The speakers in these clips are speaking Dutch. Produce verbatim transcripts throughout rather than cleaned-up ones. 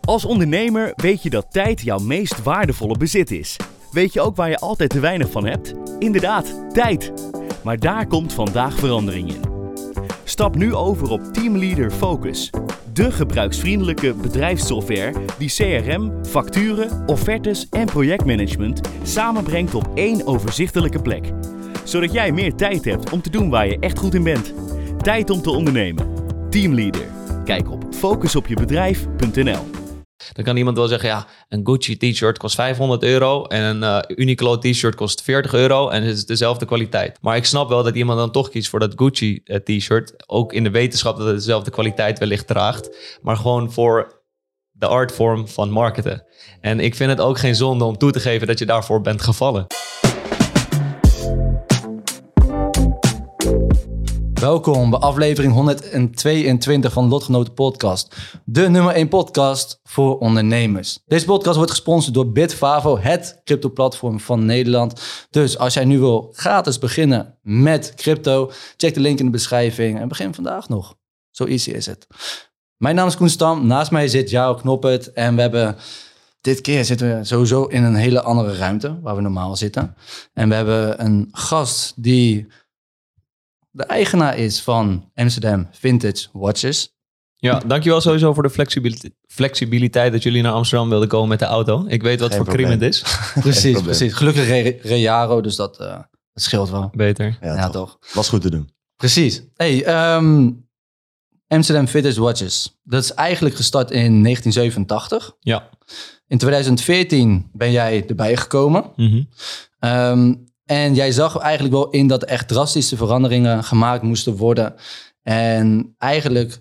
Als ondernemer weet je dat tijd jouw meest waardevolle bezit is. Weet je ook waar je altijd te weinig van hebt? Inderdaad, tijd. Maar daar komt vandaag verandering in. Stap nu over op Teamleader Focus. De gebruiksvriendelijke bedrijfssoftware die C R M, facturen, offertes en projectmanagement samenbrengt op één overzichtelijke plek. Zodat jij meer tijd hebt om te doen waar je echt goed in bent. Tijd om te ondernemen. Teamleader. Kijk op focus op je bedrijf punt n l. Dan kan iemand wel zeggen, ja, een Gucci t-shirt kost vijfhonderd euro en een uh, Uniqlo t-shirt kost veertig euro en het is dezelfde kwaliteit. Maar ik snap wel dat iemand dan toch kiest voor dat Gucci uh, t-shirt, ook in de wetenschap dat het dezelfde kwaliteit wellicht draagt, maar gewoon voor de artvorm van marketen. En ik vind het ook geen zonde om toe te geven dat je daarvoor bent gevallen. Welkom bij aflevering honderdtweeëntwintig van Lotgenoten Podcast. De nummer één podcast voor ondernemers. Deze podcast wordt gesponsord door Bitvavo, het crypto-platform van Nederland. Dus als jij nu wil gratis beginnen met crypto, check de link in de beschrijving en begin vandaag nog. Zo easy is het. Mijn naam is Koen Stam, naast mij zit Jao Knoppert en we hebben... Dit keer zitten we sowieso in een hele andere ruimte, waar we normaal zitten. En we hebben een gast die... de eigenaar is van Amsterdam Vintage Watches. Ja, dankjewel sowieso voor de flexibiliteit, flexibiliteit dat jullie naar Amsterdam wilden komen met de auto. Ik weet wat Geen voor crime het is. Precies, precies. Gelukkig Re- Rearo, dus dat, uh, dat scheelt wel. Beter. Ja, Ja, toch. toch? Was goed te doen. Precies. Hey, um, Amsterdam Vintage Watches. Dat is eigenlijk gestart in negentien zevenentachtig. Ja. In twintig veertien ben jij erbij gekomen. Mm-hmm. Um, En jij zag eigenlijk wel in dat er echt drastische veranderingen gemaakt moesten worden. En eigenlijk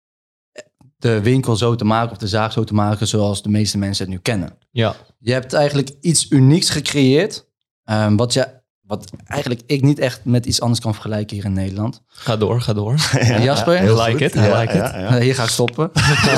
de winkel zo te maken of de zaak zo te maken zoals de meeste mensen het nu kennen. Ja. Je hebt eigenlijk iets unieks gecreëerd. Um, wat, je, wat eigenlijk ik niet echt met iets anders kan vergelijken hier in Nederland. Ga door, ga door. En Jasper? heel like it, I Ja, like it. ja, ja. Nee, hier ga ik stoppen.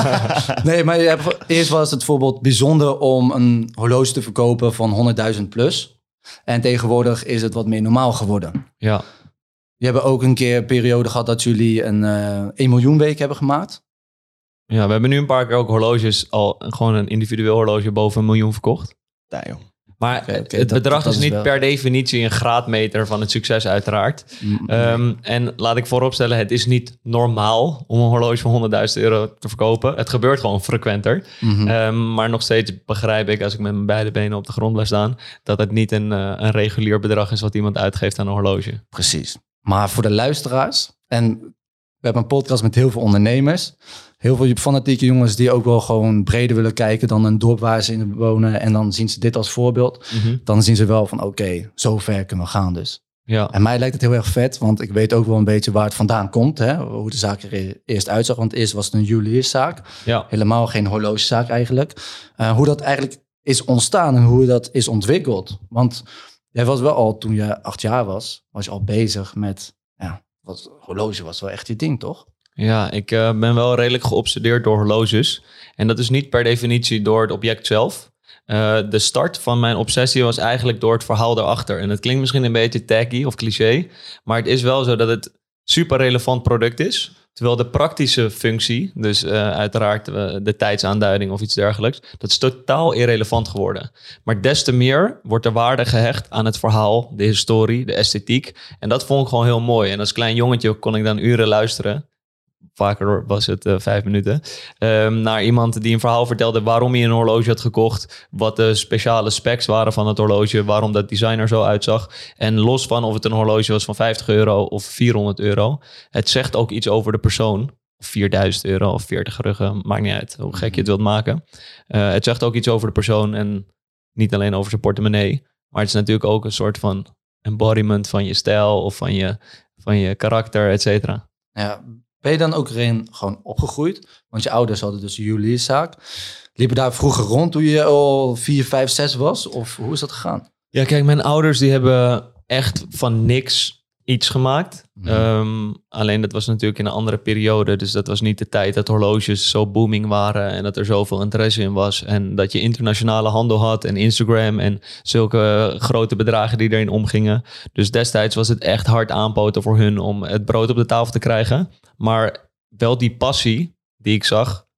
Nee, maar je hebt, eerst was het bijvoorbeeld bijzonder om een horloge te verkopen van honderdduizend plus. En tegenwoordig is het wat meer normaal geworden. Ja. Je hebben ook een keer een periode gehad dat jullie een uh, één miljoen week hebben gemaakt. Ja, we hebben nu een paar keer ook horloges, al gewoon een individueel horloge boven een miljoen verkocht. Ja, joh. Maar Oké, oké, het dat- bedrag dat is is niet wel- per definitie een graadmeter van het succes uiteraard. Mm, Um, en laat ik vooropstellen, het is niet normaal om een horloge van honderdduizend euro te verkopen. Het gebeurt gewoon frequenter. mm-hmm. Um, maar nog steeds begrijp ik, als ik met mijn beide benen op de grond blijf staan, dat het niet een, uh, een regulier bedrag is wat iemand uitgeeft aan een horloge. Precies. Maar voor de luisteraars, en we hebben een podcast met heel veel ondernemers. Heel veel fanatieke jongens die ook wel gewoon breder willen kijken dan een dorp waar ze in wonen. En dan zien ze dit als voorbeeld. Mm-hmm. Dan zien ze wel van oké, okay, zo ver kunnen we gaan dus. Ja. En mij lijkt het heel erg vet, want ik weet ook wel een beetje waar het vandaan komt. Hè? Hoe de zaak er eerst uitzag. Want eerst was het een juwelierszaak. Ja. Helemaal geen horlogezaak eigenlijk. Uh, hoe dat eigenlijk is ontstaan en hoe dat is ontwikkeld. Want jij was wel al, toen je acht jaar was, was je al bezig met... Ja, wat, horloge was wel echt je ding, toch? Ja, ik uh, ben wel redelijk geobsedeerd door horloges. En dat is niet per definitie door het object zelf. Uh, de start van mijn obsessie was eigenlijk door het verhaal daarachter. En het klinkt misschien een beetje tacky of cliché, maar het is wel zo dat het super relevant product is. Terwijl de praktische functie, dus uh, uiteraard uh, de tijdsaanduiding of iets dergelijks, dat is totaal irrelevant geworden. Maar des te meer wordt er waarde gehecht aan het verhaal, de historie, de esthetiek. En dat vond ik gewoon heel mooi. En als klein jongetje kon ik dan uren luisteren. Vaker was het uh, vijf minuten. Um, naar iemand die een verhaal vertelde waarom hij een horloge had gekocht. Wat de speciale specs waren van het horloge. Waarom dat design er zo uitzag. En los van of het een horloge was van vijftig euro of vierhonderd euro. Het zegt ook iets over de persoon. Of vierduizend euro of veertig ruggen. Maakt niet uit hoe gek je het wilt maken. Uh, het zegt ook iets over de persoon. En niet alleen over zijn portemonnee. Maar het is natuurlijk ook een soort van embodiment van je stijl. Of van je, van je karakter, et cetera. Ja. Ben je dan ook erin gewoon opgegroeid? Want je ouders hadden dus een juwelierszaak. Liepen daar vroeger rond toen je al vier, vijf, zes was? Of hoe is dat gegaan? Ja, kijk, mijn ouders die hebben echt van niks iets gemaakt. Mm. Um, alleen dat was natuurlijk in een andere periode. Dus dat was niet de tijd dat horloges zo booming waren en dat er zoveel interesse in was. En dat je internationale handel had en Instagram en zulke grote bedragen die erin omgingen. Dus destijds was het echt hard aanpoten voor hun om het brood op de tafel te krijgen. Maar wel die passie die ik zag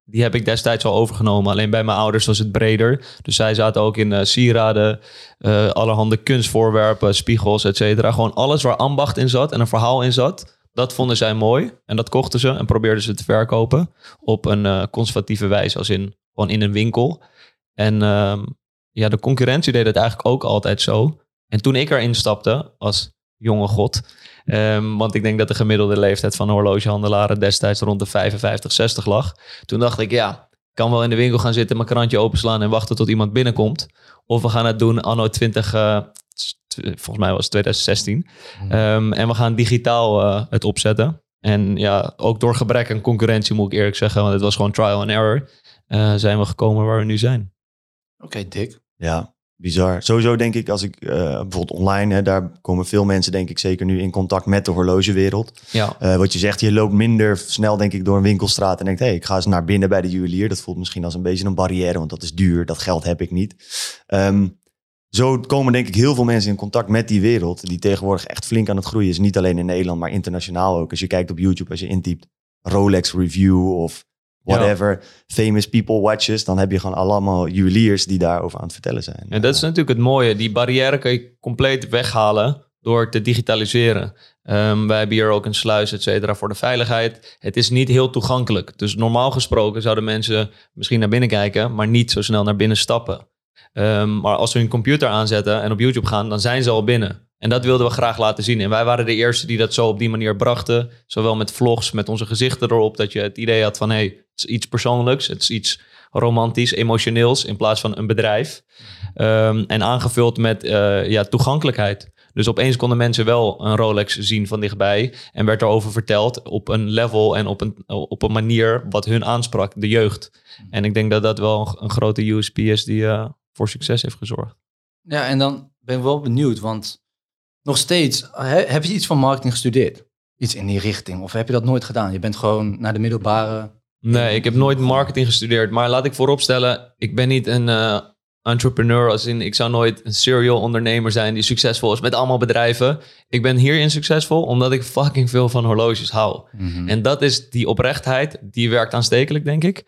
die heb ik destijds al overgenomen. Alleen bij mijn ouders was het breder. Dus zij zaten ook in uh, sieraden, uh, allerhande kunstvoorwerpen, spiegels, et cetera. Gewoon alles waar ambacht in zat en een verhaal in zat. Dat vonden zij mooi en dat kochten ze en probeerden ze te verkopen op een uh, conservatieve wijze, als in gewoon in een winkel. En uh, ja, de concurrentie deed het eigenlijk ook altijd zo. En toen ik erin stapte als jonge god, um, want ik denk dat de gemiddelde leeftijd van horlogehandelaren destijds rond de vijfenvijftig, zestig lag. Toen dacht ik, ja, ik kan wel in de winkel gaan zitten, mijn krantje openslaan en wachten tot iemand binnenkomt. Of we gaan het doen anno twintig, uh, volgens mij was het twintig zestien. Um, en we gaan digitaal uh, het opzetten. En ja, ook door gebrek aan concurrentie moet ik eerlijk zeggen, want het was gewoon trial and error, uh, zijn we gekomen waar we nu zijn. Oké, okay, dik. Ja, bizar. Sowieso denk ik, als ik uh, bijvoorbeeld online, hè, daar komen veel mensen denk ik zeker nu in contact met de horlogewereld. Ja. Uh, wat je zegt, je loopt minder snel denk ik door een winkelstraat en denkt, hé, hey, ik ga eens naar binnen bij de juwelier. Dat voelt misschien als een beetje een barrière, want dat is duur, dat geld heb ik niet. Um, Zo komen denk ik heel veel mensen in contact met die wereld, die tegenwoordig echt flink aan het groeien is. Niet alleen in Nederland, maar internationaal ook. Als je kijkt op YouTube, als je intypt Rolex Review of whatever, ja. famous people watches, dan heb je gewoon allemaal juweliers die daarover aan het vertellen zijn. En dat is natuurlijk het mooie. Die barrière kan je compleet weghalen door te digitaliseren. Um, wij hebben hier ook een sluis, et cetera, voor de veiligheid. Het is niet heel toegankelijk. Dus normaal gesproken zouden mensen misschien naar binnen kijken, maar niet zo snel naar binnen stappen. Um, maar als we hun computer aanzetten en op YouTube gaan, dan zijn ze al binnen. En dat wilden we graag laten zien. En wij waren de eerste die dat zo op die manier brachten. Zowel met vlogs, met onze gezichten erop. Dat je het idee had van, hé, hey, het is iets persoonlijks. Het is iets romantisch, emotioneels in plaats van een bedrijf. Um, en aangevuld met uh, ja, toegankelijkheid. Dus opeens konden mensen wel een Rolex zien van dichtbij. En werd erover verteld op een level en op een, op een manier wat hun aansprak, de jeugd. En ik denk dat dat wel een grote U S P is die uh, voor succes heeft gezorgd. Ja, en dan ben ik wel benieuwd, want nog steeds, he, heb je iets van marketing gestudeerd? Iets in die richting? Of heb je dat nooit gedaan? Je bent gewoon naar de middelbare... Nee, ik heb nooit marketing gestudeerd. Maar laat ik vooropstellen, ik ben niet een uh, entrepreneur. Als in, ik zou nooit een serial ondernemer zijn die succesvol is met allemaal bedrijven. Ik ben hierin succesvol omdat ik fucking veel van horloges hou. Mm-hmm. En dat is die oprechtheid, die werkt aanstekelijk, denk ik.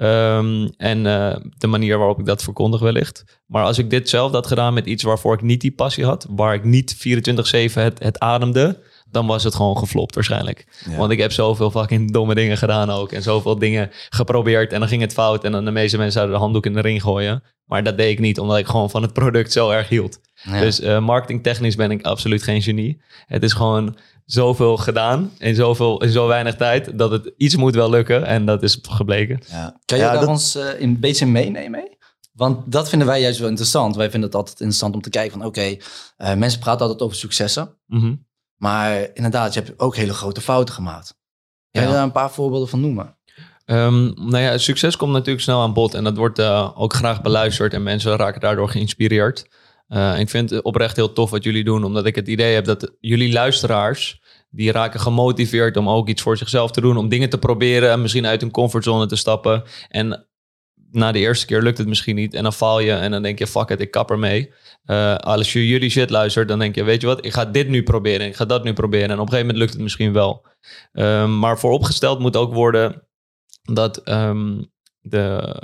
Um, en uh, de manier waarop ik dat verkondig wellicht. Maar als ik dit zelf had gedaan met iets waarvoor ik niet die passie had, waar ik niet vierentwintig zeven het, het ademde, dan was het gewoon geflopt waarschijnlijk. Ja. Want ik heb zoveel fucking domme dingen gedaan ook. En zoveel dingen geprobeerd. En dan ging het fout. En dan de meeste mensen zouden de handdoek in de ring gooien. Maar dat deed ik niet, omdat ik gewoon van het product zo erg hield. Ja. Dus uh, marketingtechnisch ben ik absoluut geen genie. Het is gewoon zoveel gedaan in, zoveel, in zo weinig tijd, dat het iets moet wel lukken. En dat is gebleken. Ja. Kan je ja, daar dat... ons uh, een beetje meenemen? Want dat vinden wij juist wel interessant. Wij vinden het altijd interessant om te kijken van oké, okay, uh, mensen praten altijd over successen. Mm-hmm. Maar inderdaad, je hebt ook hele grote fouten gemaakt. Kan je ja. daar een paar voorbeelden van noemen? Um, nou ja, succes komt natuurlijk snel aan bod. En dat wordt uh, ook graag beluisterd. En mensen raken daardoor geïnspireerd. Uh, ik vind het oprecht heel tof wat jullie doen. Omdat ik het idee heb dat jullie luisteraars, die raken gemotiveerd om ook iets voor zichzelf te doen. Om dingen te proberen. Misschien uit hun comfortzone te stappen. En na de eerste keer lukt het misschien niet. En dan faal je en dan denk je, fuck it, ik kap ermee. Uh, als je jullie shit luistert, dan denk je, weet je wat, ik ga dit nu proberen, ik ga dat nu proberen. En op een gegeven moment lukt het misschien wel. Um, maar vooropgesteld moet ook worden dat um, de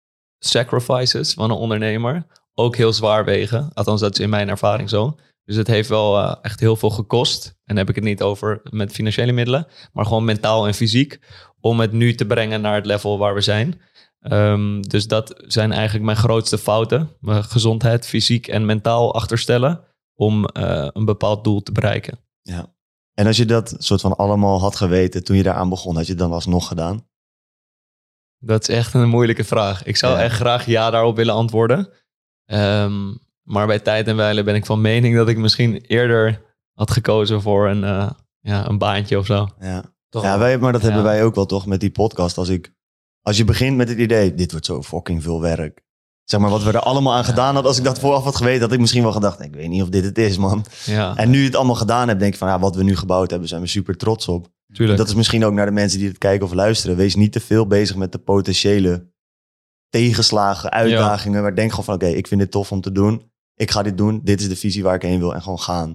sacrifices van een ondernemer ook heel zwaar wegen. Althans, dat is in mijn ervaring zo. Dus het heeft wel uh, echt heel veel gekost. En dan heb ik het niet over met financiële middelen, maar gewoon mentaal en fysiek, om het nu te brengen naar het level waar we zijn. Um, dus dat zijn eigenlijk mijn grootste fouten. Mijn gezondheid, fysiek en mentaal achterstellen om uh, een bepaald doel te bereiken. Ja. En als je dat soort van allemaal had geweten toen je daaraan begon, had je het dan alsnog gedaan? Dat is echt een moeilijke vraag. Ik zou ja. echt graag ja daarop willen antwoorden. Um, maar bij tijd en wijle ben ik van mening dat ik misschien eerder had gekozen voor een, uh, ja, een baantje of zo. Ja, toch ja wij, maar dat ja. hebben wij ook wel toch met die podcast. Als ik Als je begint met het idee, dit wordt zo fucking veel werk. Zeg maar wat we er allemaal aan gedaan hadden. Als ik dat vooraf had geweten, had ik misschien wel gedacht, ik weet niet of dit het is, man. Ja. En nu je het allemaal gedaan hebt, denk ik van, ja, wat we nu gebouwd hebben, zijn we super trots op. Tuurlijk. Dat is misschien ook naar de mensen die het kijken of luisteren. Wees niet te veel bezig met de potentiële tegenslagen, uitdagingen. Ja. Maar denk gewoon van, oké, okay, ik vind dit tof om te doen. Ik ga dit doen. Dit is de visie waar ik heen wil en gewoon gaan.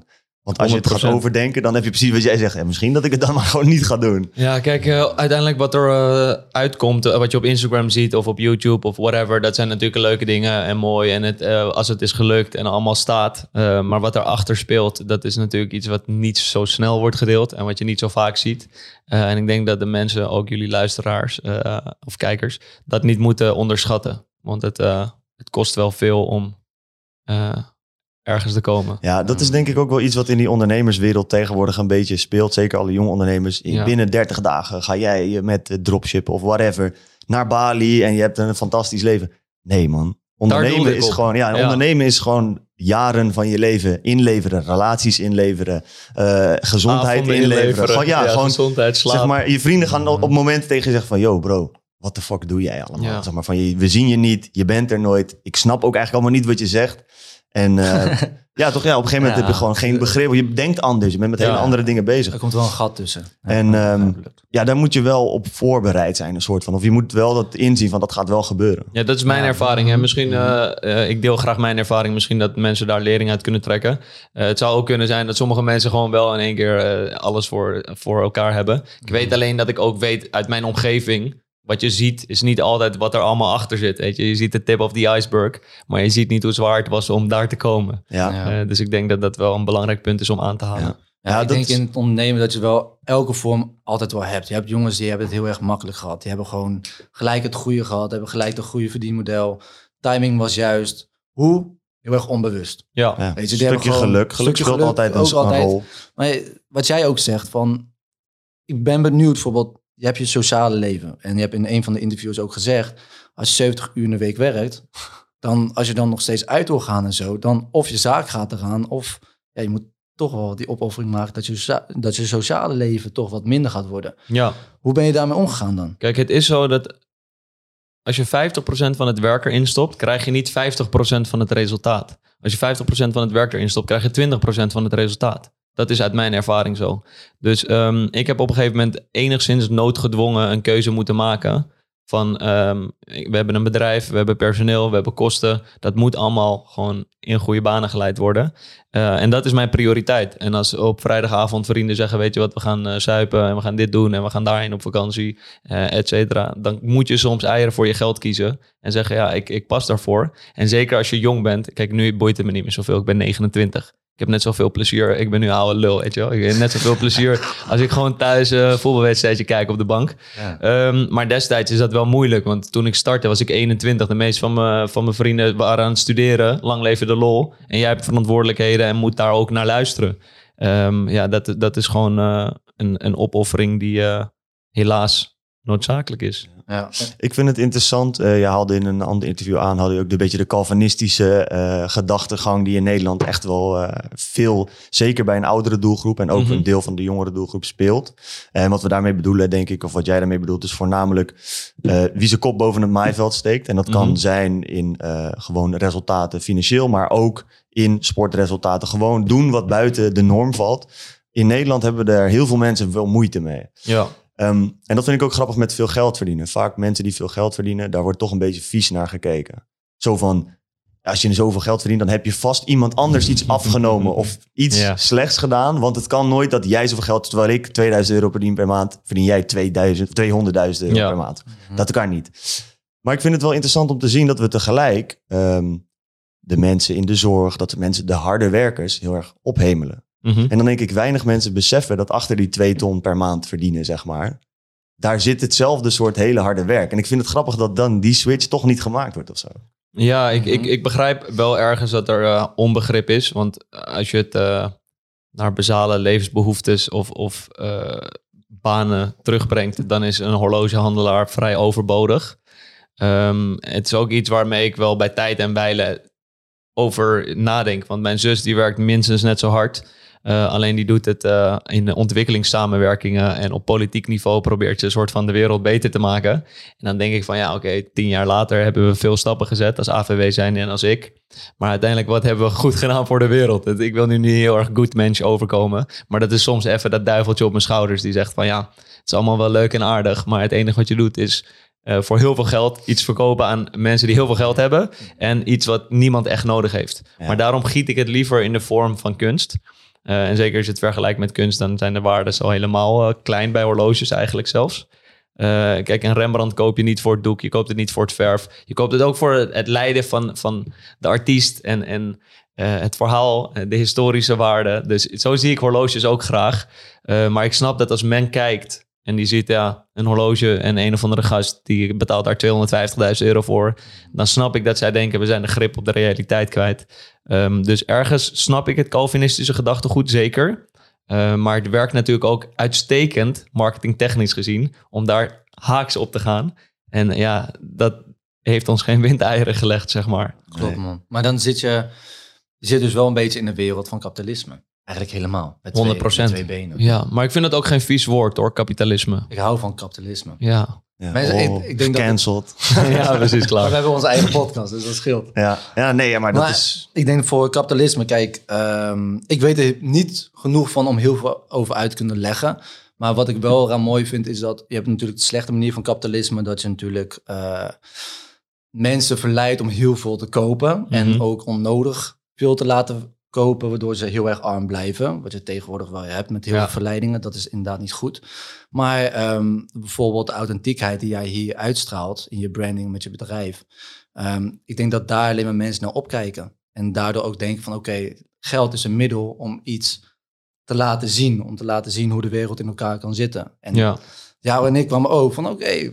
Want als je het gaat overdenken, dan heb je precies wat jij zegt. Ja, misschien dat ik het dan maar gewoon niet ga doen. Ja, kijk, uh, uiteindelijk wat er uh, uitkomt, uh, wat je op Instagram ziet of op YouTube of whatever, dat zijn natuurlijk leuke dingen en mooi. En het, uh, als het is gelukt en allemaal staat. Uh, maar wat erachter speelt, dat is natuurlijk iets wat niet zo snel wordt gedeeld en wat je niet zo vaak ziet. Uh, en ik denk dat de mensen, ook jullie luisteraars uh, of kijkers, dat niet moeten onderschatten. Want het, uh, het kost wel veel om... Uh, ergens te komen. Ja, dat is denk ik ook wel iets wat in die ondernemerswereld tegenwoordig een beetje speelt. Zeker alle jonge ondernemers. Ja. Binnen dertig dagen ga jij met dropshippen of whatever naar Bali en je hebt een fantastisch leven. Nee man, ondernemen is gewoon, ja, ja. ondernemen is gewoon jaren van je leven inleveren, relaties inleveren, uh, gezondheid Avonden inleveren. inleveren. Gewoon, ja, ja, gewoon, gezondheid, slaap. Zeg maar, je vrienden gaan op, op momenten tegen je zeggen van, yo bro, wat de fuck doe jij allemaal? Ja. Zeg maar, van, je, we zien je niet, je bent er nooit. Ik snap ook eigenlijk allemaal niet wat je zegt. En uh, ja, toch ja, op een gegeven moment ja. heb je gewoon geen begrip. Je denkt anders, je bent met ja. hele andere dingen bezig. Er komt wel een gat tussen. Ja, en um, ja, daar moet je wel op voorbereid zijn, een soort van. Of je moet wel dat inzien van, dat gaat wel gebeuren. Ja, dat is mijn ja. ervaring. Hè. Misschien, uh, uh, ik deel graag mijn ervaring. Misschien dat mensen daar lering uit kunnen trekken. Uh, het zou ook kunnen zijn dat sommige mensen gewoon wel in één keer uh, alles voor, voor elkaar hebben. Ik weet alleen dat ik ook weet uit mijn omgeving... Wat je ziet is niet altijd wat er allemaal achter zit. Weet je? Je ziet de tip of the iceberg, maar je ziet niet hoe zwaar het was om daar te komen. Ja. Ja. Uh, dus ik denk dat dat wel een belangrijk punt is om aan te halen. Ja. Ja, ja, ik denk is... in het ondernemen dat je wel elke vorm altijd wel hebt. Je hebt jongens die hebben het heel erg makkelijk gehad. Die hebben gewoon gelijk het goede gehad, hebben gelijk het goede verdienmodel. Timing was juist. Hoe? Heel erg onbewust. Ja, ja. Weet je, een stukje gewoon, geluk. Geluk speelt geluk, altijd een, een rol. Maar wat jij ook zegt van, ik ben benieuwd bijvoorbeeld. Je hebt je sociale leven. En je hebt in een van de interviews ook gezegd... als je zeventig uur in de week werkt... dan als je dan nog steeds uit wil gaan en zo... dan of je zaak gaat eraan... of ja, je moet toch wel die opoffering maken... dat je, dat je sociale leven toch wat minder gaat worden. Ja. Hoe ben je daarmee omgegaan dan? Kijk, het is zo dat... als je vijftig procent van het werk erin stopt... krijg je niet vijftig procent van het resultaat. Als je vijftig procent van het werk erin stopt... krijg je twintig procent van het resultaat. Dat is uit mijn ervaring zo. Dus um, ik heb op een gegeven moment enigszins noodgedwongen een keuze moeten maken. Van um, we hebben een bedrijf, we hebben personeel, we hebben kosten. Dat moet allemaal gewoon in goede banen geleid worden. Uh, en dat is mijn prioriteit. En als op vrijdagavond vrienden zeggen, weet je wat, we gaan uh, zuipen en we gaan dit doen en we gaan daarheen op vakantie, uh, et cetera. Dan moet je soms eieren voor je geld kiezen en zeggen, ja, ik, ik pas daarvoor. En zeker als je jong bent. Kijk, nu boeit het me niet meer zoveel. Ik ben negenentwintig. Ik heb net zoveel plezier. Ik ben nu oude lul, weet je wel. Ik heb net zoveel plezier als ik gewoon thuis een uh, voetbalwedstrijdje kijk op de bank. Ja. Um, maar destijds is dat wel moeilijk. Want toen ik startte was ik eenentwintig. De meeste van mijn van mijn vrienden waren aan het studeren. Lang leven de lol. En jij hebt verantwoordelijkheden en moet daar ook naar luisteren. Um, ja, dat, dat is gewoon uh, een, een opoffering die uh, helaas noodzakelijk is. Ja. Ik vind het interessant. Uh, je haalde in een ander interview aan, hadden je ook een beetje de Calvinistische uh, gedachtegang die in Nederland echt wel uh, veel, zeker bij een oudere doelgroep en ook mm-hmm. een deel van de jongere doelgroep speelt. En wat we daarmee bedoelen, denk ik, of wat jij daarmee bedoelt, is voornamelijk uh, wie zijn kop boven het maaiveld steekt. En dat kan mm-hmm. zijn in uh, gewoon resultaten financieel, maar ook in sportresultaten. Gewoon doen wat buiten de norm valt. In Nederland hebben we daar heel veel mensen wel moeite mee. Ja. Um, en dat vind ik ook grappig met veel geld verdienen. Vaak mensen die veel geld verdienen, daar wordt toch een beetje vies naar gekeken. Zo van, als je zoveel geld verdient, dan heb je vast iemand anders iets afgenomen of iets ja. slechts gedaan. Want het kan nooit dat jij zoveel geld, terwijl ik tweeduizend euro verdien per maand, verdien jij tweeduizend, tweehonderdduizend euro ja. per maand. Dat kan niet. Maar ik vind het wel interessant om te zien dat we tegelijk um, de mensen in de zorg, dat de mensen, de harde werkers, heel erg ophemelen. Mm-hmm. En dan denk ik, weinig mensen beseffen dat achter die twee ton per maand verdienen, zeg maar, daar zit hetzelfde soort hele harde werk. En ik vind het grappig dat dan die switch toch niet gemaakt wordt of zo. Ja, ik, ik, ik begrijp wel ergens dat er uh, onbegrip is. Want als je het uh, naar basale levensbehoeftes of, of uh, banen terugbrengt, dan is een horlogehandelaar vrij overbodig. Um, het is ook iets waarmee ik wel bij tijd en wijle over nadenk. Want mijn zus die werkt minstens net zo hard. Uh, alleen die doet het uh, in ontwikkelingssamenwerkingen en op politiek niveau probeert ze een soort van de wereld beter te maken. En dan denk ik van ja, oké, okay, tien jaar later hebben we veel stappen gezet als A V W zijn en als ik. Maar uiteindelijk, wat hebben we goed gedaan voor de wereld? Ik wil nu niet heel erg good mensch overkomen, maar dat is soms even dat duiveltje op mijn schouders die zegt van ja, het is allemaal wel leuk en aardig, maar het enige wat je doet is uh, voor heel veel geld iets verkopen aan mensen die heel veel geld hebben en iets wat niemand echt nodig heeft. Ja. Maar daarom giet ik het liever in de vorm van kunst. Uh, en zeker als je het vergelijkt met kunst, dan zijn de waarden al helemaal uh, klein bij horloges eigenlijk zelfs. Uh, kijk, een Rembrandt koop je niet voor het doek, je koopt het niet voor het verf. Je koopt het ook voor het, het lijden van, van de artiest en, en uh, het verhaal, de historische waarde. Dus zo zie ik horloges ook graag. Uh, maar ik snap dat als men kijkt en die ziet ja, een horloge en een of andere gast die betaalt daar tweehonderdvijftigduizend euro voor, dan snap ik dat zij denken we zijn de grip op de realiteit kwijt. Um, dus ergens snap ik het Calvinistische gedachtegoed zeker. Uh, maar het werkt natuurlijk ook uitstekend, marketingtechnisch gezien, om daar haaks op te gaan. En ja, dat heeft ons geen windeieren gelegd, zeg maar. Klopt, man. Maar dan zit je, je zit dus wel een beetje in de wereld van kapitalisme. Eigenlijk helemaal. Met honderd procent. Twee, met twee benen. Ja, maar ik vind het ook geen vies woord hoor, kapitalisme. Ik hou van kapitalisme. Ja. Ja, Mensen, oh, ik, ik denk cancelled. Dat ja, precies, klaar. Maar we hebben onze eigen podcast, dus dat scheelt. Ja, ja nee, ja, maar dat maar is... Ik denk voor kapitalisme, kijk, um, ik weet er niet genoeg van om heel veel over uit te kunnen leggen. Maar wat ik wel eraan mooi vind, is dat je hebt natuurlijk de slechte manier van kapitalisme, dat je natuurlijk uh, mensen verleidt om heel veel te kopen. Mm-hmm. En ook onnodig veel te laten kopen, waardoor ze heel erg arm blijven. Wat je tegenwoordig wel hebt met heel ja. veel verleidingen. Dat is inderdaad niet goed. Maar um, bijvoorbeeld de authentiekheid die jij hier uitstraalt in je branding met je bedrijf. Um, ik denk dat daar alleen maar mensen naar opkijken. En daardoor ook denken van oké, okay, geld is een middel om iets te laten zien. Om te laten zien hoe de wereld in elkaar kan zitten. En ja, ja en ik kwamen ook van oké, okay,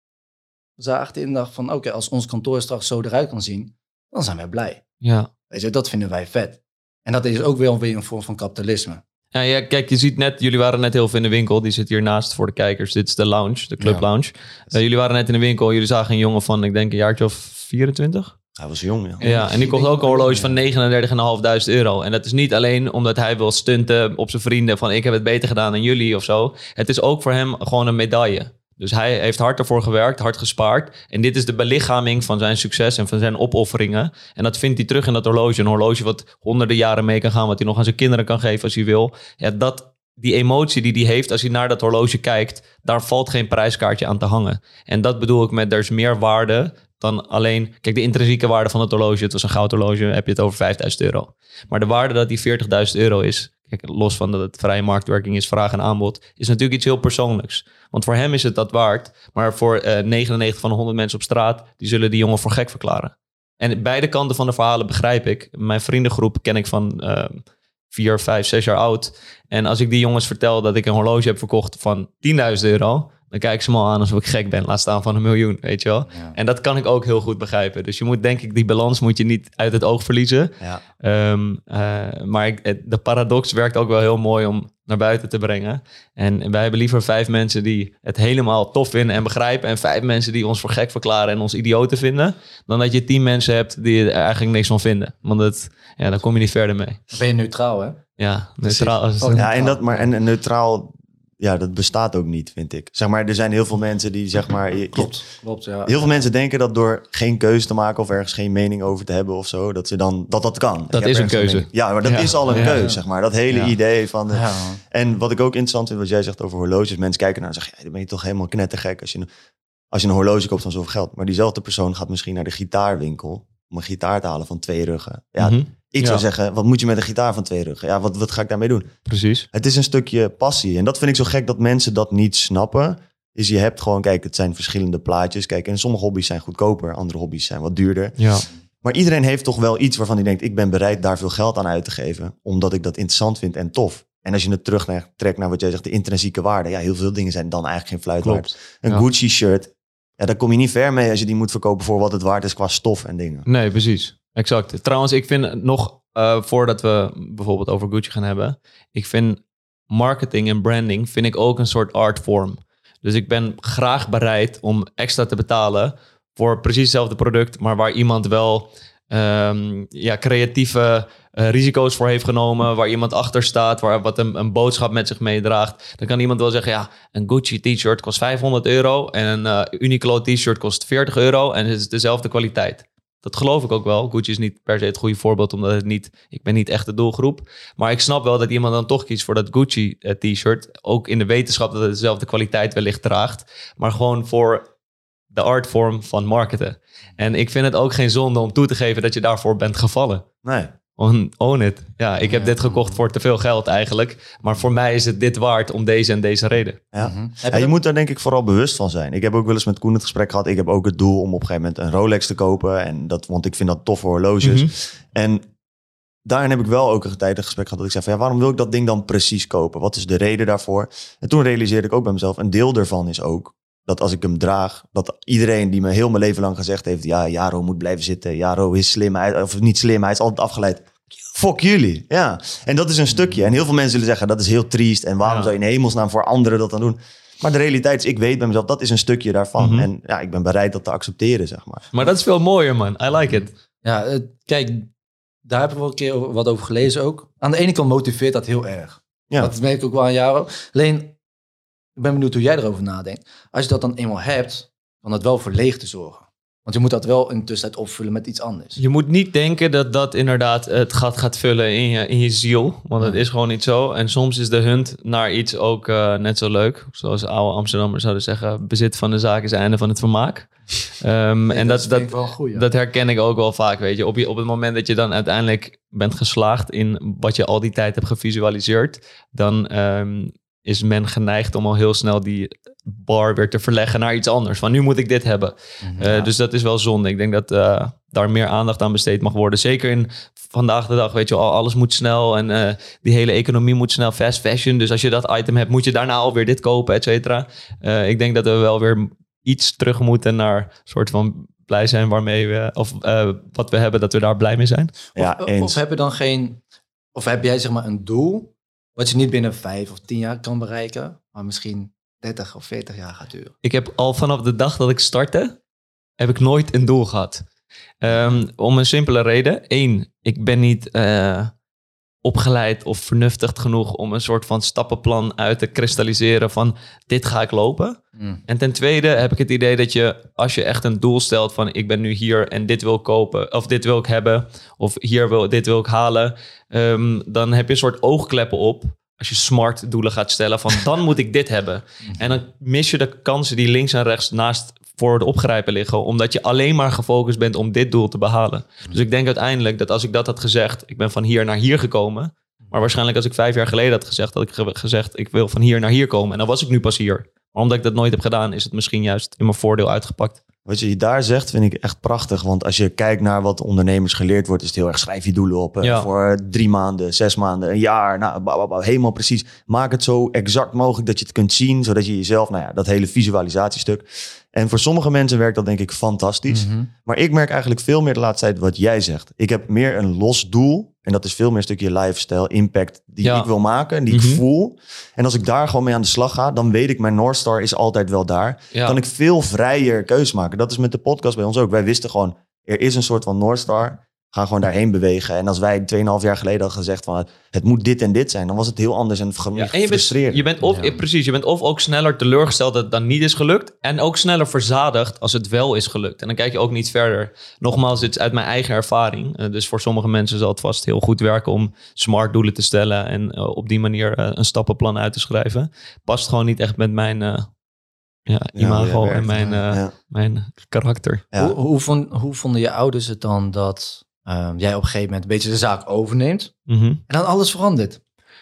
we zagen in de dag van oké, okay, als ons kantoor straks zo eruit kan zien, dan zijn wij blij. Ja. Weet je, dat vinden wij vet. En dat is ook wel weer een vorm van kapitalisme. Ja, ja, kijk, je ziet net, jullie waren net heel veel in de winkel. Die zit hiernaast voor de kijkers. Dit is de lounge, de club ja. lounge. Uh, jullie waren net in de winkel. Jullie zagen een jongen van, ik denk, een jaartje of vierentwintig. Hij was jong, ja. Ja, en die kocht ook een horloge van negenendertig vijfhonderd euro. En dat is niet alleen omdat hij wil stunten op zijn vrienden van ik heb het beter gedaan dan jullie of zo. Het is ook voor hem gewoon een medaille. Dus hij heeft hard ervoor gewerkt, hard gespaard. En dit is de belichaming van zijn succes en van zijn opofferingen. En dat vindt hij terug in dat horloge. Een horloge wat honderden jaren mee kan gaan, wat hij nog aan zijn kinderen kan geven als hij wil. Ja, dat, die emotie die hij heeft als hij naar dat horloge kijkt, daar valt geen prijskaartje aan te hangen. En dat bedoel ik met, er is meer waarde dan alleen... Kijk, de intrinsieke waarde van het horloge, het was een goudhorloge, heb je het over vijfduizend euro. Maar de waarde dat die veertigduizend euro is, kijk, los van dat het vrije marktwerking is, vraag en aanbod, is natuurlijk iets heel persoonlijks. Want voor hem is het dat waard, maar voor uh, negenennegentig van de honderd mensen op straat, die zullen die jongen voor gek verklaren. En beide kanten van de verhalen begrijp ik. Mijn vriendengroep ken ik van uh, vier, vijf, zes jaar oud. En als ik die jongens vertel dat ik een horloge heb verkocht van tienduizend euro, dan kijken ze me al aan alsof ik gek ben. Laat staan van een miljoen, weet je wel. Ja. En dat kan ik ook heel goed begrijpen. Dus je moet, denk ik, die balans moet je niet uit het oog verliezen. Ja. Um, uh, maar ik, de paradox werkt ook wel heel mooi om naar buiten te brengen. En wij hebben liever vijf mensen die het helemaal tof vinden en begrijpen, en vijf mensen die ons voor gek verklaren en ons idioten vinden, dan dat je tien mensen hebt die er eigenlijk niks van vinden. Want het, ja, dan kom je niet verder mee. Dan ben je neutraal, hè? Ja, neutraal. Oh, ja, en dat, maar en neutraal, ja, dat bestaat ook niet, vind ik. Zeg maar, er zijn heel veel mensen die, zeg maar... Je, klopt, klopt, ja. Heel veel mensen denken dat door geen keuze te maken of ergens geen mening over te hebben of zo, dat ze dan, dat dat kan. Dat is een keuze. Ja, maar dat ja. is al een ja. keuze, zeg maar. Dat hele ja. idee van... De, ja. En wat ik ook interessant vind, wat jij zegt over horloges, mensen kijken naar en zeggen, ja, dan ben je toch helemaal knettergek als je, als je een horloge koopt van zoveel geld. Maar diezelfde persoon gaat misschien naar de gitaarwinkel om een gitaar te halen van twee ruggen. Ja, mm-hmm. Ik zou ja. zeggen, wat moet je met een gitaar van twee ruggen? Ja, wat, wat ga ik daarmee doen? Precies. Het is een stukje passie. En dat vind ik zo gek dat mensen dat niet snappen. Is je hebt gewoon, kijk, het zijn verschillende plaatjes. Kijk, en sommige hobby's zijn goedkoper. Andere hobby's zijn wat duurder. Ja. Maar iedereen heeft toch wel iets waarvan hij denkt, ik ben bereid daar veel geld aan uit te geven. Omdat ik dat interessant vind en tof. En als je het terug naar, trekt naar wat jij zegt, de intrinsieke waarde. Ja, heel veel dingen zijn dan eigenlijk geen fluit waard. Een ja. Gucci shirt. Ja, daar kom je niet ver mee als je die moet verkopen voor wat het waard is qua stof en dingen. Nee, precies. Exact. Trouwens, ik vind nog, uh, voordat we bijvoorbeeld over Gucci gaan hebben, ik vind marketing en branding vind ik ook een soort artvorm. Dus ik ben graag bereid om extra te betalen voor precies hetzelfde product, maar waar iemand wel um, ja, creatieve uh, risico's voor heeft genomen, waar iemand achter staat, waar wat een, een boodschap met zich meedraagt. Dan kan iemand wel zeggen, ja, een Gucci t-shirt kost vijfhonderd euro en een uh, Uniqlo t-shirt kost veertig euro en het is dezelfde kwaliteit. Dat geloof ik ook wel. Gucci is niet per se het goede voorbeeld, omdat het niet, ik ben niet echt de doelgroep. Maar ik snap wel dat iemand dan toch kiest voor dat Gucci uh, t-shirt. Ook in de wetenschap dat het dezelfde kwaliteit wellicht draagt. Maar gewoon voor de artvorm van marketen. En ik vind het ook geen zonde om toe te geven dat je daarvoor bent gevallen. Nee. On, own it. Ja, ik heb dit gekocht voor te veel geld eigenlijk. Maar voor mij is het dit waard om deze en deze reden. Ja. Mhm. Ja, je moet daar denk ik vooral bewust van zijn. Ik heb ook wel eens met Koen het gesprek gehad. Ik heb ook het doel om op een gegeven moment een Rolex te kopen. En dat, want ik vind dat toffe horloges. Mm-hmm. En daarin heb ik wel ook een tijd een gesprek gehad dat ik zei van ja, waarom wil ik dat ding dan precies kopen? Wat is de reden daarvoor? En toen realiseerde ik ook bij mezelf, een deel daarvan is ook dat als ik hem draag, dat iedereen die me heel mijn leven lang gezegd heeft, ja, Jaro moet blijven zitten. Jaro is slim, hij, of niet slim, hij is altijd afgeleid. Fuck jullie. Ja. En dat is een stukje. En heel veel mensen zullen zeggen, dat is heel triest. En waarom Ja. zou je in hemelsnaam voor anderen dat dan doen? Maar de realiteit is, ik weet bij mezelf, dat is een stukje daarvan. Mm-hmm. En ja, ik ben bereid dat te accepteren, zeg maar. Maar dat is veel mooier, man. I like it. Ja, het- kijk, daar heb ik wel een keer over- wat over gelezen ook. Aan de ene kant motiveert dat heel erg. Ja. Dat merk ik ook wel aan jou. Alleen, ik ben benieuwd hoe jij erover nadenkt. Als je dat dan eenmaal hebt, dan het wel voor leeg te zorgen. Want je moet dat wel in de tussentijd opvullen met iets anders. Je moet niet denken dat dat inderdaad het gat gaat vullen in je, in je ziel. Want het Ja. is gewoon niet zo. En soms is de hunt naar iets ook uh, net zo leuk. Zoals oude Amsterdammers zouden zeggen, bezit van de zaak is het einde van het vermaak. Um, Nee, en dat, vind dat, ik wel een goeie. dat herken ik ook wel vaak, weet je. Op, je. op het moment dat je dan uiteindelijk bent geslaagd in wat je al die tijd hebt gevisualiseerd, dan um, is men geneigd om al heel snel die bar weer te verleggen naar iets anders. Van nu moet ik dit hebben. Mhm. Uh, Ja. Dus dat is wel zonde. Ik denk dat uh, daar meer aandacht aan besteed mag worden. Zeker in vandaag de dag, weet je wel, alles moet snel en uh, die hele economie moet snel, fast fashion. Dus als je dat item hebt, moet je daarna alweer dit kopen, et cetera. Uh, ik denk dat we wel weer iets terug moeten naar een soort van blij zijn waarmee we, of uh, wat we hebben, dat we daar blij mee zijn. Ja, of, eens. of heb je dan geen, of heb jij zeg maar een doel wat je niet binnen vijf of tien jaar kan bereiken, maar misschien dertig of veertig jaar gaat duren? Ik heb al vanaf de dag dat ik startte, heb ik nooit een doel gehad. Um, om een simpele reden. Eén, ik ben niet uh, opgeleid of vernuftig genoeg om een soort van stappenplan uit te kristalliseren van dit ga ik lopen. Mm. En ten tweede heb ik het idee dat je, als je echt een doel stelt van ik ben nu hier en dit wil ik kopen, of dit wil ik hebben, of hier wil, dit wil ik halen, um, dan heb je een soort oogkleppen op. Als je smart doelen gaat stellen van dan moet ik dit hebben. En dan mis je de kansen die links en rechts naast voor het opgrijpen liggen. Omdat je alleen maar gefocust bent om dit doel te behalen. Dus ik denk uiteindelijk dat als ik dat had gezegd, ik ben van hier naar hier gekomen. Maar waarschijnlijk als ik vijf jaar geleden had gezegd, had ik ge- gezegd ik wil van hier naar hier komen. En dan was ik nu pas hier. Maar omdat ik dat nooit heb gedaan, is het misschien juist in mijn voordeel uitgepakt. Wat je daar zegt vind ik echt prachtig. Want als je kijkt naar wat ondernemers geleerd wordt, is het heel erg schrijf je doelen op. Ja. Voor drie maanden, zes maanden, een jaar. Nou, bah, bah, bah, helemaal precies. Maak het zo exact mogelijk dat je het kunt zien. Zodat je jezelf, nou ja, dat hele visualisatiestuk. En voor sommige mensen werkt dat denk ik fantastisch. Mm-hmm. Maar ik merk eigenlijk veel meer de laatste tijd wat jij zegt. Ik heb meer een los doel. En dat is veel meer een stukje lifestyle, impact die Ja. ik wil maken en die Mm-hmm. ik voel. En als ik daar gewoon mee aan de slag ga, dan weet ik mijn North Star is altijd wel daar. Ja. Kan ik veel vrijer keus maken. Dat is met de podcast bij ons ook. Wij wisten gewoon, er is een soort van North Star. Gaan gewoon daarheen bewegen. En als wij tweeënhalf jaar geleden hadden gezegd van het moet dit en dit zijn, dan was het heel anders en Ja, en je bent, gefrustreerd. je bent of, Ja. precies, je bent of ook sneller teleurgesteld dat het dan niet is gelukt. En ook sneller verzadigd als het wel is gelukt. En dan kijk je ook niet verder. Nogmaals, dit is uit mijn eigen ervaring. Uh, dus voor sommige mensen zal het vast heel goed werken om smart doelen te stellen. En uh, op die manier uh, een stappenplan uit te schrijven. Past gewoon niet echt met mijn uh, ja, imago ja, en mijn, uh, ja. mijn karakter. Ja. Hoe, hoe, vond, hoe vonden je ouders het dan dat um, jij op een gegeven moment een beetje de zaak overneemt Mm-hmm. en dan alles verandert?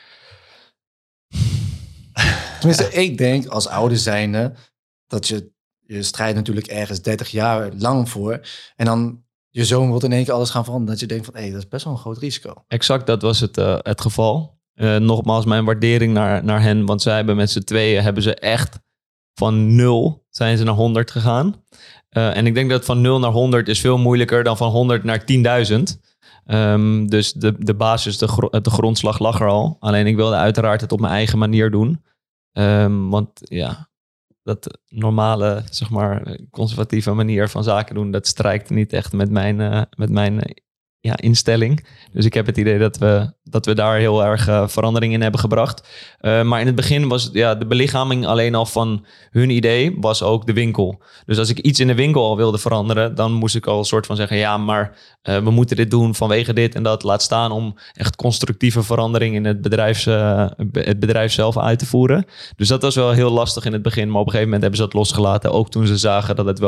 Tenminste, ik denk als ouder zijnde dat je, je strijdt natuurlijk ergens dertig jaar lang voor en dan je zoon wordt in één keer alles gaan veranderen. Dat je denkt van, hé, hey, dat is best wel een groot risico. Exact, dat was het, uh, het geval. Uh, nogmaals, mijn waardering naar, naar hen. Want zij hebben met z'n tweeën hebben ze echt van nul zijn ze naar honderd gegaan. Uh, en ik denk dat van nul naar honderd is veel moeilijker dan van honderd naar tienduizend. Um, dus de, de basis, de, gro- de grondslag lag er al. Alleen ik wilde uiteraard het op mijn eigen manier doen. Um, want ja, dat normale, zeg maar, conservatieve manier van zaken doen, dat strijkt niet echt met mijn, uh, met mijn uh, ja, instelling. Dus ik heb het idee dat we, dat we daar heel erg uh, verandering in hebben gebracht. Uh, maar in het begin was ja, de belichaming alleen al van hun idee was ook de winkel. Dus als ik iets in de winkel al wilde veranderen, dan moest ik al een soort van zeggen, ja, maar uh, we moeten dit doen vanwege dit en dat. Laat staan om echt constructieve verandering in het, bedrijfs, uh, het bedrijf zelf uit te voeren. Dus dat was wel heel lastig in het begin. Maar op een gegeven moment hebben ze dat losgelaten. Ook toen ze zagen dat het wel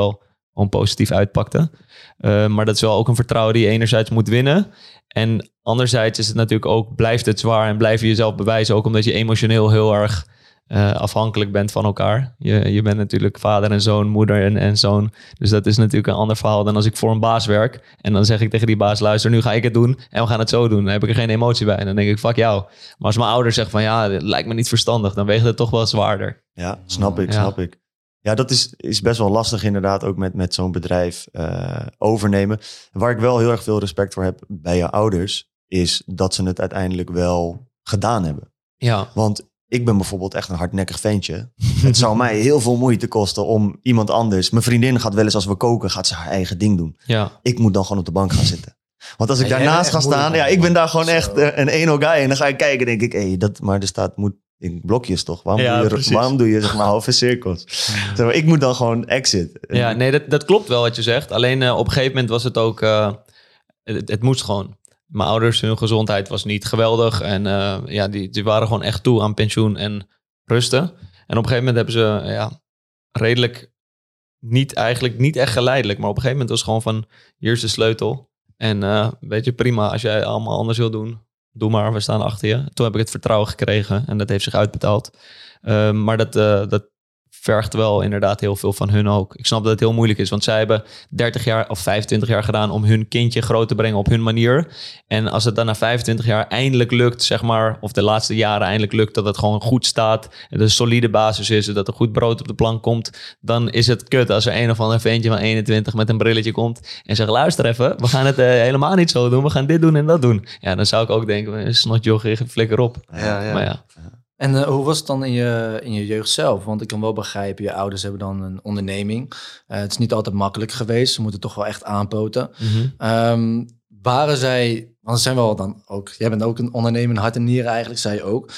gewoon positief uitpakte. Uh, maar dat is wel ook een vertrouwen die je enerzijds moet winnen. En anderzijds is het natuurlijk ook, blijft het zwaar en blijf je jezelf bewijzen. Ook omdat je emotioneel heel erg uh, afhankelijk bent van elkaar. Je, je bent natuurlijk vader en zoon, moeder en, en zoon. Dus dat is natuurlijk een ander verhaal dan als ik voor een baas werk. En dan zeg ik tegen die baas, luister, nu ga ik het doen en we gaan het zo doen. Dan heb ik er geen emotie bij. En dan denk ik, fuck jou. Maar als mijn ouders zeggen van, ja, dit lijkt me niet verstandig. Dan weegt het toch wel zwaarder. Ja, snap ik, ja. snap ik. Ja, dat is, is best wel lastig inderdaad, ook met, met zo'n bedrijf uh, overnemen. Waar ik wel heel erg veel respect voor heb bij je ouders, is dat ze het uiteindelijk wel gedaan hebben. Ja. Want ik ben bijvoorbeeld echt een hardnekkig ventje. Het zou mij heel veel moeite kosten om iemand anders... Mijn vriendin gaat wel eens als we koken, gaat ze haar eigen ding doen. Ja. Ik moet dan gewoon op de bank gaan zitten. Want als ik ja, daarnaast ga staan, ja, ik ben daar gewoon Zo. echt een eno guy. En dan ga ik kijken en denk ik, hé, dat, maar er staat... moet in blokjes toch? Waarom, Ja, doe, je, waarom doe je zeg maar halve cirkels? Zeg maar, ik moet dan gewoon exit. Ja, nee, dat, dat klopt wel wat je zegt. Alleen uh, op een gegeven moment was het ook... Uh, het, het moest gewoon. Mijn ouders, hun gezondheid was niet geweldig. En uh, ja, die, die waren gewoon echt toe aan pensioen en rusten. En op een gegeven moment hebben ze uh, ja, redelijk... Niet eigenlijk niet echt geleidelijk. Maar op een gegeven moment was het gewoon van... Hier is de sleutel. En uh, weet je, prima. Als jij allemaal anders wil doen... Doe maar, we staan achter je. Toen heb ik het vertrouwen gekregen en dat heeft zich uitbetaald. Uh, maar dat, uh, dat vergt wel inderdaad heel veel van hun ook. Ik snap dat het heel moeilijk is, want zij hebben dertig jaar of vijfentwintig jaar gedaan om hun kindje groot te brengen op hun manier. En als het dan na vijfentwintig jaar eindelijk lukt, zeg maar, of de laatste jaren eindelijk lukt, dat het gewoon goed staat, dat er een solide basis is, dat er goed brood op de plank komt, dan is het kut als er een of ander ventje van eenentwintig met een brilletje komt en zegt, luister even, we gaan het uh, helemaal niet zo doen, we gaan dit doen en dat doen. Ja, dan zou ik ook denken, snotjochie, flikker op. Ja, ja. Maar ja. En uh, hoe was het dan in je, in je jeugd zelf? Want ik kan wel begrijpen, je ouders hebben dan een onderneming. Uh, het is niet altijd makkelijk geweest. Ze moeten toch wel echt aanpoten. Mm-hmm. Um, waren zij, want ze zijn wel dan ook, jij bent ook een ondernemer in hart en nieren eigenlijk, zij ook.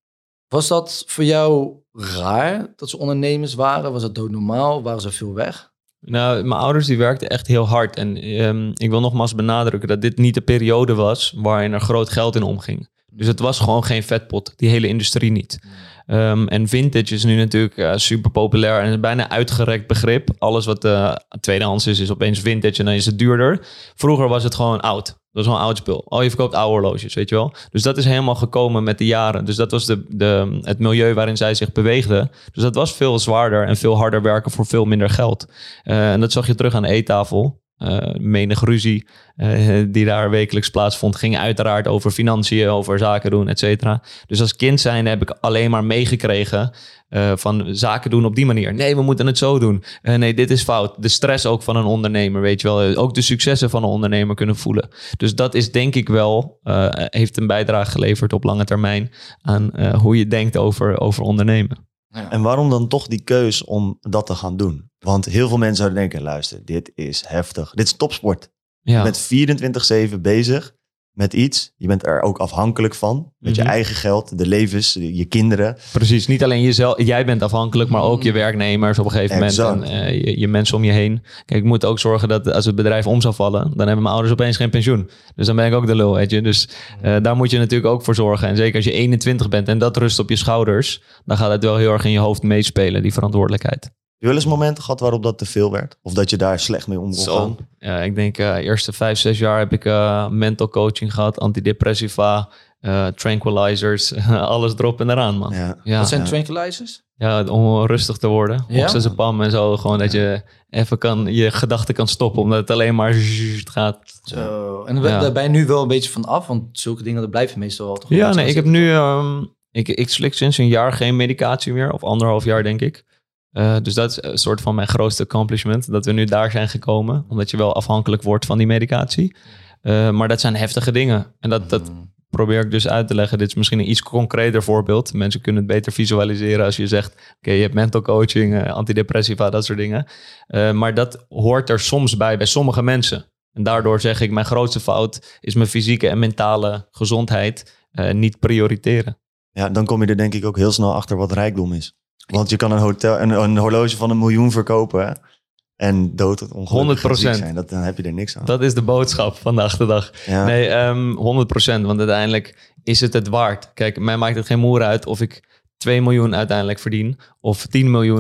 Was dat voor jou raar dat ze ondernemers waren? Was dat doodnormaal? Waren ze veel weg? Nou, mijn ouders die werkten echt heel hard. En um, ik wil nogmaals benadrukken dat dit niet de periode was waarin er groot geld in omging. Dus het was gewoon geen vetpot, die hele industrie niet. Um, en vintage is nu natuurlijk uh, super populair en bijna uitgerekt begrip. Alles wat uh, tweedehands is, is opeens vintage en dan is het duurder. Vroeger was het gewoon oud. Dat was gewoon oud spul. Oh, je verkoopt oude horloges, weet je wel. Dus dat is helemaal gekomen met de jaren. Dus dat was de, de, het milieu waarin zij zich beweegden. Dus dat was veel zwaarder en veel harder werken voor veel minder geld. Uh, en dat zag je terug aan de eettafel. Uh, menig ruzie uh, die daar wekelijks plaatsvond, ging uiteraard over financiën, over zaken doen, et cetera. Dus als kind zijn heb ik alleen maar meegekregen uh, van zaken doen op die manier. Nee, we moeten het zo doen. Uh, nee, dit is fout. De stress ook van een ondernemer, weet je wel. Ook de successen van een ondernemer kunnen voelen. Dus dat is denk ik wel, uh, heeft een bijdrage geleverd op lange termijn aan uh, hoe je denkt over, over ondernemen. Ja. En waarom dan toch die keus om dat te gaan doen? Want heel veel mensen zouden denken, luister, dit is heftig. Dit is topsport. Ja. Je bent vierentwintig zeven bezig met iets. Je bent er ook afhankelijk van. Met Mm-hmm. je eigen geld, de levens, je kinderen. Precies, niet alleen jezelf, jij bent afhankelijk, maar ook je werknemers op een gegeven Exact. moment. En uh, je, je mensen om je heen. Kijk, ik moet ook zorgen dat als het bedrijf om zou vallen, dan hebben mijn ouders opeens geen pensioen. Dus dan ben ik ook de lul, weet je. Dus uh, daar moet je natuurlijk ook voor zorgen. En zeker als je eenentwintig bent en dat rust op je schouders, dan gaat het wel heel erg in je hoofd meespelen, die verantwoordelijkheid. Heb je wel eens momenten gehad waarop dat te veel werd? Of dat je daar slecht mee om kon gaan? Ja, ik denk uh, eerste vijf, zes jaar heb ik uh, mental coaching gehad, antidepressiva, uh, tranquilizers, alles erop en eraan, man. Ja. Ja. Wat zijn ja. tranquilizers? Ja, om rustig te worden. Ja? Oxazepam en zo. Gewoon dat je even kan, je gedachten kan stoppen. Omdat het alleen maar gaat. Zo. En Ja. daar ben je nu wel een beetje van af. Want zulke dingen, dat blijven meestal wel toch? Ja, een beetje nee, ik heb zitten. nu... Um, ik, ik slik sinds een jaar geen medicatie meer. Of anderhalf jaar, denk ik. Uh, dus dat is een soort van mijn grootste accomplishment. Dat we nu daar zijn gekomen. Omdat je wel afhankelijk wordt van die medicatie. Uh, maar dat zijn heftige dingen. En dat... dat probeer ik dus uit te leggen. Dit is misschien een iets concreter voorbeeld. Mensen kunnen het beter visualiseren als je zegt... oké, okay, je hebt mental coaching, uh, antidepressiva, dat soort dingen. Uh, maar dat hoort er soms bij, bij sommige mensen. En daardoor zeg ik, mijn grootste fout is mijn fysieke en mentale gezondheid uh, niet prioriteren. Ja, dan kom je er denk ik ook heel snel achter wat rijkdom is. Want je kan een, hotel, een, een horloge van een miljoen verkopen... Hè? En dood het ongelukkig honderd procent zijn. Dat, dan heb je er niks aan. Dat is de boodschap vandaag de dag. Ja. Nee, um, honderd procent. Want uiteindelijk is het het waard. Kijk, mij maakt het geen moer uit of ik twee miljoen uiteindelijk verdien. Of tien miljoen.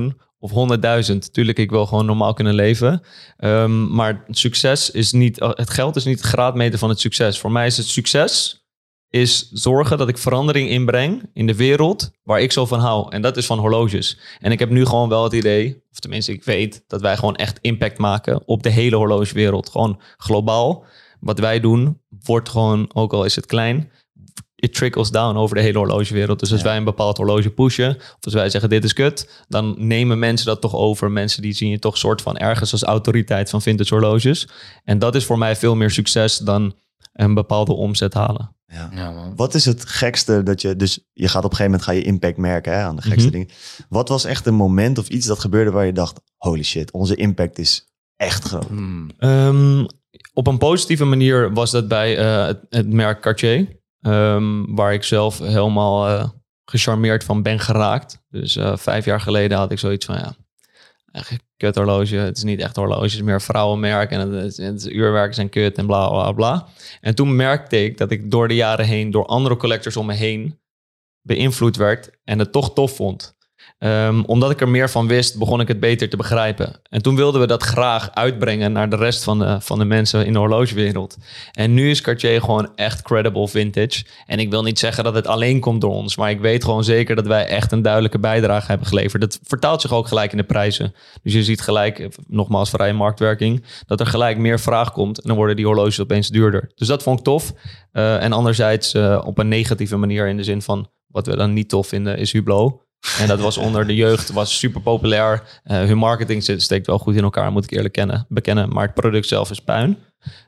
of honderdduizend. Tuurlijk, ik wil gewoon normaal kunnen leven. Um, maar succes is niet... Het geld is niet het graadmeter van het succes. Voor mij is het succes... is zorgen dat ik verandering inbreng in de wereld waar ik zo van hou. En dat is van horloges. En ik heb nu gewoon wel het idee, of tenminste ik weet... dat wij gewoon echt impact maken op de hele horlogewereld. Gewoon globaal. Wat wij doen wordt gewoon, ook al is het klein... it trickles down over de hele horlogewereld. Dus als ja. wij een bepaald horloge pushen... of als wij zeggen dit is kut... dan nemen mensen dat toch over. Mensen die zien je toch soort van ergens als autoriteit van vintage horloges. En dat is voor mij veel meer succes dan een bepaalde omzet halen. Ja. Ja, man. Wat is het gekste dat je... Dus je gaat op een gegeven moment ga je impact merken hè, aan de gekste mm-hmm. dingen. Wat was echt een moment of iets dat gebeurde waar je dacht... holy shit, onze impact is echt groot. Mm. Um, op een positieve manier was dat bij uh, het, het merk Cartier... Um, waar ik zelf helemaal uh, gecharmeerd van ben geraakt. Dus uh, vijf jaar geleden had ik zoiets van... ja, echt kut horloge. Het is niet echt horloge, het is meer vrouwenmerk. En het, het, het uurwerken zijn kut en bla, bla, bla. En toen merkte ik dat ik door de jaren heen... door andere collectors om me heen beïnvloed werd... en het toch tof vond. Um, omdat ik er meer van wist, begon ik het beter te begrijpen. En toen wilden we dat graag uitbrengen naar de rest van de, van de mensen in de horlogewereld. En nu is Cartier gewoon echt credible vintage. En ik wil niet zeggen dat het alleen komt door ons, maar ik weet gewoon zeker dat wij echt een duidelijke bijdrage hebben geleverd. Dat vertaalt zich ook gelijk in de prijzen. Dus je ziet gelijk, nogmaals vrije marktwerking, dat er gelijk meer vraag komt en dan worden die horloges opeens duurder. Dus dat vond ik tof. Uh, en anderzijds uh, op een negatieve manier in de zin van, wat we dan niet tof vinden, is Hublot. En dat was onder de jeugd, was super populair. Uh, hun marketing steekt wel goed in elkaar, moet ik eerlijk kennen, bekennen. Maar het product zelf is puin.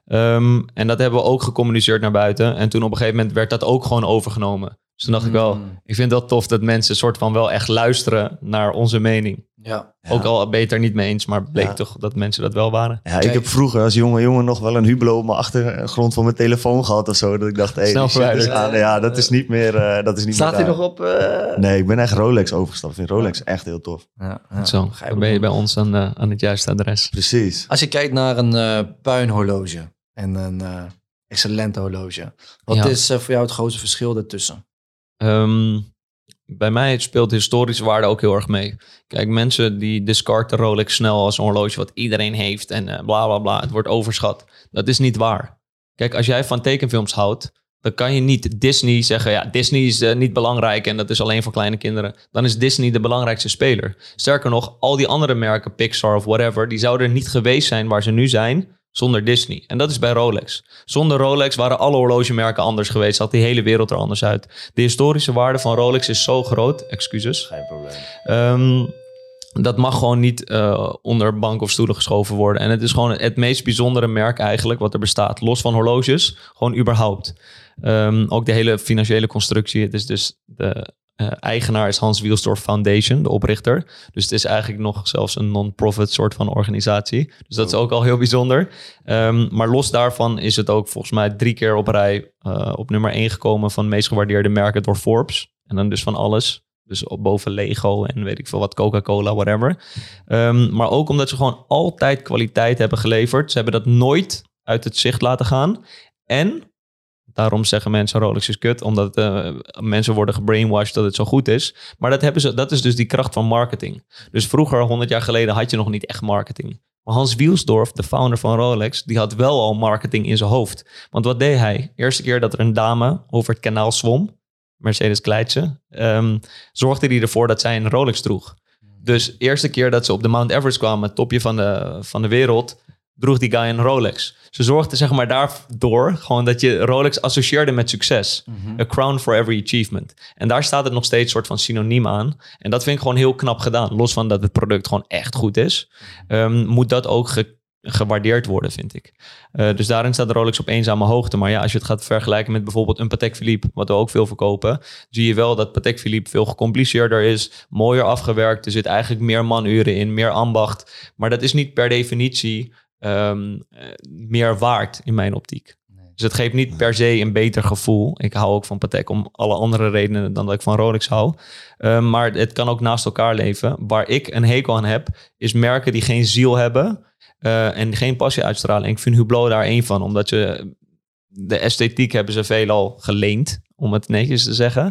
Um, en dat hebben we ook gecommuniceerd naar buiten. En toen op een gegeven moment werd dat ook gewoon overgenomen. Dus toen dacht mm. ik wel, ik vind het wel tof dat mensen soort van wel echt luisteren naar onze mening. Ja. Ook ja. al beter niet mee eens, maar bleek ja. toch dat mensen dat wel waren. Ja, ik heb vroeger als jonge jongen nog wel een Hublot op mijn achtergrond van mijn telefoon gehad of zo. Dat ik dacht, hé, hey, ja, dat is niet meer uh, dat is niet Staat meer hij nog op? Uh... Nee, ik ben echt Rolex overgestapt. Ik vind Rolex echt heel tof. Ja, ja. Zo, dan ben je bij ons aan, uh, aan het juiste adres. Precies. Als je kijkt naar een uh, puinhorloge en een uh, excellente horloge. Wat ja. is uh, voor jou het grootste verschil daartussen? Um, bij mij speelt historische waarde ook heel erg mee. Kijk, mensen die discarden Rolex snel als een horloge wat iedereen heeft en uh, bla bla bla. Het wordt overschat. Dat is niet waar. Kijk, als jij van tekenfilms houdt, dan kan je niet Disney zeggen, ja, Disney is uh, niet belangrijk en dat is alleen voor kleine kinderen. Dan is Disney de belangrijkste speler. Sterker nog, al die andere merken, Pixar of whatever, die zouden er niet geweest zijn waar ze nu zijn zonder Disney. En dat is bij Rolex. Zonder Rolex waren alle horlogemerken anders geweest. Zat die hele wereld er anders uit. De historische waarde van Rolex is zo groot. Excuses. Geen probleem. Um, dat mag gewoon niet uh, onder bank of stoelen geschoven worden. En het is gewoon het meest bijzondere merk eigenlijk wat er bestaat. Los van horloges. Gewoon überhaupt. Um, ook de hele financiële constructie. Het is dus de uh, eigenaar is Hans Wilsdorf Foundation, de oprichter. Dus het is eigenlijk nog zelfs een non-profit soort van organisatie. Dus dat is ook al heel bijzonder. Um, maar los daarvan is het ook volgens mij drie keer op rij uh, op nummer één gekomen van de meest gewaardeerde merken door Forbes. En dan dus van alles. Dus op boven Lego en weet ik veel wat, Coca-Cola, whatever. Um, maar ook omdat ze gewoon altijd kwaliteit hebben geleverd. Ze hebben dat nooit uit het zicht laten gaan. En daarom zeggen mensen Rolex is kut, omdat uh, mensen worden gebrainwashed dat het zo goed is. Maar dat, hebben ze, dat is dus die kracht van marketing. Dus vroeger, honderd jaar geleden, had je nog niet echt marketing. Maar Hans Wilsdorf, de founder van Rolex, die had wel al marketing in zijn hoofd. Want wat deed hij? Eerste keer dat er een dame over het kanaal zwom, Mercedes Kleitse, um, zorgde hij ervoor dat zij een Rolex droeg. Dus de eerste keer dat ze op de Mount Everest kwamen, het topje van de, van de wereld, droeg die guy een Rolex. Ze zorgde zeg maar daardoor gewoon dat je Rolex associeerde met succes. Mm-hmm. A crown for every achievement. En daar staat het nog steeds soort van synoniem aan. En dat vind ik gewoon heel knap gedaan. Los van dat het product gewoon echt goed is, um, moet dat ook ge- gewaardeerd worden, vind ik. Uh, dus daarin staat de Rolex op eenzame hoogte. Maar ja, als je het gaat vergelijken met bijvoorbeeld een Patek Philippe, wat we ook veel verkopen, zie je wel dat Patek Philippe veel gecompliceerder is, mooier afgewerkt. Er zit eigenlijk meer manuren in, meer ambacht. Maar dat is niet per definitie Um, meer waard in mijn optiek. Nee. Dus het geeft niet per se een beter gevoel. Ik hou ook van Patek om alle andere redenen dan dat ik van Rolex hou. Um, maar het kan ook naast elkaar leven. Waar ik een hekel aan heb, is merken die geen ziel hebben uh, en geen passie uitstralen. En ik vind Hublot daar één van, omdat je de esthetiek hebben ze veelal geleend, om het netjes te zeggen.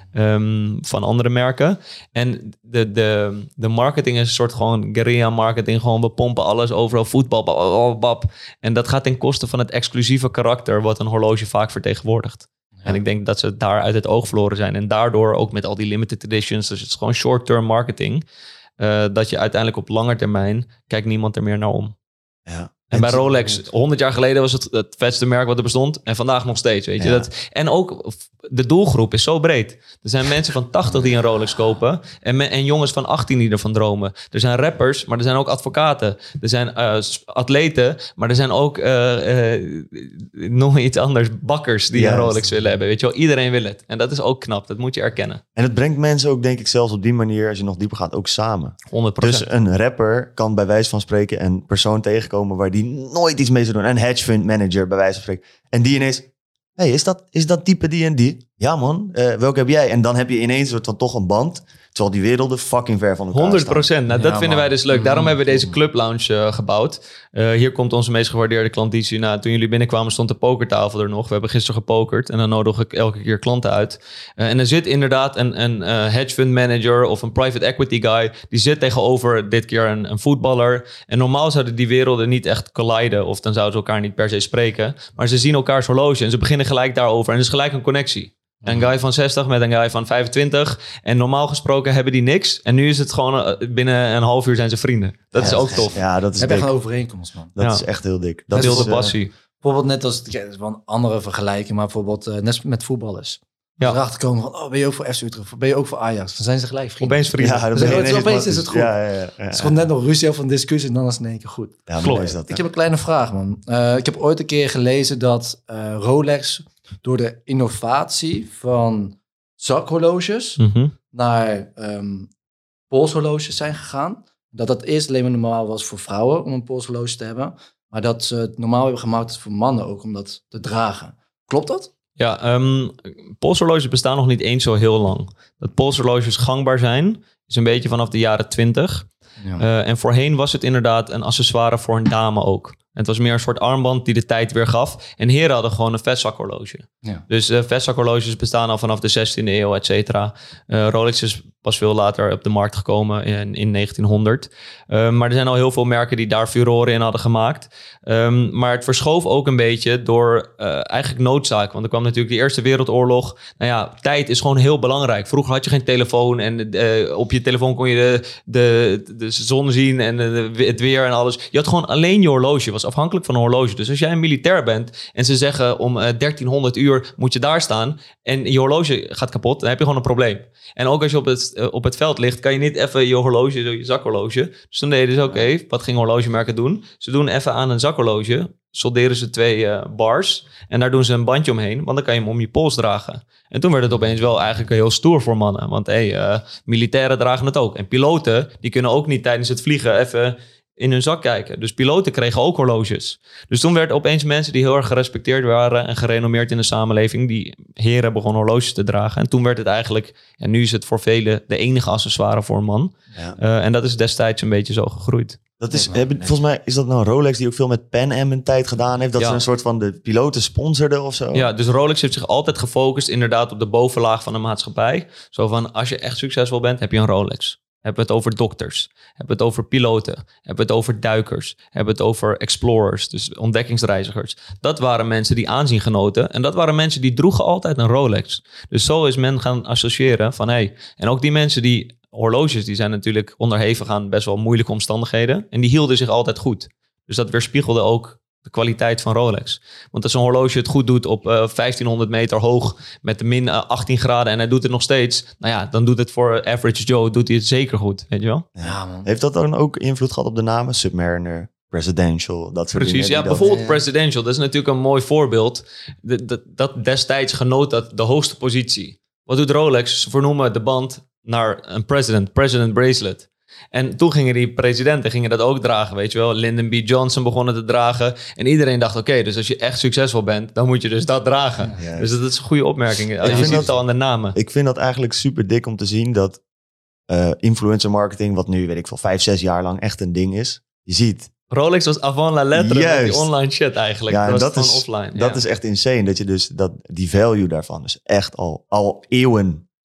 um, van andere merken. En de, de, de marketing is een soort gewoon guerrilla marketing. Gewoon we pompen alles overal, voetbal, bab, bab, bab. En dat gaat ten koste van het exclusieve karakter wat een horloge vaak vertegenwoordigt. Ja. En ik denk dat ze daar uit het oog verloren zijn. En daardoor ook met al die limited editions, dus het is gewoon short-term marketing. Uh, dat je uiteindelijk op lange termijn kijkt niemand er meer naar om. Ja. En bij Rolex, honderd jaar geleden was het het vetste merk wat er bestond. En vandaag nog steeds, weet je. Ja. Dat, en ook de doelgroep is zo breed. Er zijn mensen van tachtig die een Rolex kopen. En, me, en jongens van achttien die ervan dromen. Er zijn rappers, maar er zijn ook advocaten. Er zijn uh, atleten, maar er zijn ook uh, uh, nog iets anders. Bakkers die Juist. een Rolex willen hebben. Weet je wel, iedereen wil het. En dat is ook knap, dat moet je erkennen. En het brengt mensen ook, denk ik, zelfs op die manier, als je nog dieper gaat, ook samen. honderd procent. Dus een rapper kan bij wijze van spreken een persoon tegenkomen waar die nooit iets mee zou doen. Een hedge fund manager bij wijze van spreken. En die ineens, hey, is dat, is dat type die en die? Ja man, uh, welke heb jij? En dan heb je ineens een soort van toch een band. Terwijl die werelden fucking ver van elkaar honderd procent. Nou, Ja, dat vinden man. wij dus leuk. Daarom hebben we deze club lounge uh, gebouwd. Uh, hier komt onze meest gewaardeerde klant. Die, nou, toen jullie binnenkwamen stond de pokertafel er nog. We hebben gisteren gepokerd. En dan nodig ik elke keer klanten uit. Uh, en er zit inderdaad een, een uh, hedge fund manager of een private equity guy. Die zit tegenover dit keer een, een voetballer. En normaal zouden die werelden niet echt colliden. Of dan zouden ze elkaar niet per se spreken. Maar ze zien elkaars horloge en ze beginnen gelijk daarover. En er is gelijk een connectie. Een guy van zestig met een guy van vijfentwintig. En normaal gesproken hebben die niks. En nu is het gewoon uh, binnen een half uur zijn ze vrienden. Dat Ja, is ook tof. Ja, dat We is hebben dik. echt een overeenkomst, man. Dat Ja. is echt heel dik. Dat Dat is is heel de eh, passie. Bijvoorbeeld net als, ja, dat is wel een andere vergelijking, maar bijvoorbeeld uh, net met voetballers. Ja. Ja. Erachter komen van, oh, ben je ook voor F C Utrecht? Ben je ook voor Ajax? Dan zijn ze gelijk vrienden. Opeens vrienden. Ja, dan Dus ben je het is ineens opeens wat- is het goed. Ja, ja, ja, ja. Het is gewoon net nog ruzie of een discussie en dan is het in één keer goed. Ja, Klopt. mooi is dat. Ik heb een kleine vraag, man. Uh, ik heb ooit een keer gelezen dat uh, Rolex door de innovatie van zakhorloges Mm-hmm. naar um, polshorloges zijn gegaan. Dat dat eerst alleen maar normaal was voor vrouwen om een polshorloge te hebben. Maar dat ze het normaal hebben gemaakt voor mannen ook om dat te dragen. Klopt dat? Ja, um, polshorloges bestaan nog niet eens zo heel lang. Dat polshorloges gangbaar zijn, is een beetje vanaf de jaren twintig. Ja. Uh, en voorheen was het inderdaad een accessoire voor een dame ook. En het was meer een soort armband die de tijd weer gaf. En heren hadden gewoon een vestzakshorloge. Ja. Dus uh, vestzakshorloges bestaan al vanaf de zestiende eeuw, et cetera. Uh, Rolex is pas veel later op de markt gekomen in, in negentienhonderd. Uh, maar er zijn al heel veel merken die daar furoren in hadden gemaakt. Um, maar het verschoof ook een beetje door uh, eigenlijk noodzaak. Want er kwam natuurlijk de Eerste Wereldoorlog. Nou ja, tijd is gewoon heel belangrijk. Vroeger had je geen telefoon en uh, op je telefoon kon je de, de, de zon zien en de, het weer en alles. Je had gewoon alleen je horloge. Je was afhankelijk van een horloge. Dus als jij een militair bent en ze zeggen om uh, dertienhonderd uur moet je daar staan en je horloge gaat kapot, dan heb je gewoon een probleem. En ook als je op het, uh, op het veld ligt, kan je niet even je horloge, je zakhorloge. Dus dan deden ze, oké, okay, wat gingen horlogemerken doen? Ze doen even aan een zakhorloge, solderen ze twee uh, bars en daar doen ze een bandje omheen, want dan kan je hem om je pols dragen. En toen werd het opeens wel eigenlijk heel stoer voor mannen, want hey, uh, militairen dragen het ook. En piloten, die kunnen ook niet tijdens het vliegen even in hun zak kijken. Dus piloten kregen ook horloges. Dus toen werd opeens mensen die heel erg gerespecteerd waren en gerenommeerd in de samenleving, die heren begonnen horloges te dragen. En toen werd het eigenlijk, ja, nu is het voor velen de enige accessoire voor een man. Ja. Uh, en dat is destijds een beetje zo gegroeid. Dat is, Nee, hebben, nee. volgens mij is dat nou Rolex die ook veel met Pan Am een tijd gedaan heeft. Dat Ja. ze een soort van de piloten sponsorden of zo. Ja, dus Rolex heeft zich altijd gefocust inderdaad op de bovenlaag van de maatschappij. Zo van, als je echt succesvol bent, heb je een Rolex. Hebben we het over dokters, hebben we het over piloten, hebben we het over duikers, hebben we het over explorers, dus ontdekkingsreizigers. Dat waren mensen die aanzien genoten en dat waren mensen die droegen altijd een Rolex. Dus zo is men gaan associëren van, hé, hey, en ook die mensen die horloges, die zijn natuurlijk onderhevig aan best wel moeilijke omstandigheden en die hielden zich altijd goed. Dus dat weerspiegelde ook de kwaliteit van Rolex. Want als een horloge het goed doet op uh, vijftienhonderd meter hoog met de min uh, achttien graden en hij doet het nog steeds, nou ja, dan doet het voor average Joe, doet hij het zeker goed, weet je wel? Ja, man. Heeft dat dan ook invloed gehad op de namen? Submariner, Presidential, dat soort Precies, dingen. ja, die dat- bijvoorbeeld Ja. Presidential, dat is natuurlijk een mooi voorbeeld. De, de, dat destijds genoot dat de hoogste positie. Wat doet Rolex? Ze vernoemen de band naar een president, president bracelet. En toen gingen die presidenten gingen dat ook dragen, weet je wel. Lyndon B. Johnson begonnen te dragen. En iedereen dacht, oké, okay, dus als je echt succesvol bent, dan moet je dus dat dragen. Ja. Dus dat is een goede opmerking. Je vind ziet dat- het al aan de namen. Ik vind dat eigenlijk super dik om te zien dat uh, influencer marketing, wat nu weet ik veel, vijf, zes jaar lang echt een ding is. Je ziet, Rolex was avant la lettre met Juist. die online shit eigenlijk. ja, en dat was dat, gewoon is, offline. dat ja. is echt insane. Dat je dus, dat die value daarvan is echt al, al eeuwen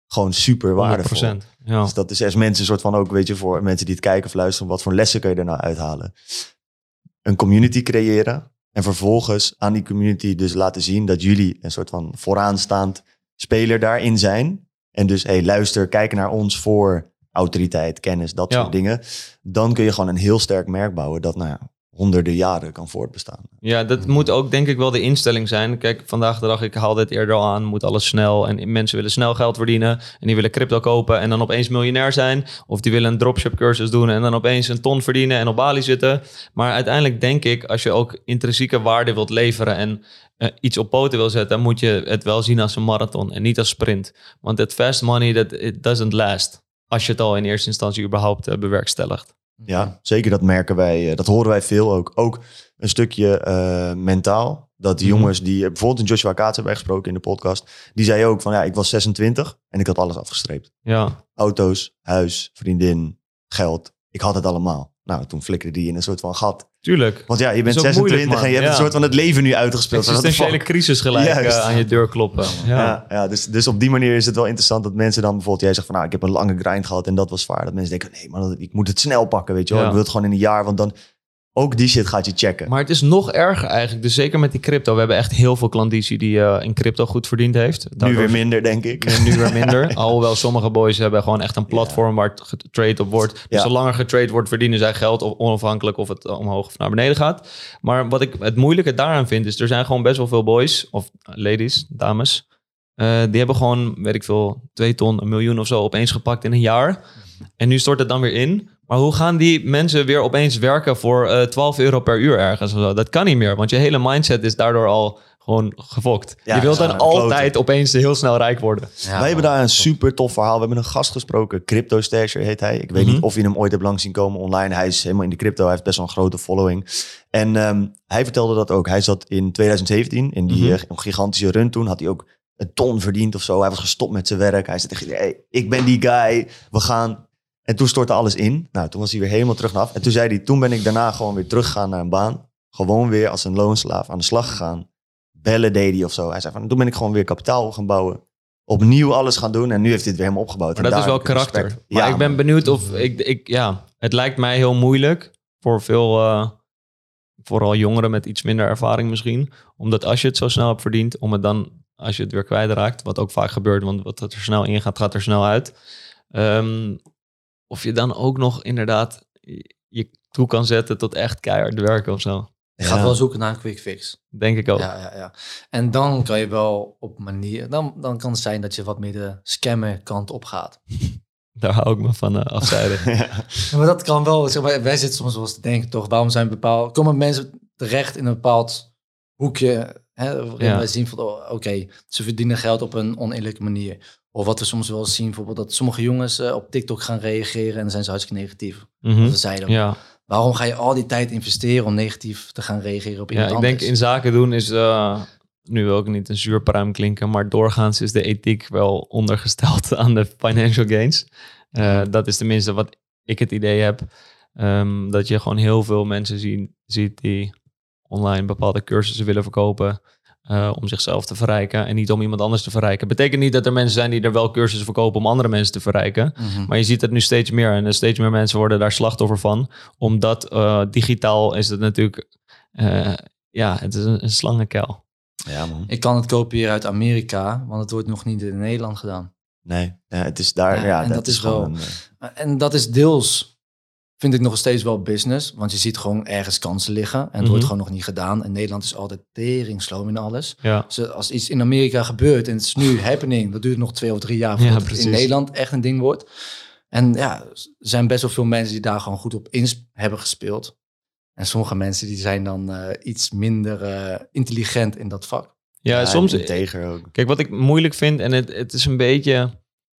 gewoon super waardevol. honderd procent, ja. Dus dat is als mensen een soort van ook, weet je, voor mensen die het kijken of luisteren, wat voor lessen kun je er nou uithalen? Een community creëren en vervolgens aan die community dus laten zien dat jullie een soort van vooraanstaand speler daarin zijn. En dus, hey, luister, kijk naar ons voor autoriteit, kennis, dat Ja. soort dingen. Dan kun je gewoon een heel sterk merk bouwen dat, nou ja, honderden jaren kan voortbestaan. Ja, dat moet ook denk ik wel de instelling zijn. Kijk, vandaag de dag, ik haalde het eerder al aan, moet alles snel. En mensen willen snel geld verdienen. En die willen crypto kopen en dan opeens miljonair zijn. Of die willen een dropship cursus doen en dan opeens een ton verdienen en op Bali zitten. Maar uiteindelijk denk ik, als je ook intrinsieke waarde wilt leveren en uh, iets op poten wil zetten, dan moet je het wel zien als een marathon en niet als sprint. Want het fast money, that it doesn't last. Als je het al in eerste instantie überhaupt uh, bewerkstelligt. Ja, zeker, dat merken wij. Dat horen wij veel ook. Ook een stukje uh, mentaal. Dat die Mhm. jongens die, bijvoorbeeld een Joshua Kaats hebben wij gesproken in de podcast. Die zei ook van, ja, ik was zesentwintig en ik had alles afgestreept. Ja, Auto's, huis, vriendin, geld. Ik had het allemaal. Nou, toen flikkerde die in een soort van gat. tuurlijk. Want ja, je bent Dat is ook moeilijk, zesentwintig en je man. hebt Ja. een soort van het leven nu uitgespeeld. What the Existentiële fuck? crisis gelijk Juist. uh, aan je deur kloppen. Ja. Ja, ja dus, dus op die manier is het wel interessant dat mensen dan bijvoorbeeld... Jij zegt van, nou, ik heb een lange grind gehad en dat was zwaar. Dat mensen denken, nee, maar dat- ik moet het snel pakken, weet je wel. Ja. Ik wil het gewoon in een jaar, want dan... Ook die shit gaat je checken. Maar het is nog erger eigenlijk. Dus zeker met die crypto. We hebben echt heel veel klanditie die uh, in crypto goed verdiend heeft. nu Daardoor- weer minder, denk ik. En nu weer minder. Alhoewel sommige boys hebben gewoon echt een platform waar het getrade op wordt. Dus Ja. zolang er getrade wordt, verdienen zij geld. Of onafhankelijk of het uh, omhoog of naar beneden gaat. Maar wat ik het moeilijke daaraan vind, is er zijn gewoon best wel veel boys. Of ladies, dames. Uh, die hebben gewoon, weet ik veel, twee ton, een miljoen of zo opeens gepakt in een jaar. En nu stort het dan weer in. Maar hoe gaan die mensen weer opeens werken voor uh, twaalf euro per uur ergens? Of zo? Dat kan niet meer, want je hele mindset is daardoor al gewoon gefokt. Ja, je wilt ja, dan kloten. altijd opeens heel snel rijk worden. Ja, Wij hebben daar een super tof verhaal. We hebben een gast gesproken, Crypto Stasher heet hij. Ik weet Mhm. niet of je hem ooit hebt langs zien komen online. Hij is helemaal in de crypto, hij heeft best wel een grote following. En um, hij vertelde dat ook. Hij zat in twintig zeventien, in die Mhm. uh, gigantische run toen, had hij ook een ton verdiend of zo. Hij was gestopt met zijn werk. Hij zei tegen iedereen, hey, ik ben die guy, we gaan... En toen stortte alles in. Nou, toen was hij weer helemaal terug naar af. En toen zei hij, toen ben ik daarna gewoon weer teruggegaan naar een baan. Gewoon weer als een loonslaaf aan de slag gegaan. Bellen deed hij of zo. Hij zei van, toen ben ik gewoon weer kapitaal gaan bouwen. Opnieuw alles gaan doen. En nu heeft hij het weer helemaal opgebouwd. Maar En dat is daar wel heb ik karakter. respect. Maar Ja, ik ben man. benieuwd of... Ik, ik, ja, het lijkt mij heel moeilijk voor veel... Uh, vooral jongeren met iets minder ervaring misschien. Omdat als je het zo snel hebt verdiend... om het dan, als je het weer kwijtraakt... wat ook vaak gebeurt, want wat er snel in gaat, gaat er snel uit... Um, of je dan ook nog inderdaad je toe kan zetten tot echt keihard werken of zo. Je gaat Ja. wel zoeken naar een quick fix. Denk ik ook. Ja, ja, ja. En dan kan je wel op manier... Dan, dan kan het zijn dat je wat meer de scammer kant op gaat. Daar hou ik me van uh, afzijden. Ja. Ja, maar dat kan wel. Zeg maar, wij zitten soms wel eens te denken, toch? Waarom zijn bepaald, komen mensen terecht in een bepaald hoekje? Hè, waarin Ja. wij zien van, oh, oké, okay, ze verdienen geld op een oneerlijke manier. Of wat we soms wel eens zien, bijvoorbeeld dat sommige jongens uh, op TikTok gaan reageren en dan zijn ze hartstikke negatief. Mm-hmm. Dat we zeiden, Ja, waarom ga je al die tijd investeren om negatief te gaan reageren op ja iemand ik anders? denk in zaken doen is... Uh, nu wil ik niet een zuurpruim klinken... maar doorgaans is de ethiek wel ondergesteld aan de financial gains. Uh, dat is tenminste wat ik het idee heb. Um, dat je gewoon heel veel mensen zien, ziet die online bepaalde cursussen willen verkopen... Uh, om zichzelf te verrijken en niet om iemand anders te verrijken. Betekent niet dat er mensen zijn die er wel cursussen verkopen om andere mensen te verrijken. Mm-hmm. Maar je ziet het nu steeds meer en steeds meer mensen worden daar slachtoffer van. Omdat uh, digitaal is het natuurlijk, uh, ja, het is een, een slangenkuil. Ja, man. Ik kan het kopiëren uit Amerika, want het wordt nog niet in Nederland gedaan. Nee, ja, het is daar... Ja, Ja, en dat, dat is is gewoon... wel- een, uh, En dat is deels, vind ik nog steeds wel business. Want je ziet gewoon ergens kansen liggen. En het Mhm. wordt gewoon nog niet gedaan. En Nederland is altijd teringsloom in alles. Ja, Dus als iets in Amerika gebeurt en het is nu happening, dat duurt nog twee of drie jaar Ja, voordat het precies. in Nederland echt een ding wordt. En ja, er zijn best wel veel mensen die daar gewoon goed op in hebben gespeeld. En sommige mensen die zijn dan uh, iets minder uh, intelligent in dat vak. ja, soms... integer ook. Kijk, wat ik moeilijk vind, en het, het is een beetje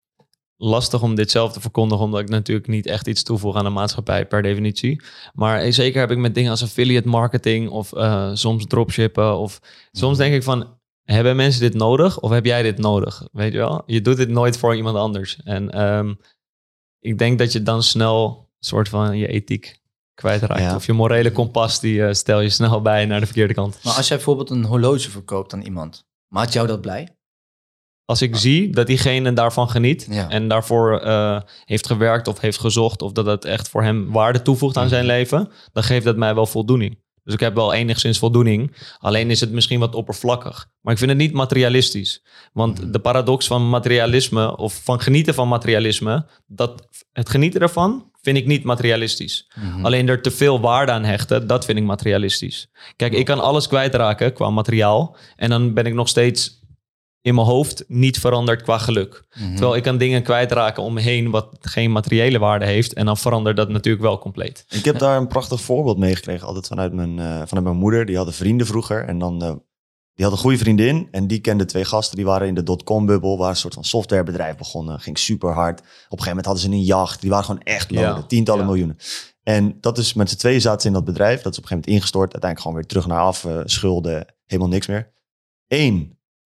lastig om dit zelf te verkondigen, omdat ik natuurlijk niet echt iets toevoeg aan de maatschappij per definitie. Maar zeker heb ik met dingen als affiliate marketing of uh, soms dropshippen of soms denk ik van, hebben mensen dit nodig of heb jij dit nodig? Weet je wel? Je doet dit nooit voor iemand anders. En um, ik denk dat je dan snel een soort van je ethiek kwijtraakt. Ja. Of je morele kompas, die uh, stel je snel bij naar de verkeerde kant. Maar als jij bijvoorbeeld een horloge verkoopt aan iemand, maakt jou dat blij? als ik zie dat diegene daarvan geniet Ja. en daarvoor uh, heeft gewerkt of heeft gezocht of dat het echt voor hem waarde toevoegt aan zijn leven, dan geeft dat mij wel voldoening. Dus ik heb wel enigszins voldoening. Alleen is het misschien wat oppervlakkig. Maar ik vind het niet materialistisch. Want mm. de paradox van materialisme of van genieten van materialisme, dat het genieten ervan vind ik niet materialistisch. Mm-hmm. Alleen er te veel waarde aan hechten, dat vind ik materialistisch. Kijk, ik kan alles kwijtraken qua materiaal en dan ben ik nog steeds in mijn hoofd niet veranderd qua geluk. Mm-hmm. Terwijl ik kan dingen kwijtraken om me heen wat geen materiële waarde heeft. En dan verandert dat natuurlijk wel compleet. Ik heb daar een prachtig voorbeeld mee gekregen. Altijd vanuit mijn, uh, vanuit mijn moeder. Die hadden vrienden vroeger. En dan, uh, die had een goede vriendin. En die kende twee gasten. Die waren in de dotcom-bubbel. Waren een soort van softwarebedrijf begonnen. Ging super hard. Op een gegeven moment hadden ze een jacht. Die waren gewoon echt loden. Ja. Tientallen ja. miljoenen. En dat is met z'n tweeën zaten ze in dat bedrijf. Dat is op een gegeven moment ingestort. Uiteindelijk gewoon weer terug naar af. Uh, schulden. Helemaal niks meer. Eén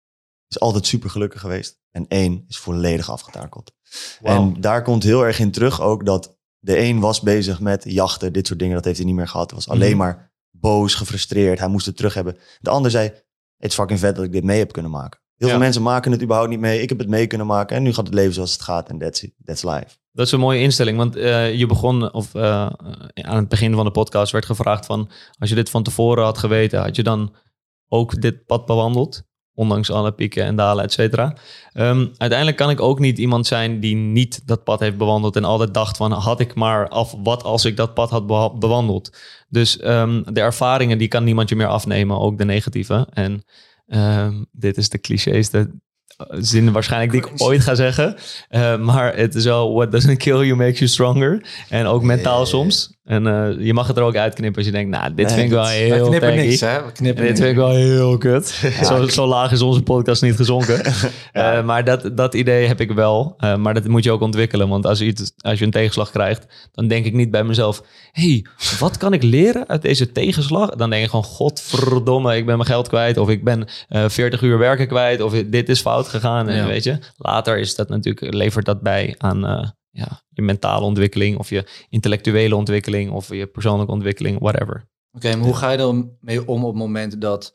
is altijd super gelukkig geweest. En één is volledig afgetakeld. Wow. En daar komt heel erg in terug ook dat de een was bezig met jachten, dit soort dingen. Dat heeft hij niet meer gehad. Hij was alleen mm. maar boos, gefrustreerd. Hij moest het terug hebben. De ander zei, het is fucking vet dat ik dit mee heb kunnen maken. Heel ja. veel mensen maken het überhaupt niet mee. Ik heb het mee kunnen maken. En nu gaat het leven zoals het gaat. En that's it. That's life. Dat is een mooie instelling. Want uh, je begon, of uh, aan het begin van de podcast werd gevraagd van, als je dit van tevoren had geweten, had je dan ook dit pad bewandeld? Ondanks alle pieken en dalen, et cetera. Um, uiteindelijk kan ik ook niet iemand zijn die niet dat pad heeft bewandeld en altijd dacht van, had ik maar af, wat als ik dat pad had be- bewandeld. Dus um, de ervaringen, die kan niemand je meer afnemen, ook de negatieve. En um, dit is de clichés, de zin waarschijnlijk die ik ooit ga zeggen. Uh, maar het is wel, what doesn't kill you makes you stronger. En ook mentaal yeah. soms. En uh, je mag het er ook uitknippen als je denkt, nou, dit nee, vind ik wel heel we knippen taggy. niks, hè? We knippen dit niks. vind ik wel heel kut. Ja. Zo, zo laag is onze podcast niet gezonken. ja. uh, maar dat, dat idee heb ik wel. Uh, maar dat moet je ook ontwikkelen. Want als je, iets, als je een tegenslag krijgt, dan denk ik niet bij mezelf, hey, wat kan ik leren uit deze tegenslag? Dan denk ik gewoon, godverdomme, ik ben mijn geld kwijt. Of ik ben uh, veertig uur werken kwijt. Of dit is fout gegaan. En, ja. weet je, later is dat natuurlijk, levert dat bij aan Uh, ja, je mentale ontwikkeling of je intellectuele ontwikkeling of je persoonlijke ontwikkeling, whatever. Oké, okay, maar hoe ga je er mee om op het moment dat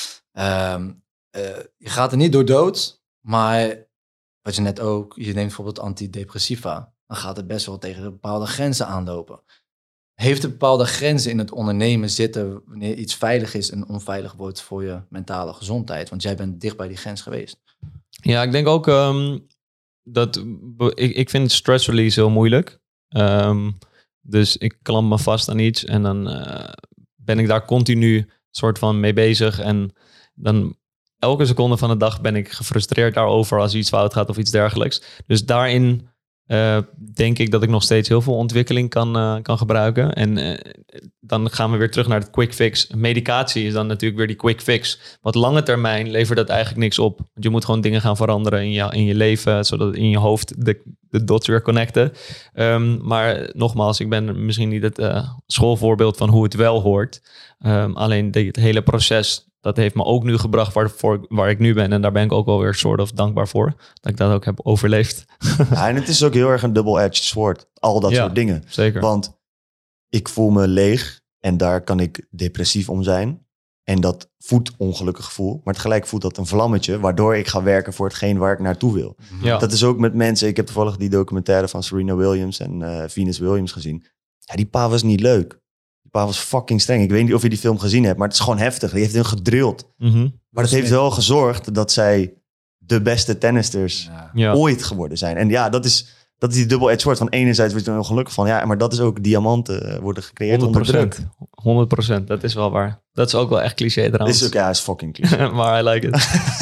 um, uh, je gaat er niet door dood, maar wat je net ook, je neemt bijvoorbeeld antidepressiva, dan gaat het best wel tegen bepaalde grenzen aanlopen. Heeft er bepaalde grenzen in het ondernemen zitten wanneer iets veilig is en onveilig wordt voor je mentale gezondheid? Want jij bent dicht bij die grens geweest. Ja, ik denk ook Um... Dat, ik, ik vind stress release heel moeilijk. Um, dus ik klamp me vast aan iets en dan uh, ben ik daar continu soort van mee bezig. En dan elke seconde van de dag ben ik gefrustreerd daarover als iets fout gaat of iets dergelijks. Dus daarin uh, denk ik dat ik nog steeds heel veel ontwikkeling kan, uh, kan gebruiken. En uh, dan gaan we weer terug naar het quick fix. Medicatie is dan natuurlijk weer die quick fix. Wat lange termijn levert dat eigenlijk niks op. Want je moet gewoon dingen gaan veranderen in je, in je leven, zodat in je hoofd de, de dots weer connecten. Um, maar nogmaals, ik ben misschien niet het uh, schoolvoorbeeld van hoe het wel hoort. Um, alleen de, het hele proces, dat heeft me ook nu gebracht waarvoor, waar ik nu ben. En daar ben ik ook wel weer soort of dankbaar voor. Dat ik dat ook heb overleefd. Ja, en het is ook heel erg een double-edged sword. Al dat ja, soort dingen. Zeker. Want ik voel me leeg en daar kan ik depressief om zijn. En dat voedt ongelukkig gevoel. Maar tegelijk voedt dat een vlammetje, waardoor ik ga werken voor hetgeen waar ik naartoe wil. Ja. Dat is ook met mensen. Ik heb toevallig die documentaire van Serena Williams en uh, Venus Williams gezien. Ja, die pa was niet leuk. Die pa was fucking streng. Ik weet niet of je die film gezien hebt, maar het is gewoon heftig. Die heeft hun gedrild. Mm-hmm. Maar dat heeft wel gezorgd dat zij de beste tennisters ja. Ja. ooit geworden zijn. En ja, dat is, dat is die double-edged sword. Van enerzijds word je er ongelukkig van. Ja, maar dat is ook diamanten worden gecreëerd honderd procent. onder druk. honderd procent, dat is wel waar. Dat is ook wel echt cliché trouwens. Is ook, ja, is fucking cliché. Maar I like it.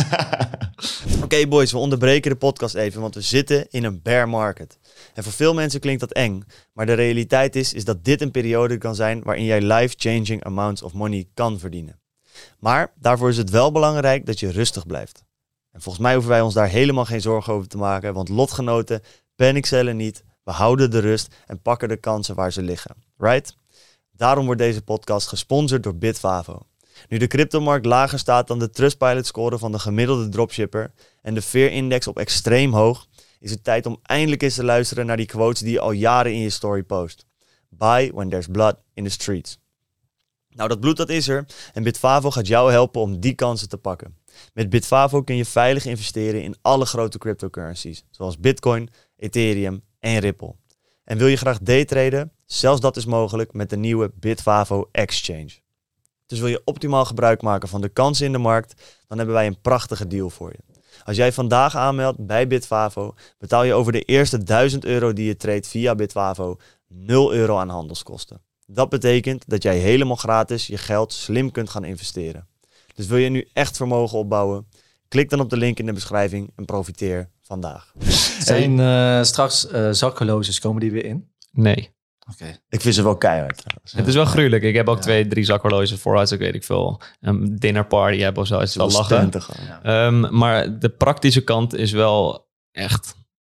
Oké okay, boys, we onderbreken de podcast even, want we zitten in een bear market. En voor veel mensen klinkt dat eng, maar de realiteit is, is dat dit een periode kan zijn waarin jij life-changing amounts of money kan verdienen. Maar daarvoor is het wel belangrijk dat je rustig blijft. En volgens mij hoeven wij ons daar helemaal geen zorgen over te maken, want lotgenoten panicellen niet, we houden de rust en pakken de kansen waar ze liggen. Right? Daarom wordt deze podcast gesponsord door Bitvavo. Nu de cryptomarkt lager staat dan de Trustpilot score van de gemiddelde dropshipper en de Fear Index op extreem hoog, is het tijd om eindelijk eens te luisteren naar die quotes die je al jaren in je story post. Buy when there's blood in the streets. Nou, dat bloed dat is er en Bitvavo gaat jou helpen om die kansen te pakken. Met Bitvavo kun je veilig investeren in alle grote cryptocurrencies, zoals Bitcoin, Ethereum en Ripple. En wil je graag daytraden? Zelfs dat is mogelijk met de nieuwe Bitvavo Exchange. Dus wil je optimaal gebruik maken van de kansen in de markt, dan hebben wij een prachtige deal voor je. Als jij vandaag aanmeldt bij Bitvavo, betaal je over de eerste duizend euro die je trade via Bitvavo nul euro aan handelskosten. Dat betekent dat jij helemaal gratis je geld slim kunt gaan investeren. Dus wil je nu echt vermogen opbouwen? Klik dan op de link in de beschrijving en profiteer vandaag. Zijn uh, straks uh, zakhorloges, komen die weer in? Nee. Okay. Ik vind ze wel keihard trouwens. Het is wel gruwelijk. Ik heb ook ja. twee, drie zakhorloges voor als ik weet ik veel een dinnerparty heb of zo. Het is wel lachen. Ja. Um, maar de praktische kant is wel echt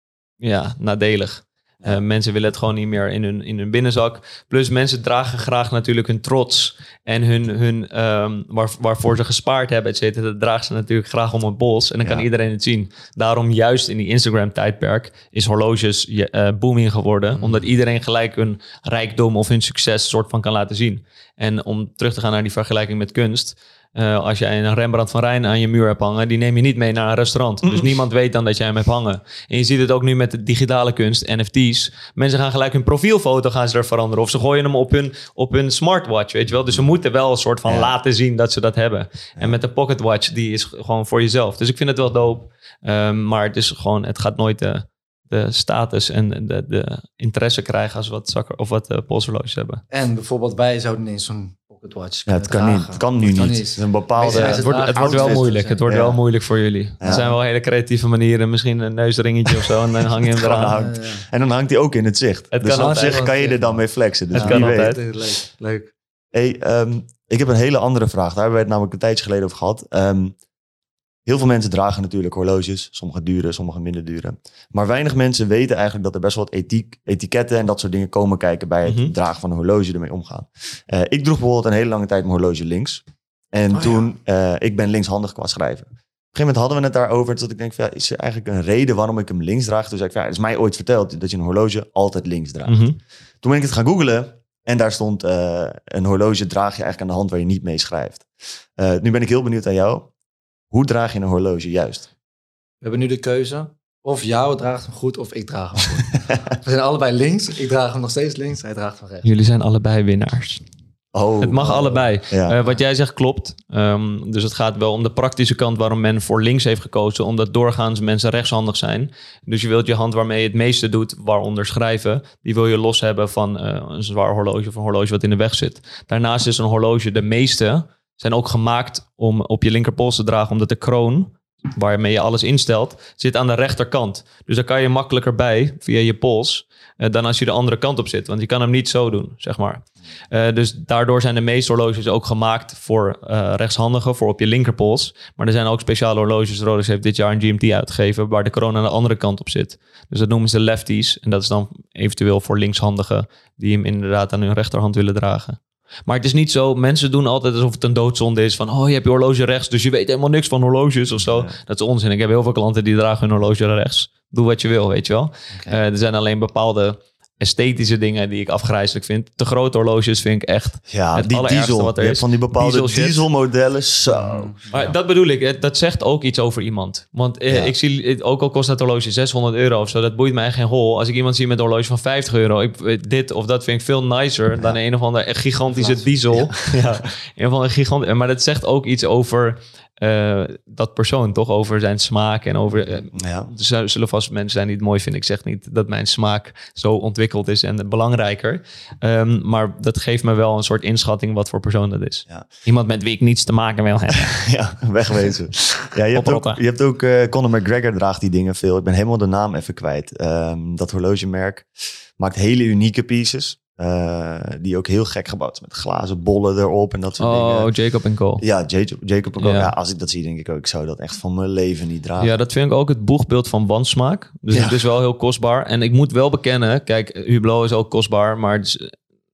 ja, nadelig. Uh, mensen willen het gewoon niet meer in hun, in hun binnenzak. Plus mensen dragen graag natuurlijk hun trots. En hun, hun um, waar, waarvoor ze gespaard hebben, et cetera. Dat dragen ze natuurlijk graag om het bos. En dan ja. kan iedereen het zien. Daarom juist in die Instagram-tijdperk is horloges uh, booming geworden. Mm. Omdat iedereen gelijk hun rijkdom of hun succes soort van kan laten zien. En om terug te gaan naar die vergelijking met kunst. Uh, als jij een Rembrandt van Rijn aan je muur hebt hangen, die neem je niet mee naar een restaurant. Dus niemand weet dan dat jij hem hebt hangen. En je ziet het ook nu met de digitale kunst, N F T's. Mensen gaan gelijk hun profielfoto gaan ze er veranderen. Of ze gooien hem op hun, op hun smartwatch, weet je wel. Dus ze moeten wel een soort van ja. laten zien dat ze dat hebben. Ja. En met de pocketwatch, die is gewoon voor jezelf. Dus ik vind het wel dope. Um, maar het is gewoon, het gaat nooit de, de status en de, de interesse krijgen als wat zakken of wat uh, polshorloges hebben. En bijvoorbeeld wij zouden ineens zo'n Ja, het kan niet. Het kan nu niet. Het is een bepaalde. Het wordt, het wordt wel moeilijk. Het wordt ja. wel moeilijk voor jullie. Ja. Er zijn wel hele creatieve manieren. Misschien een neusringetje of zo. En dan hang je hem eraan. Hangt. Ja, ja. En dan hangt hij ook in het zicht. Het dus kan op zich kan je er dan mee flexen. Dus het kan altijd. Leuk. Leuk. Hey, um, ik heb een hele andere vraag. Daar hebben we het namelijk een tijdje geleden over gehad. Um, heel veel mensen dragen natuurlijk horloges. Sommige dure, sommige minder dure. Maar weinig mensen weten eigenlijk dat er best wel wat ethiek, etiketten en dat soort dingen komen kijken bij het mm-hmm. dragen van een horloge, ermee omgaan. Uh, ik droeg bijvoorbeeld een hele lange tijd mijn horloge links. En oh, toen, ja. uh, ik ben linkshandig qua schrijven. Op een gegeven moment hadden we het daarover. Dat ik denk, van, ja, is er eigenlijk een reden waarom ik hem links draag? Toen zei ik, van, ja, het is mij ooit verteld dat je een horloge altijd links draagt. Mm-hmm. Toen ben ik het gaan googlen. En daar stond, uh, een horloge draag je eigenlijk aan de hand waar je niet mee schrijft. Uh, nu ben ik heel benieuwd aan jou. Hoe draag je een horloge juist? We hebben nu de keuze. Of jou draagt hem goed of ik draag hem goed. We zijn allebei links. Ik draag hem nog steeds links. Hij draagt hem rechts. Jullie zijn allebei winnaars. Oh, het mag oh, allebei. Ja. Uh, wat jij zegt klopt. Um, dus het gaat wel om de praktische kant waarom men voor links heeft gekozen. Omdat doorgaans mensen rechtshandig zijn. Dus je wilt je hand waarmee je het meeste doet, waaronder schrijven, die wil je los hebben van uh, een zwaar horloge of een horloge wat in de weg zit. Daarnaast is een horloge, de meeste zijn ook gemaakt om op je linkerpols te dragen, omdat de kroon, waarmee je alles instelt, zit aan de rechterkant. Dus daar kan je makkelijker bij, via je pols, uh, dan als je de andere kant op zit. Want je kan hem niet zo doen, zeg maar. Uh, dus daardoor zijn de meeste horloges ook gemaakt voor uh, rechtshandigen, voor op je linkerpols. Maar er zijn ook speciale horloges. Rolex heeft dit jaar een G M T uitgegeven, waar de kroon aan de andere kant op zit. Dus dat noemen ze lefties. En dat is dan eventueel voor linkshandigen die hem inderdaad aan hun rechterhand willen dragen. Maar het is niet zo, mensen doen altijd alsof het een doodzonde is van, oh, je hebt je horloge rechts, dus je weet helemaal niks van horloges of zo. Ja. Dat is onzin. Ik heb heel veel klanten die dragen hun horloge rechts. Doe wat je wil, weet je wel. Okay. Uh, er zijn alleen bepaalde esthetische dingen die ik afgrijzelijk vind. Te grote horloges vind ik echt ja, het die allerergste diesel, wat er je is. Hebt van die bepaalde diesel dieselmodellen, zo. Maar ja. dat bedoel ik, dat zegt ook iets over iemand. Want eh, ja. ik zie, ook al kost dat horloge zeshonderd euro of zo, dat boeit mij geen hol. Als ik iemand zie met een horloge van vijftig euro, ik, dit of dat vind ik veel nicer ja. dan een of andere gigantische diesel. Ja. ja, een of andere gigant. Maar dat zegt ook iets over Uh, dat persoon, toch? Over zijn smaak en over... Uh, ja. Er zullen vast mensen zijn die het mooi vinden. Ik zeg niet dat mijn smaak zo ontwikkeld is en belangrijker. Um, maar dat geeft me wel een soort inschatting wat voor persoon dat is. Ja. Iemand met wie ik niets te maken wil hebben. Ja, wegwezen. Ja, je, hebt ook, je hebt ook... Uh, Conor McGregor draagt die dingen veel. Ik ben helemaal de naam even kwijt. Um, dat horlogemerk maakt hele unieke pieces. Uh, die ook heel gek gebouwd is met glazen bollen erop en dat soort oh, dingen. Oh, Jacob en Co. Ja, Jacob, Jacob en Co. Ja. Ja, als ik dat zie, denk ik ook, ik zou dat echt van mijn leven niet dragen. Ja, dat vind ik ook het boegbeeld van wansmaak. Dus ja. Het is wel heel kostbaar. En ik moet wel bekennen, kijk, Hublot is ook kostbaar, maar het is,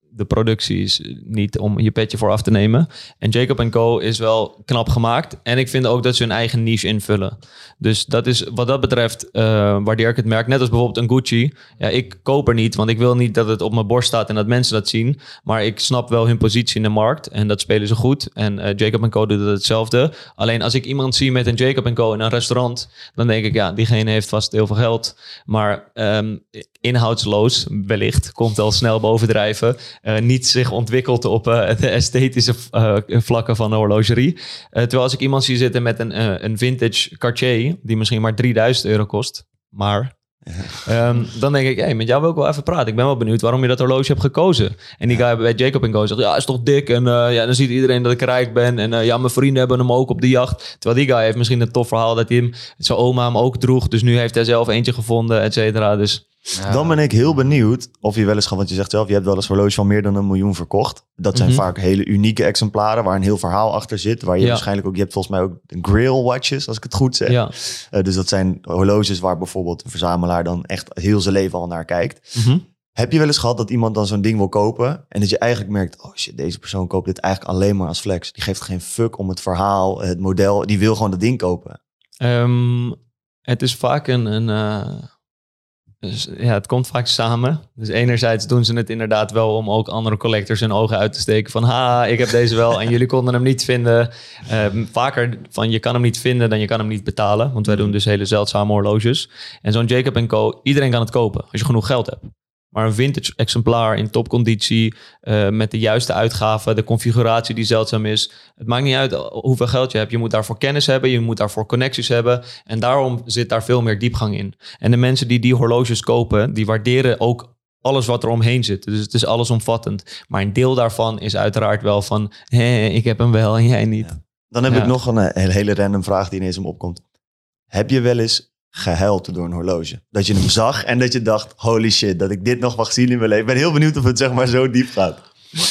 de productie is niet om je petje voor af te nemen. En Jacob en Co is wel knap gemaakt. En ik vind ook dat ze hun eigen niche invullen. Dus dat is wat dat betreft uh, waardeer ik het merk. Net als bijvoorbeeld een Gucci. Ja, ik koop er niet, want ik wil niet dat het op mijn borst staat en dat mensen dat zien. Maar ik snap wel hun positie in de markt en dat spelen ze goed. En uh, Jacob en Co doet hetzelfde. Alleen als ik iemand zie met een Jacob en Co in een restaurant, dan denk ik, ja, diegene heeft vast heel veel geld. Maar um, inhoudsloos, wellicht, komt al snel bovendrijven. Uh, niet zich ontwikkeld op uh, de esthetische uh, vlakken van de horlogerie. Uh, terwijl als ik iemand zie zitten met een, uh, een vintage Cartier, die misschien maar drieduizend euro kost, maar ja. um, dan denk ik, hey, met jou wil ik wel even praten. Ik ben wel benieuwd waarom je dat horloge hebt gekozen. En die guy bij Jacob en Co zegt, ja, is toch dik? En uh, ja, dan ziet iedereen dat ik rijk ben. En uh, ja, mijn vrienden hebben hem ook op de jacht. Terwijl die guy heeft misschien een tof verhaal dat hij hem, zijn oma hem ook droeg. Dus nu heeft hij zelf eentje gevonden, et cetera. Dus ja. Dan ben ik heel benieuwd of je wel eens, want je zegt zelf, je hebt wel eens horloges van meer dan een miljoen verkocht. Dat zijn mm-hmm. vaak hele unieke exemplaren waar een heel verhaal achter zit. Waar je ja. waarschijnlijk ook, je hebt volgens mij ook Grail watches, als ik het goed zeg. Ja. Uh, dus dat zijn horloges waar bijvoorbeeld een verzamelaar dan echt heel zijn leven al naar kijkt. Mm-hmm. Heb je wel eens gehad dat iemand dan zo'n ding wil kopen en dat je eigenlijk merkt, oh shit, deze persoon koopt dit eigenlijk alleen maar als flex. Die geeft geen fuck om het verhaal, het model. Die wil gewoon dat ding kopen. Um, het is vaak een... een uh... Dus ja, het komt vaak samen. Dus enerzijds doen ze het inderdaad wel om ook andere collectors hun ogen uit te steken. Van, ha, ik heb deze wel en jullie konden hem niet vinden. Uh, vaker van, je kan hem niet vinden dan je kan hem niet betalen. Want wij doen dus hele zeldzame horloges. En zo'n Jacob en Co, iedereen kan het kopen als je genoeg geld hebt. Maar een vintage exemplaar in topconditie, uh, met de juiste uitgaven, de configuratie die zeldzaam is. Het maakt niet uit hoeveel geld je hebt. Je moet daarvoor kennis hebben, je moet daarvoor connecties hebben. En daarom zit daar veel meer diepgang in. En de mensen die die horloges kopen, die waarderen ook alles wat er omheen zit. Dus het is allesomvattend. Maar een deel daarvan is uiteraard wel van, hé, ik heb hem wel en jij niet. Ja. Dan heb ja. ik nog een, een hele random vraag die ineens om opkomt. Heb je wel eens gehuild door een horloge? Dat je hem zag en dat je dacht, holy shit, dat ik dit nog mag zien in mijn leven. Ik ben heel benieuwd of het zeg maar zo diep gaat.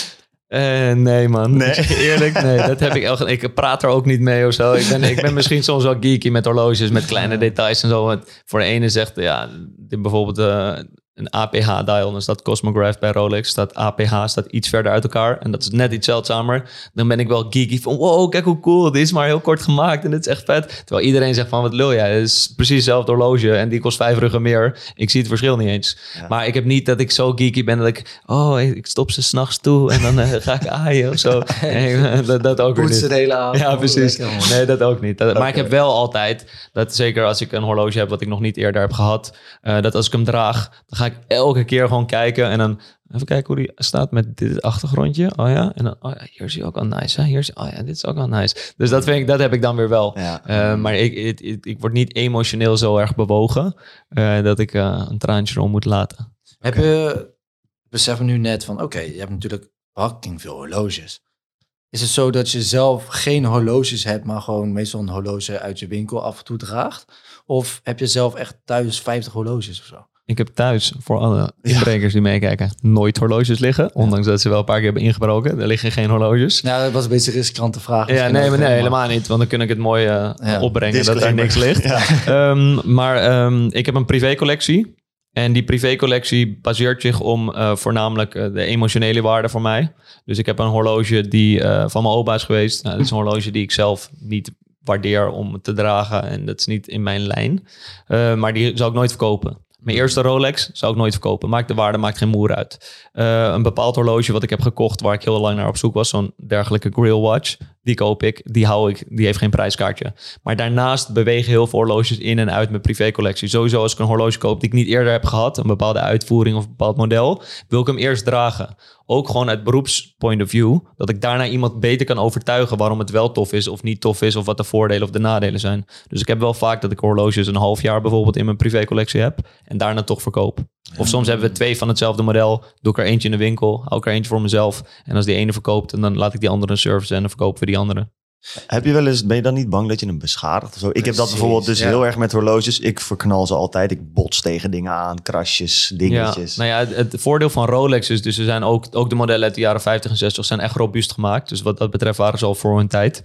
Uh, nee man, nee. Eerlijk, nee, dat heb ik echt. Ik praat er ook niet mee of zo. Ik ben, ik ben misschien soms wel geeky met horloges, met kleine details en zo. Want voor de ene zegt, ja, dit bijvoorbeeld uh, een A P H-dial, dan staat Cosmograph bij Rolex, staat A P H staat iets verder uit elkaar en dat is net iets zeldzamer. Dan ben ik wel geeky van, wow, kijk hoe cool, dit is maar heel kort gemaakt en dit is echt vet. Terwijl iedereen zegt van, wat lul jij? Het is precies hetzelfde horloge en die kost vijf ruggen meer. Ik zie het verschil niet eens. Ja. Maar ik heb niet dat ik zo geeky ben dat ik, oh, ik stop ze 's nachts toe en dan uh, ga ik aaien of zo. Nee, dat, dat ook weer niet. de hele avond. Ja, precies. Lekker, nee, dat ook niet. Dat, okay. Maar ik heb wel altijd, dat zeker als ik een horloge heb wat ik nog niet eerder heb gehad, uh, dat als ik hem draag, dan ga ik elke keer gewoon kijken en dan even kijken hoe die staat met dit achtergrondje. Oh ja, en dan, oh ja, hier zie je ook al nice. Hè? Hier zie, oh ja, dit is ook al nice. Dus dat vind ik, dat heb ik dan weer wel. Ja. Uh, maar ik, ik, ik, ik word niet emotioneel zo erg bewogen uh, dat ik uh, een traantje erom moet laten. Heb je, besef nu net van, oké, okay, je hebt natuurlijk fucking veel horloges. Is het zo dat je zelf geen horloges hebt, maar gewoon meestal een horloge uit je winkel af en toe draagt? Of heb je zelf echt thuis vijftig horloges of zo? Ik heb thuis, voor alle inbrekers ja. die meekijken, nooit horloges liggen. Ondanks ja. dat ze wel een paar keer hebben ingebroken. Er liggen geen horloges. Nou, dat was een beetje een riskante vraag. Ja, nee, maar nee, helemaal niet. Want dan kun ik het mooi uh, ja. opbrengen dat er niks ligt. Ja. Um, maar um, ik heb een privécollectie. En die privécollectie baseert zich om uh, voornamelijk uh, de emotionele waarde voor mij. Dus ik heb een horloge die uh, van mijn opa is geweest. Nou, dat is een horloge die ik zelf niet waardeer om te dragen. En dat is niet in mijn lijn. Uh, maar die zou ik nooit verkopen. Mijn eerste Rolex zou ik nooit verkopen. Maakt de waarde, maakt geen moer uit. Uh, een bepaald horloge wat ik heb gekocht, waar ik heel lang naar op zoek was, zo'n dergelijke Grail watch, die koop ik, die hou ik, die heeft geen prijskaartje. Maar daarnaast bewegen heel veel horloges in en uit mijn privécollectie. Sowieso als ik een horloge koop die ik niet eerder heb gehad, een bepaalde uitvoering of een bepaald model, wil ik hem eerst dragen. Ook gewoon uit beroepspoint of view, dat ik daarna iemand beter kan overtuigen waarom het wel tof is of niet tof is, of wat de voordelen of de nadelen zijn. Dus ik heb wel vaak dat ik horloges een half jaar bijvoorbeeld in mijn privécollectie heb en daarna toch verkoop. Of soms hebben we twee van hetzelfde model, doe ik er eentje in de winkel, hou ik er eentje voor mezelf. En als die ene verkoopt, en dan laat ik die andere een service en dan verkopen we die andere. Heb je wel eens, ben je dan niet bang dat je hem beschadigt of zo? Ik heb dat bijvoorbeeld dus ja. heel erg met horloges. Ik verknal ze altijd. Ik bots tegen dingen aan, krasjes, dingetjes. Ja, nou ja, het, het voordeel van Rolex is dus, ze zijn ook, ook de modellen uit de jaren vijftig en zestig zijn echt robuust gemaakt. Dus wat dat betreft waren ze al voor hun tijd.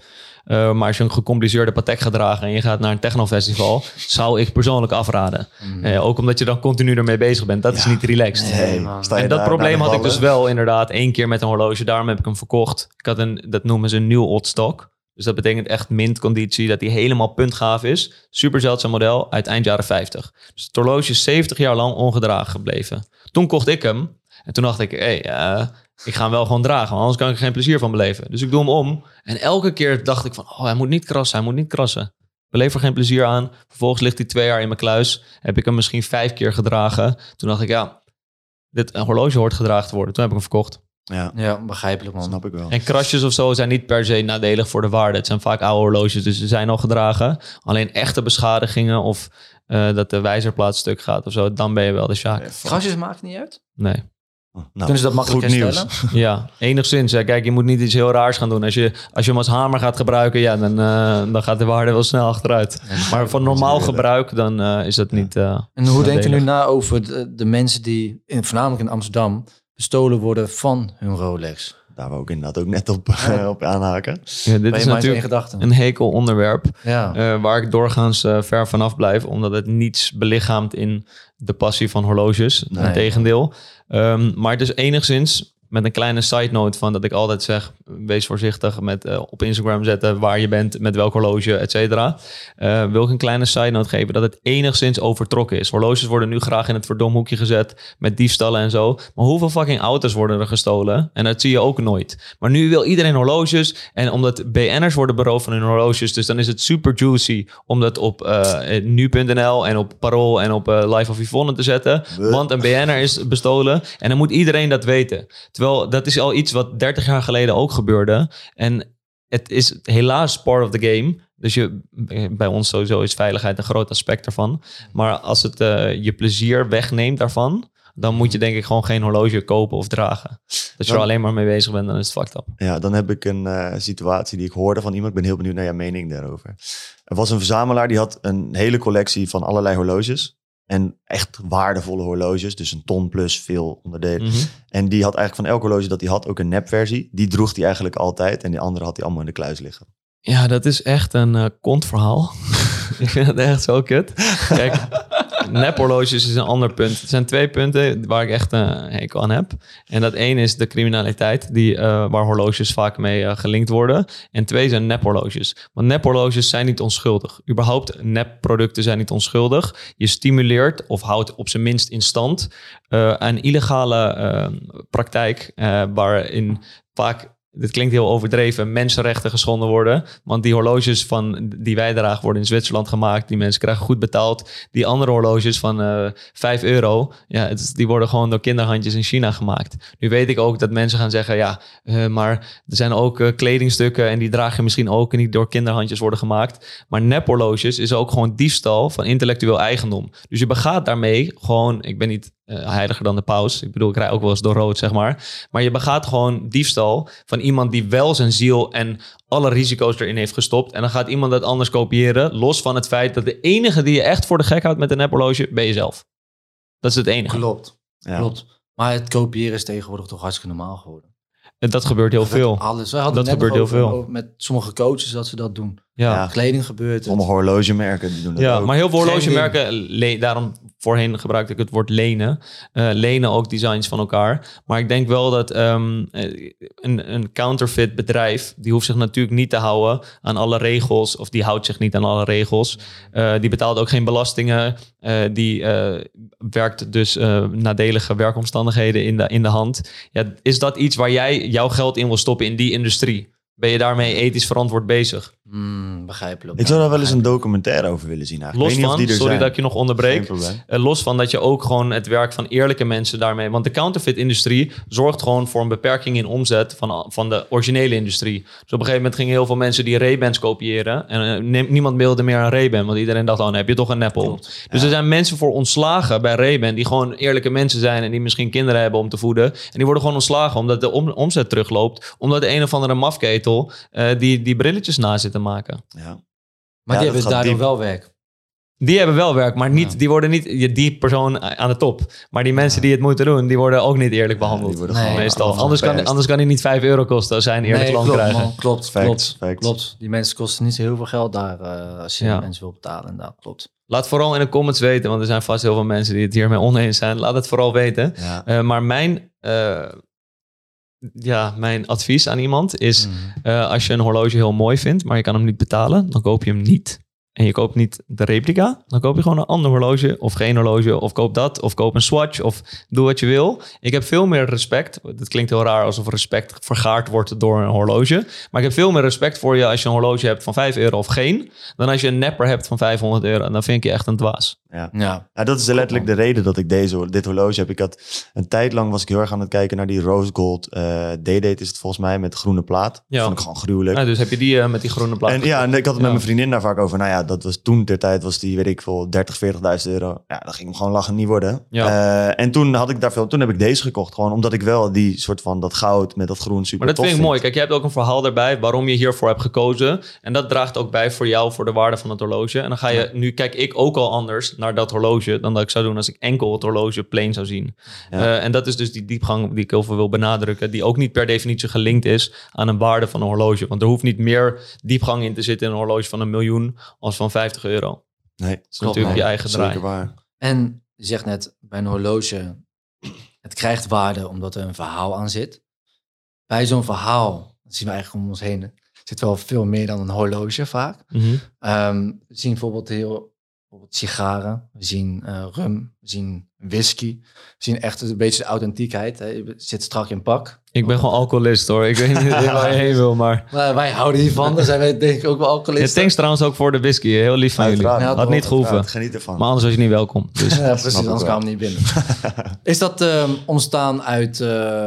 Uh, maar als je een gecompliceerde Patek gaat dragen en je gaat naar een technofestival, zou ik persoonlijk afraden. Mm. Uh, ook omdat je dan continu ermee bezig bent. Dat ja. is niet relaxed. Nee, nee, en dat probleem had ik dus wel inderdaad één keer met een horloge. Daarom heb ik hem verkocht. Ik had een, dat noemen ze een nieuw old stock. Dus dat betekent echt mintconditie, dat die helemaal puntgaaf is. Super zeldzaam model uit eind jaren vijftig. Dus het horloge is zeventig jaar lang ongedragen gebleven. Toen kocht ik hem. En toen dacht ik, hé, hey, uh, ik ga hem wel gewoon dragen. Want anders kan ik er geen plezier van beleven. Dus ik doe hem om. En elke keer dacht ik van, oh, hij moet niet krassen, hij moet niet krassen. Ik beleef er geen plezier aan. Vervolgens ligt hij twee jaar in mijn kluis. Heb ik hem misschien vijf keer gedragen. Toen dacht ik, ja, dit een horloge hoort gedragen te worden. Toen heb ik hem verkocht. Ja, ja, begrijpelijk man. Snap ik wel. En krasjes of zo zijn niet per se nadelig voor de waarde. Het zijn vaak oude horloges, dus ze zijn al gedragen. Alleen echte beschadigingen of uh, dat de wijzerplaat stuk gaat of zo, dan ben je wel de sjaak. Ja, krasjes maakt niet uit? Nee. Oh, nou, kunnen ze dat makkelijk herstellen? Ja, enigszins. Hè. Kijk, je moet niet iets heel raars gaan doen. Als je, als je hem als hamer gaat gebruiken, ja, dan, uh, dan gaat de waarde wel snel achteruit. Maar voor normaal gebruik, dan uh, is dat niet uh, En hoe denkt u nu na over de, de mensen die, in, voornamelijk in Amsterdam, bestolen worden van hun Rolex? Daar wou ik inderdaad ook net op, uh, op aanhaken. Ja, dit is natuurlijk een hekel onderwerp. Ja. Uh, waar ik doorgaans uh, ver vanaf blijf. Omdat het niets belichaamt in de passie van horloges. Nee. Integendeel. Um, maar het is enigszins met een kleine side note van dat ik altijd zeg, wees voorzichtig met uh, op Instagram zetten waar je bent, met welk horloge, et cetera. Uh, wil ik een kleine side note geven dat het enigszins overtrokken is. Horloges worden nu graag in het verdomhoekje gezet met diefstallen en zo. Maar hoeveel fucking auto's worden er gestolen? En dat zie je ook nooit. Maar nu wil iedereen horloges en omdat B N'ers worden beroofd van hun horloges, dus dan is het super juicy om dat op uh, nu punt n l en op Parool en op uh, Life of Yvonne te zetten. Want een B N'er is bestolen en dan moet iedereen dat weten. Terwijl dat is al iets wat dertig jaar geleden ook gebeurde. En het is helaas part of the game. Dus je, bij ons sowieso is veiligheid een groot aspect ervan. Maar als het uh, je plezier wegneemt daarvan, dan moet je denk ik gewoon geen horloge kopen of dragen. Als je er alleen maar mee bezig bent, dan is het fucked up. Ja, dan heb ik een uh, situatie die ik hoorde van iemand. Ik ben heel benieuwd naar jouw mening daarover. Er was een verzamelaar die had een hele collectie van allerlei horloges. En echt waardevolle horloges. Dus een ton plus veel onderdelen. Mm-hmm. En die had eigenlijk van elk horloge dat hij had ook een nepversie. Die droeg hij eigenlijk altijd. En die andere had hij allemaal in de kluis liggen. Ja, dat is echt een uh, kontverhaal. Ik vind het echt zo kut. Kijk, nephorloges is een ander punt. Het zijn twee punten waar ik echt een hekel aan heb. En dat één is de criminaliteit, die, uh, waar horloges vaak mee uh, gelinkt worden. En twee zijn nephorloges. Want nephorloges zijn niet onschuldig. Überhaupt nepproducten zijn niet onschuldig. Je stimuleert of houdt op zijn minst in stand uh, een illegale uh, praktijk uh, waarin vaak, dit klinkt heel overdreven, mensenrechten geschonden worden. Want die horloges van, die wij dragen worden in Zwitserland gemaakt. Die mensen krijgen goed betaald. Die andere horloges van uh, vijf euro, ja, het is, die worden gewoon door kinderhandjes in China gemaakt. Nu weet ik ook dat mensen gaan zeggen, ja, uh, maar er zijn ook uh, kledingstukken en die draag je misschien ook en die door kinderhandjes worden gemaakt. Maar nephorloges is ook gewoon diefstal van intellectueel eigendom. Dus je begaat daarmee gewoon, ik ben niet Uh, heiliger dan de paus. Ik bedoel, ik rij ook wel eens door rood, zeg maar. Maar je begaat gewoon diefstal van iemand die wel zijn ziel en alle risico's erin heeft gestopt. En dan gaat iemand dat anders kopiëren. Los van het feit dat de enige die je echt voor de gek houdt met een nephorloge, ben je zelf. Dat is het enige. Klopt. Ja. Klopt. Maar het kopiëren is tegenwoordig toch hartstikke normaal geworden. En dat gebeurt heel veel. Alles. We hadden dat net gebeurt heel over, veel. Over met sommige coaches dat ze dat doen. Ja. Ja. Kleding gebeurt het. Sommige horlogemerken die doen dat ja, ook. Maar heel veel horlogemerken, le- daarom voorheen gebruikte ik het woord lenen. Uh, lenen ook designs van elkaar. Maar ik denk wel dat um, een, een counterfeit bedrijf, die hoeft zich natuurlijk niet te houden aan alle regels. Of die houdt zich niet aan alle regels. Uh, die betaalt ook geen belastingen. Uh, die uh, werkt dus uh, nadelige werkomstandigheden in de, in de hand. Ja, is dat iets waar jij jouw geld in wil stoppen in die industrie? Ben je daarmee ethisch verantwoord bezig? Mm, begrijpelijk. Ik zou daar wel eens een documentaire over willen zien. Eigenlijk. Los Ik weet van, niet of die er sorry zijn. dat ik je nog onderbreek. Uh, los van dat je ook gewoon het werk van eerlijke mensen daarmee... Want de counterfeit-industrie zorgt gewoon voor een beperking in omzet van, van de originele industrie. Dus op een gegeven moment gingen heel veel mensen die Ray-Bans kopiëren. En uh, niemand wilde meer een Ray-Ban, want iedereen dacht, oh, dan heb je toch een Apple. Dus ja. Er zijn mensen voor ontslagen bij Ray-Ban die gewoon eerlijke mensen zijn en die misschien kinderen hebben om te voeden. En die worden gewoon ontslagen omdat de om, omzet terugloopt. Omdat de een of andere mafketel uh, die, die brilletjes na zit te maken. Ja. Maar ja, die hebben daardoor diep. wel werk. Die hebben wel werk, maar niet, Ja. die worden niet die persoon aan de top. Maar die mensen die het moeten doen, die worden ook niet eerlijk behandeld. die worden Nee, gewoon meestal. allemaal Anders kan, geperst. anders kan hij niet vijf euro kosten als zij een eerlijk loon klopt, krijgen. man. Klopt, Facts, klopt, facts. klopt. Die mensen kosten niet zo heel veel geld daar uh, als je Ja. mensen wil betalen. Inderdaad, klopt. Laat vooral in de comments weten, want er zijn vast heel veel mensen die het hiermee oneens zijn. Laat het vooral weten. Ja. Uh, maar mijn, uh, ja, mijn advies aan iemand is... Mm. Uh, als je een horloge heel mooi vindt, maar je kan hem niet betalen, dan koop je hem niet. En je koopt niet de replica, dan koop je gewoon een ander horloge of geen horloge. Of koop dat, of koop een Swatch, of doe wat je wil. Ik heb veel meer respect. Dat klinkt heel raar alsof respect vergaard wordt door een horloge. Maar ik heb veel meer respect voor je als je een horloge hebt van vijf euro of geen. Dan als je een nepper hebt van vijfhonderd euro. Dan vind ik je echt een dwaas. Ja. Ja. Ja, dat is letterlijk de reden dat ik deze, dit horloge heb. Ik had een tijd lang was ik heel erg aan het kijken naar die rose gold uh, D-date is het volgens mij met groene plaat. Ja. Dat vond ik gewoon gruwelijk. Ja, dus heb je die uh, met die groene plaat. En ja, en ik had het Ja. met mijn vriendin daar vaak over. Nou ja, dat was toen ter tijd was die, weet ik veel, dertig, veertigduizend euro. Ja, dat ging hem gewoon lachen niet worden. Ja. Uh, en toen had ik daar veel, toen heb ik deze gekocht. Gewoon omdat ik wel die soort van dat goud met dat groen super Maar dat tof vind ik mooi. Kijk, je hebt ook een verhaal erbij waarom je hiervoor hebt gekozen. En dat draagt ook bij voor jou, voor de waarde van het horloge. En dan ga je, nu kijk ik ook al anders naar dat horloge dan dat ik zou doen als ik enkel het horloge plain zou zien. Ja. Uh, en dat is dus die diepgang die ik heel veel wil benadrukken. Die ook niet per definitie gelinkt is aan een waarde van een horloge. Want er hoeft niet meer diepgang in te zitten in een horloge van een miljoen als van vijftig euro. Nee, Dat is natuurlijk je eigen draai. zeker waar. En je zegt net, bij een horloge, het krijgt waarde omdat er een verhaal aan zit. Bij zo'n verhaal, dat zien we eigenlijk om ons heen, zit wel veel meer dan een horloge vaak. Mm-hmm. Um, we zien bijvoorbeeld heel bijvoorbeeld sigaren, we zien uh, rum, we zien whisky. We zien echt een beetje de authentiekheid. Hè. Je zit strak in pak. Ik ben gewoon alcoholist hoor. Ik weet niet waar je heen wil, maar... Maar wij houden hiervan, dan zijn wij denk ik ook wel Ja, alcoholisten. thanks trouwens ook voor de whisky. Heel lief van jullie. Uiteraard. Ja, Had niet gehoeven. Ja, geniet ervan. Maar anders was je niet welkom. Dus. Ja, precies, Snap ik anders wel. gaan we niet binnen. Is dat um, ontstaan uit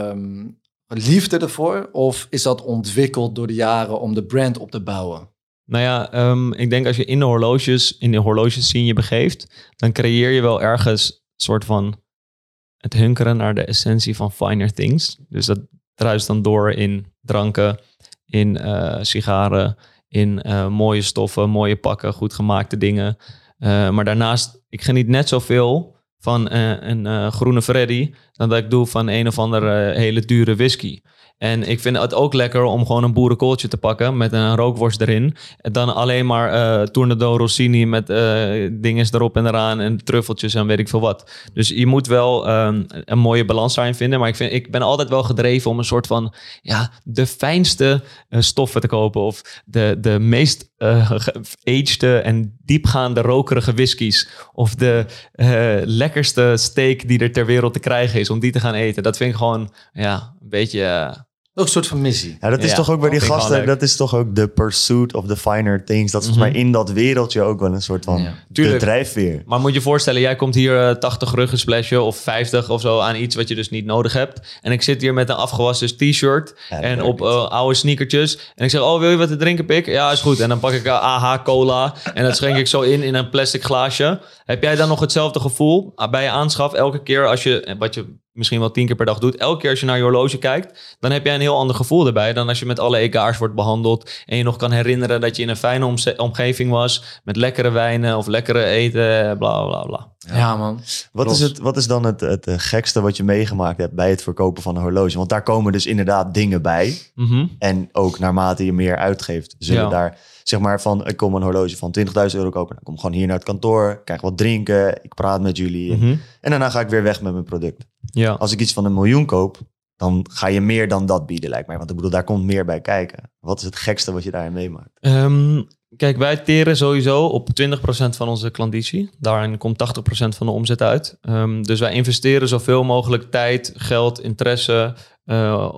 um, liefde ervoor? Of is dat ontwikkeld door de jaren om de brand op te bouwen? Nou ja, um, ik denk als je in de horloges, in de horloges scene je begeeft, dan creëer je wel ergens een soort van het hunkeren naar de essentie van finer things. Dus dat druist dan door in dranken, in uh, sigaren, in uh, mooie stoffen, mooie pakken, goed gemaakte dingen. Uh, maar daarnaast, ik geniet net zoveel van uh, een uh, groene Freddy dan dat ik doe van een of andere uh, hele dure whisky. En ik vind het ook lekker om gewoon een boerenkooltje te pakken met een rookworst erin. Dan alleen maar uh, Tournedo Rossini met uh, dinges erop en eraan en truffeltjes en weet ik veel wat. Dus je moet wel um, een mooie balans daarin vinden. Maar ik, vind, ik ben altijd wel gedreven om een soort van ja, de fijnste uh, stoffen te kopen. Of de, de meest uh, aged en diepgaande rokerige whiskies. Of de uh, lekkerste steak die er ter wereld te krijgen is om die te gaan eten. Dat vind ik gewoon ja, een beetje... Uh, Ook een soort van missie. Ja, dat is Ja, toch ook bij die vind ik wel gasten, leuk. dat is toch ook de pursuit of the finer things. Dat is volgens Mhm. mij in dat wereldje ook wel een soort van Ja. de Tuurlijk. drijfveer. Maar moet je voorstellen, jij komt hier uh, tachtig ruggen splashen of vijftig of zo aan iets wat je dus niet nodig hebt. En ik zit hier met een afgewassen t-shirt Ja, dat en werkt op niet. uh, oude sneakertjes. En ik zeg, oh, wil je wat te drinken, pik? Ja, is goed. En dan pak ik uh, A H cola en dat schenk ik zo in in een plastic glaasje. Heb jij dan nog hetzelfde gevoel uh, bij je aanschaf? Elke keer als je, wat je misschien wel tien keer per dag doet, elke keer als je naar je horloge kijkt, dan heb jij een heel ander gevoel erbij dan als je met alle egaars wordt behandeld en je nog kan herinneren dat je in een fijne omze- omgeving was met lekkere wijnen of lekkere eten, bla bla bla. Ja, ja man. Wat Klopt. is, het, wat is dan het, het eh, gekste wat je meegemaakt hebt bij het verkopen van een horloge? Want daar komen dus inderdaad dingen bij. Mhm. En ook naarmate je meer uitgeeft, zullen Ja. daar, zeg maar van, ik kom een horloge van twintigduizend euro kopen. Dan kom ik gewoon hier naar het kantoor, krijg wat drinken, ik praat met jullie. Mhm. En daarna ga ik weer weg met mijn product. Ja. Als ik iets van een miljoen koop, dan ga je meer dan dat bieden, lijkt mij. Want ik bedoel, daar komt meer bij kijken. Wat is het gekste wat je daarin meemaakt? Um, kijk, wij teren sowieso op twintig procent van onze klanditie. Daarin komt tachtig procent van de omzet uit. Um, dus wij investeren zoveel mogelijk tijd, geld, interesse, uh,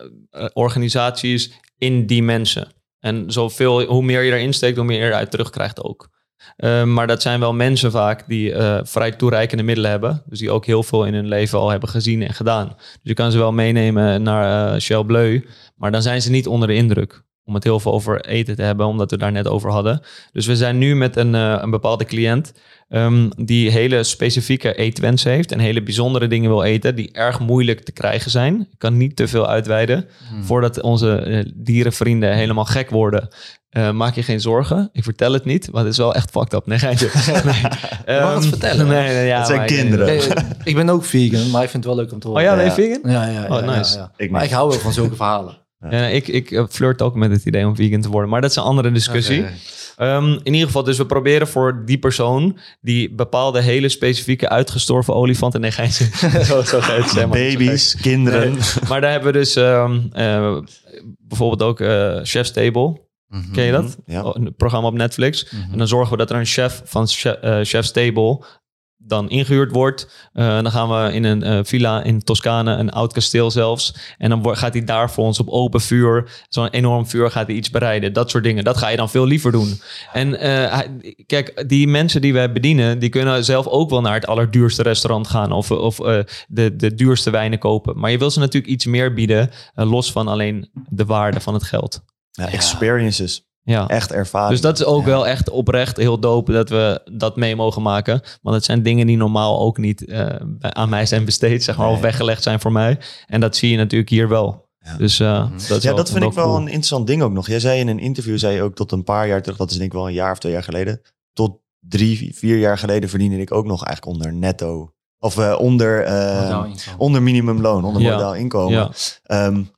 organisaties in die mensen. En zoveel, hoe meer je erin steekt, hoe meer je eruit terugkrijgt ook. Uh, maar dat zijn wel mensen vaak die uh, vrij toereikende middelen hebben. Dus die ook heel veel in hun leven al hebben gezien en gedaan. Dus je kan ze wel meenemen naar uh, Shell Bleu. Maar dan zijn ze niet onder de indruk. om het heel veel over eten te hebben, omdat we daar net over hadden. Dus we zijn nu met een, uh, een bepaalde cliënt um, die hele specifieke eetwensen heeft en hele bijzondere dingen wil eten die erg moeilijk te krijgen zijn. Ik kan niet te veel uitweiden. Hmm. Voordat onze uh, dierenvrienden helemaal gek worden, Uh, maak je geen zorgen. Ik vertel het niet, maar het is wel echt fucked up. Nee, geintje. Nee. Je mag um, het vertellen. Nee, nee, ja, het zijn maar, kinderen. Nee, ik ben ook vegan, maar ik vind het wel leuk om te horen. Oh ja, ben je ja. vegan? Ja, ja, ja. Oh, nice. Ja, ja. Ik maar ik hou wel van zulke verhalen. Ja. Ja, ik, ik flirt ook met het idee om vegan te worden. Maar dat is een andere discussie. Okay. Um, in ieder geval, dus we proberen voor die persoon die bepaalde hele specifieke uitgestorven olifanten... Nee, geintje. zo, zo ga je het zeggen. Baby's, kinderen. Nee. Maar daar hebben we dus um, uh, bijvoorbeeld ook uh, Chef's Table... Mm-hmm. Ken je dat? Ja. Een programma op Netflix. Mm-hmm. En dan zorgen we dat er een chef van chef, uh, Chef's Table dan ingehuurd wordt. Uh, dan gaan we in een uh, villa in Toscane, een oud kasteel zelfs. En dan gaat hij daar voor ons op open vuur, zo'n enorm vuur, gaat hij iets bereiden. Dat soort dingen. Dat ga je dan veel liever doen. En uh, kijk, die mensen die wij bedienen, die kunnen zelf ook wel naar het allerduurste restaurant gaan. Of, of uh, de, de duurste wijnen kopen. Maar je wil ze natuurlijk iets meer bieden, uh, los van alleen de waarde van het geld. Ja, experiences. Ja. Echt ervaring. Dus dat is ook ja. wel echt oprecht heel dope dat we dat mee mogen maken. Want het zijn dingen die normaal ook niet uh, aan mij zijn besteed, zeg maar, nee. of weggelegd zijn voor mij. En dat zie je natuurlijk hier wel. Ja. Dus uh, mm-hmm. dat, is ja, wel, dat vind ik wel cool. een interessant ding ook nog. Jij zei in een interview, zei je ook tot een paar jaar terug, dat is denk ik wel een jaar of twee jaar geleden, tot drie, vier jaar geleden verdiende ik ook nog eigenlijk onder netto. Of uh, onder, uh, onder minimumloon, onder ja. modaal inkomen. Ja. Um,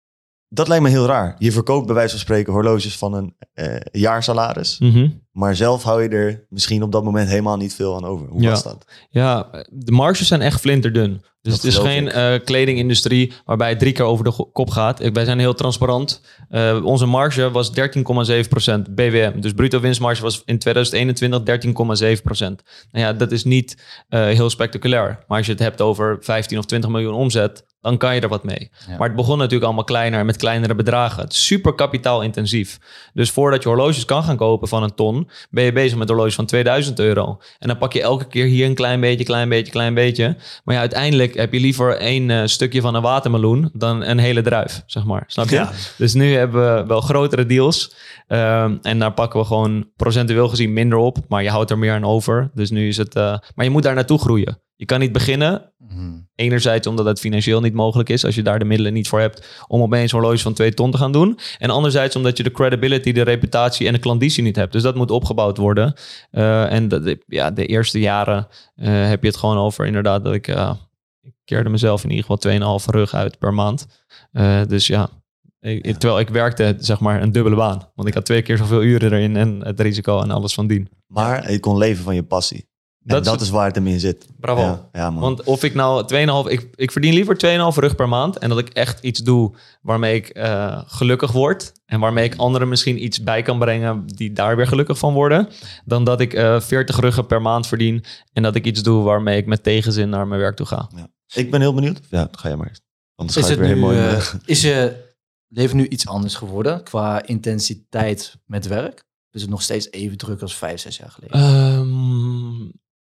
Dat lijkt me heel raar. Je verkoopt bij wijze van spreken horloges van een uh, jaarsalaris. Mm-hmm. Maar zelf hou je er misschien op dat moment helemaal niet veel aan over. Hoe ja. was dat? Ja, de marges zijn echt flinterdun. Dus dat het is geen uh, kledingindustrie waarbij het drie keer over de go- kop gaat. Wij zijn heel transparant. Uh, onze marge was dertien komma zeven procent B W M. Dus bruto winstmarge was in tweeduizend eenentwintig dertien komma zeven procent. Nou ja, dat is niet uh, heel spectaculair. Maar als je het hebt over vijftien of twintig miljoen omzet, dan kan je er wat mee. Ja. Maar het begon natuurlijk allemaal kleiner, met kleinere bedragen. Het is super kapitaalintensief. Dus voordat je horloges kan gaan kopen van een ton, ben je bezig met horloges van tweeduizend euro. En dan pak je elke keer hier een klein beetje, klein beetje, klein beetje. Maar ja, uiteindelijk heb je liever één uh, stukje van een watermeloen dan een hele druif, zeg maar. Snap je? Ja. Dus nu hebben we wel grotere deals. Uh, en daar pakken we gewoon procentueel gezien minder op. Maar je houdt er meer aan over. Dus nu is het... Uh, maar je moet daar naartoe groeien. Je kan niet beginnen. Mm-hmm. Enerzijds omdat het financieel niet mogelijk is, als je daar de middelen niet voor hebt om opeens horloges van twee ton te gaan doen. En anderzijds omdat je de credibility, de reputatie en de klanditie niet hebt. Dus dat moet opgebouwd worden. Uh, en de, ja, de eerste jaren uh, heb je het gewoon over inderdaad dat ik... Uh, ik keerde mezelf in ieder geval twee komma vijf rug uit per maand. Uh, dus ja, ik, ja, terwijl ik werkte zeg maar een dubbele baan. Want ik had twee keer zoveel uren erin en het risico en alles van dien. Maar je kon leven van je passie. En dat, dat is waar het hem in zit. Bravo. Ja, ja, man. Want of ik nou twee komma vijf... Ik, ik verdien liever twee komma vijf rug per maand. En dat ik echt iets doe waarmee ik uh, gelukkig word. En waarmee ik anderen misschien iets bij kan brengen die daar weer gelukkig van worden. Dan dat ik uh, veertig ruggen per maand verdien. En dat ik iets doe waarmee ik met tegenzin naar mijn werk toe ga. Ja. Ik ben heel benieuwd. Ja, ga je maar eerst. Anders is ga ik het weer nu, heel mooi... Uh, is je leven nu iets anders geworden qua intensiteit met werk? Is het nog steeds even druk als vijf, zes jaar geleden? Um,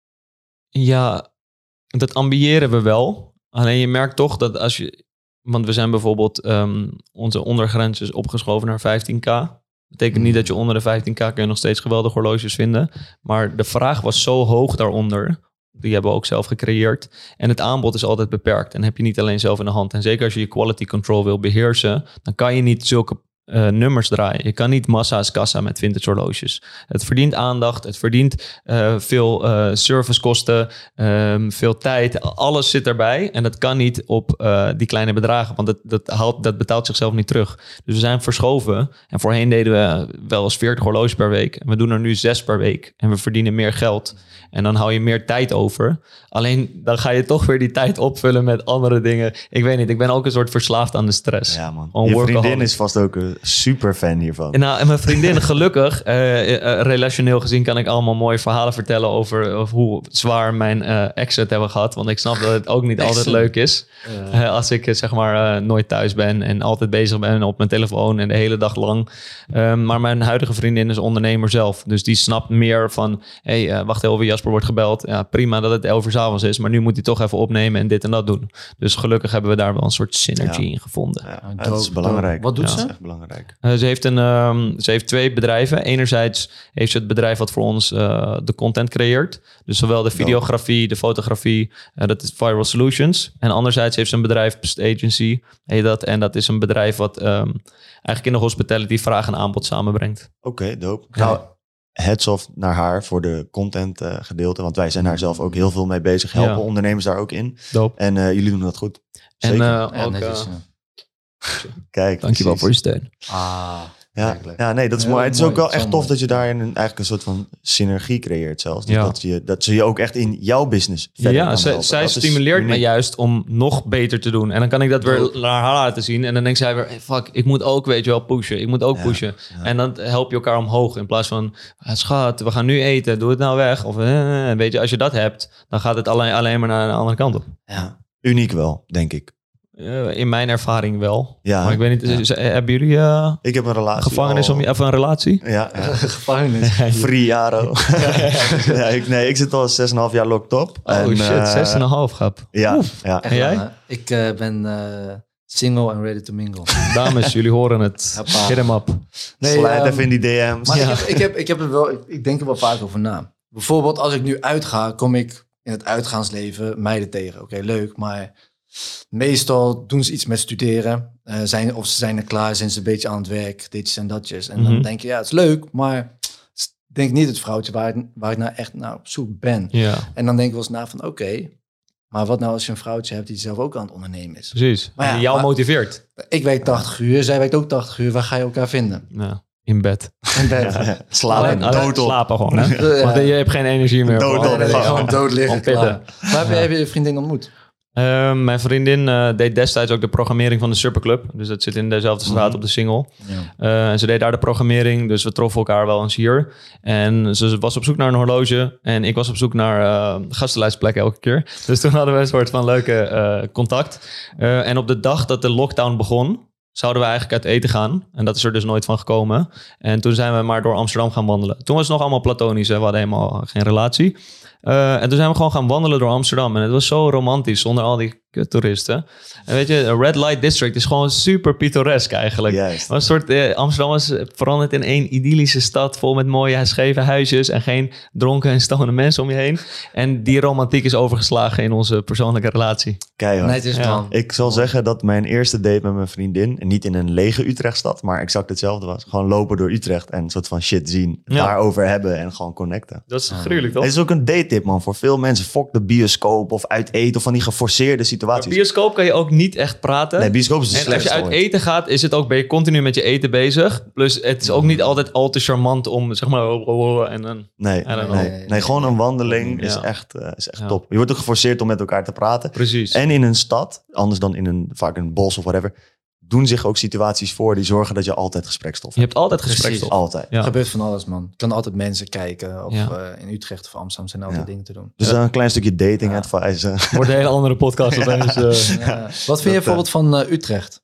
ja, dat ambiëren we wel. Alleen je merkt toch dat als je... Want we zijn bijvoorbeeld... Um, onze ondergrens is opgeschoven naar vijftien k. Betekent niet dat je onder de vijftien k kun je nog steeds geweldige horloges vinden. Maar de vraag was zo hoog daaronder. Die hebben we ook zelf gecreëerd. En het aanbod is altijd beperkt. En heb je niet alleen zelf in de hand. En zeker als je je quality control wil beheersen, dan kan je niet zulke uh, nummers draaien. Je kan niet massa's kassa met vintage horloges. Het verdient aandacht. Het verdient uh, veel uh, servicekosten. Um, veel tijd. Alles zit erbij. En dat kan niet op uh, die kleine bedragen. Want dat, dat, haalt, dat betaalt zichzelf niet terug. Dus we zijn verschoven. En voorheen deden we wel eens veertig horloges per week. En we doen er nu zes per week. En we verdienen meer geld. En dan hou je meer tijd over. Alleen dan ga je toch weer die tijd opvullen met andere dingen. Ik weet niet, ik ben ook een soort verslaafd aan de stress. Ja man, on je vriendin is vast ook een super fan hiervan. En, nou, en mijn vriendin gelukkig, uh, uh, relationeel gezien kan ik allemaal mooie verhalen vertellen over, over hoe zwaar mijn uh, exen het hebben gehad. Want ik snap dat het ook niet altijd leuk is. Uh. Uh, als ik uh, zeg maar uh, nooit thuis ben en altijd bezig ben op mijn telefoon en de hele dag lang. Uh, maar mijn huidige vriendin is ondernemer zelf. Dus die snapt meer van, hé, hey, uh, wacht even, Jasper wordt gebeld. Ja, prima dat het elf uur 's avonds is, maar nu moet hij toch even opnemen en dit en dat doen. Dus gelukkig hebben we daar wel een soort synergy ja. in gevonden. Ja, ja, dat is belangrijk. Wat doet ja, ze? Dat belangrijk? Uh, ze, heeft een, um, ze heeft twee bedrijven. Enerzijds heeft ze het bedrijf wat voor ons uh, de content creëert. Dus zowel de videografie, de fotografie, uh, dat is Viral Solutions. En anderzijds heeft ze een bedrijf, Pst Agency, heet dat. En dat is een bedrijf wat um, eigenlijk in de hospitality vraag en aanbod samenbrengt. Oké, okay, dope. Ja. Nou, heads off naar haar voor de content uh, gedeelte. Want wij zijn daar zelf ook heel veel mee bezig. Helpen ja. ondernemers daar ook in. Dope. En uh, jullie doen dat goed. Zeker. En uh, ja, ook... netjes, Uh, Kijk, dankjewel voor je steun. Ah, ja, ja, nee, dat is ja, mooi. Het is ook wel echt tof mooi. Dat je daarin een, eigenlijk een soort van synergie creëert zelfs. Dus ja. dat, je, dat ze je ook echt in jouw business verder Ja, z- zij dat stimuleert me juist om nog beter te doen. En dan kan ik dat weer oh. naar haar laten zien. En dan denkt zij weer, hey, fuck, ik moet ook, weet je wel, pushen. Ik moet ook ja, pushen. Ja. En dan help je elkaar omhoog. In plaats van, schat, we gaan nu eten, doe het nou weg. Of eh, weet je, als je dat hebt, dan gaat het alleen, alleen maar naar de andere kant op. Ja, uniek wel, denk ik. Uh, in mijn ervaring wel. Ja, maar ik weet niet, ja. hebben jullie uh, ik heb een relatie. gevangenis al... om je even een relatie? Ja, ja. gevangenis. Free Jaro. ja, ik, nee, ik zit al zes en een half jaar locked up. Oh en, shit, uh, zes en een half grap. Ja, ja. En jij? Man, ik uh, ben uh, single en ready to mingle. Dames, jullie horen het. Hit hem up. Nee, Slijt um, even in die D M's. Maar ja. ik, heb, ik, heb, ik heb er wel, ik, ik denk er wel vaak over na. Bijvoorbeeld als ik nu uitga, kom ik in het uitgaansleven meiden tegen. Oké, okay, leuk, maar meestal doen ze iets met studeren. Uh, zijn, of ze zijn er klaar, zijn ze een beetje aan het werk, ditjes en datjes. En mm-hmm. dan denk je, ja, het is leuk, maar denk niet het vrouwtje waar, waar ik nou echt naar op zoek ben. Ja. En dan denk ik wel eens na van, oké, okay, maar wat nou als je een vrouwtje hebt die zelf ook aan het ondernemen is? Precies, maar ja, die jou maar, motiveert. Ik werk tachtig uur, zij werkt ook tachtig uur. Waar ga je elkaar vinden? Ja. In bed. In bed. Ja, slapen. Alleen, dood op. Slapen gewoon. Hè? Ja. Want je hebt geen energie meer. Dood op. Nee, nee, gewoon dood liggen. Klaar. Waar heb je je vriendin ontmoet? Uh, mijn vriendin uh, deed destijds ook de programmering van de Superclub. Dus dat zit in dezelfde straat mm-hmm. op de Singel. Ja. Uh, en ze deed daar de programmering. Dus we troffen elkaar wel eens hier. En ze was op zoek naar een horloge. En ik was op zoek naar uh, gastenlijstplek elke keer. Dus toen hadden we een soort van leuke uh, contact. Uh, en op de dag dat de lockdown begon, zouden we eigenlijk uit eten gaan. En dat is er dus nooit van gekomen. En toen zijn we maar door Amsterdam gaan wandelen. Toen was het nog allemaal platonisch. Hè? We hadden helemaal geen relatie. Uh, en toen zijn we gewoon gaan wandelen door Amsterdam. En het was zo romantisch, zonder al die toeristen. En weet je, Red Light District is gewoon super pittoresk eigenlijk. Juist. Een soort, eh, Amsterdam was veranderd in één idyllische stad, vol met mooie scheve huisjes en geen dronken en stonende mensen om je heen. En die romantiek is overgeslagen in onze persoonlijke relatie. Keihard. Nee, het is ja. Ik zal zeggen dat mijn eerste date met mijn vriendin, en niet in een lege Utrechtstad, maar exact hetzelfde was. Gewoon lopen door Utrecht en een soort van shit zien, ja. daarover hebben en gewoon connecten. Dat is gruwelijk, toch? Het is ook een date tip, man, voor veel mensen. Fok de bioscoop of uit eten of van die geforceerde situaties. Maar bioscoop kan je ook niet echt praten. Nee, bioscoop is de en slechtste. als je uit eten gaat, is het ook, ben je continu met je eten bezig. Plus het is ook niet altijd al te charmant om, zeg maar, en dan... Nee, nee, nee, nee, gewoon een wandeling is ja. echt, uh, is echt ja. top. Je wordt ook geforceerd om met elkaar te praten. Precies. En in een stad, anders dan in een, vaak een bos of whatever, doen zich ook situaties voor die zorgen dat je altijd gesprekstof hebt. Je hebt altijd gesprekstof. Altijd. Ja. Er gebeurt van alles, man. Je kan altijd mensen kijken. Of ja. uh, in Utrecht of Amsterdam zijn er altijd ja. dingen te doen. Dus ja. dan een klein stukje dating ja. advice. Wordt een hele andere podcast. ja. opeens, uh, ja. Wat vind je bijvoorbeeld van uh, Utrecht?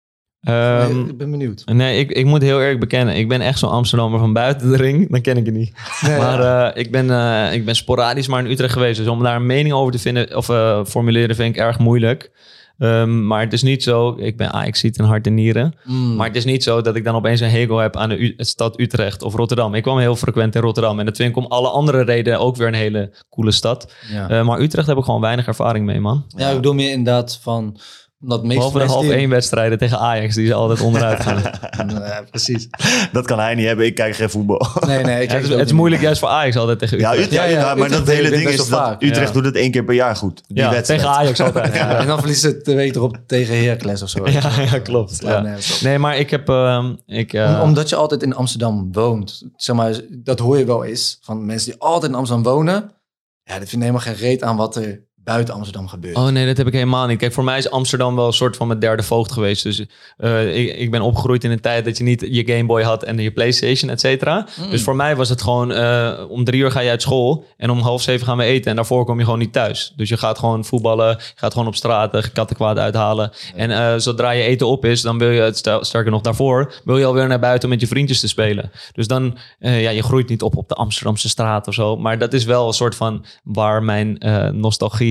Um, ik ben benieuwd. Nee, ik, ik moet heel eerlijk bekennen. Ik ben echt zo'n Amsterdammer van buiten de ring. Dan ken ik het niet. Nee, maar ja. uh, ik, ben, uh, ik ben sporadisch maar in Utrecht geweest. Dus om daar een mening over te vinden of uh, formuleren vind ik erg moeilijk. Um, maar het is niet zo, ik ben Ajaxiet in hart en nieren. Mm. Maar het is niet zo dat ik dan opeens een hekel heb aan de U- stad Utrecht of Rotterdam. Ik kwam heel frequent in Rotterdam. En dat vind ik om alle andere redenen ook weer een hele coole stad. Ja. Uh, maar Utrecht heb ik gewoon weinig ervaring mee, man. Ja, ik bedoel meer inderdaad van... Dat Behalve de half één wedstrijden tegen Ajax, die ze altijd onderuit gaan. Ja, precies. Dat kan hij niet hebben, ik kijk geen voetbal. Nee, nee. Ik ja, het, is, het is moeilijk juist voor Ajax altijd tegen Utrecht. Ja, Utrecht, ja, ja, ja maar Utrecht dat hele ding is dat Utrecht ja. doet het één keer per jaar goed. Die ja, wedstrijd. tegen Ajax altijd. Ja, en dan verliest het de week erop tegen Heracles of zo. Ja, ja klopt. Ja. Nee, maar ik heb... Uh, ik, uh... Om, omdat je altijd in Amsterdam woont. Zeg maar, dat hoor je wel eens van mensen die altijd in Amsterdam wonen. Ja, dat vinden helemaal geen reet aan wat er... buiten Amsterdam gebeurt. Oh nee, dat heb ik helemaal niet. Kijk, voor mij is Amsterdam wel een soort van mijn derde voogd geweest. Dus uh, ik, ik ben opgegroeid in een tijd dat je niet je Game Boy had en je PlayStation, et cetera. Mm. Dus voor mij was het gewoon, uh, om drie uur ga je uit school en om half zeven gaan we eten. En daarvoor kom je gewoon niet thuis. Dus je gaat gewoon voetballen, je gaat gewoon op straat kattenkwaad uithalen. Ja. En uh, zodra je eten op is, dan wil je, het sterker nog daarvoor, wil je alweer naar buiten om met je vriendjes te spelen. Dus dan, uh, ja, je groeit niet op op de Amsterdamse straat of zo. Maar dat is wel een soort van waar mijn uh, nostalgie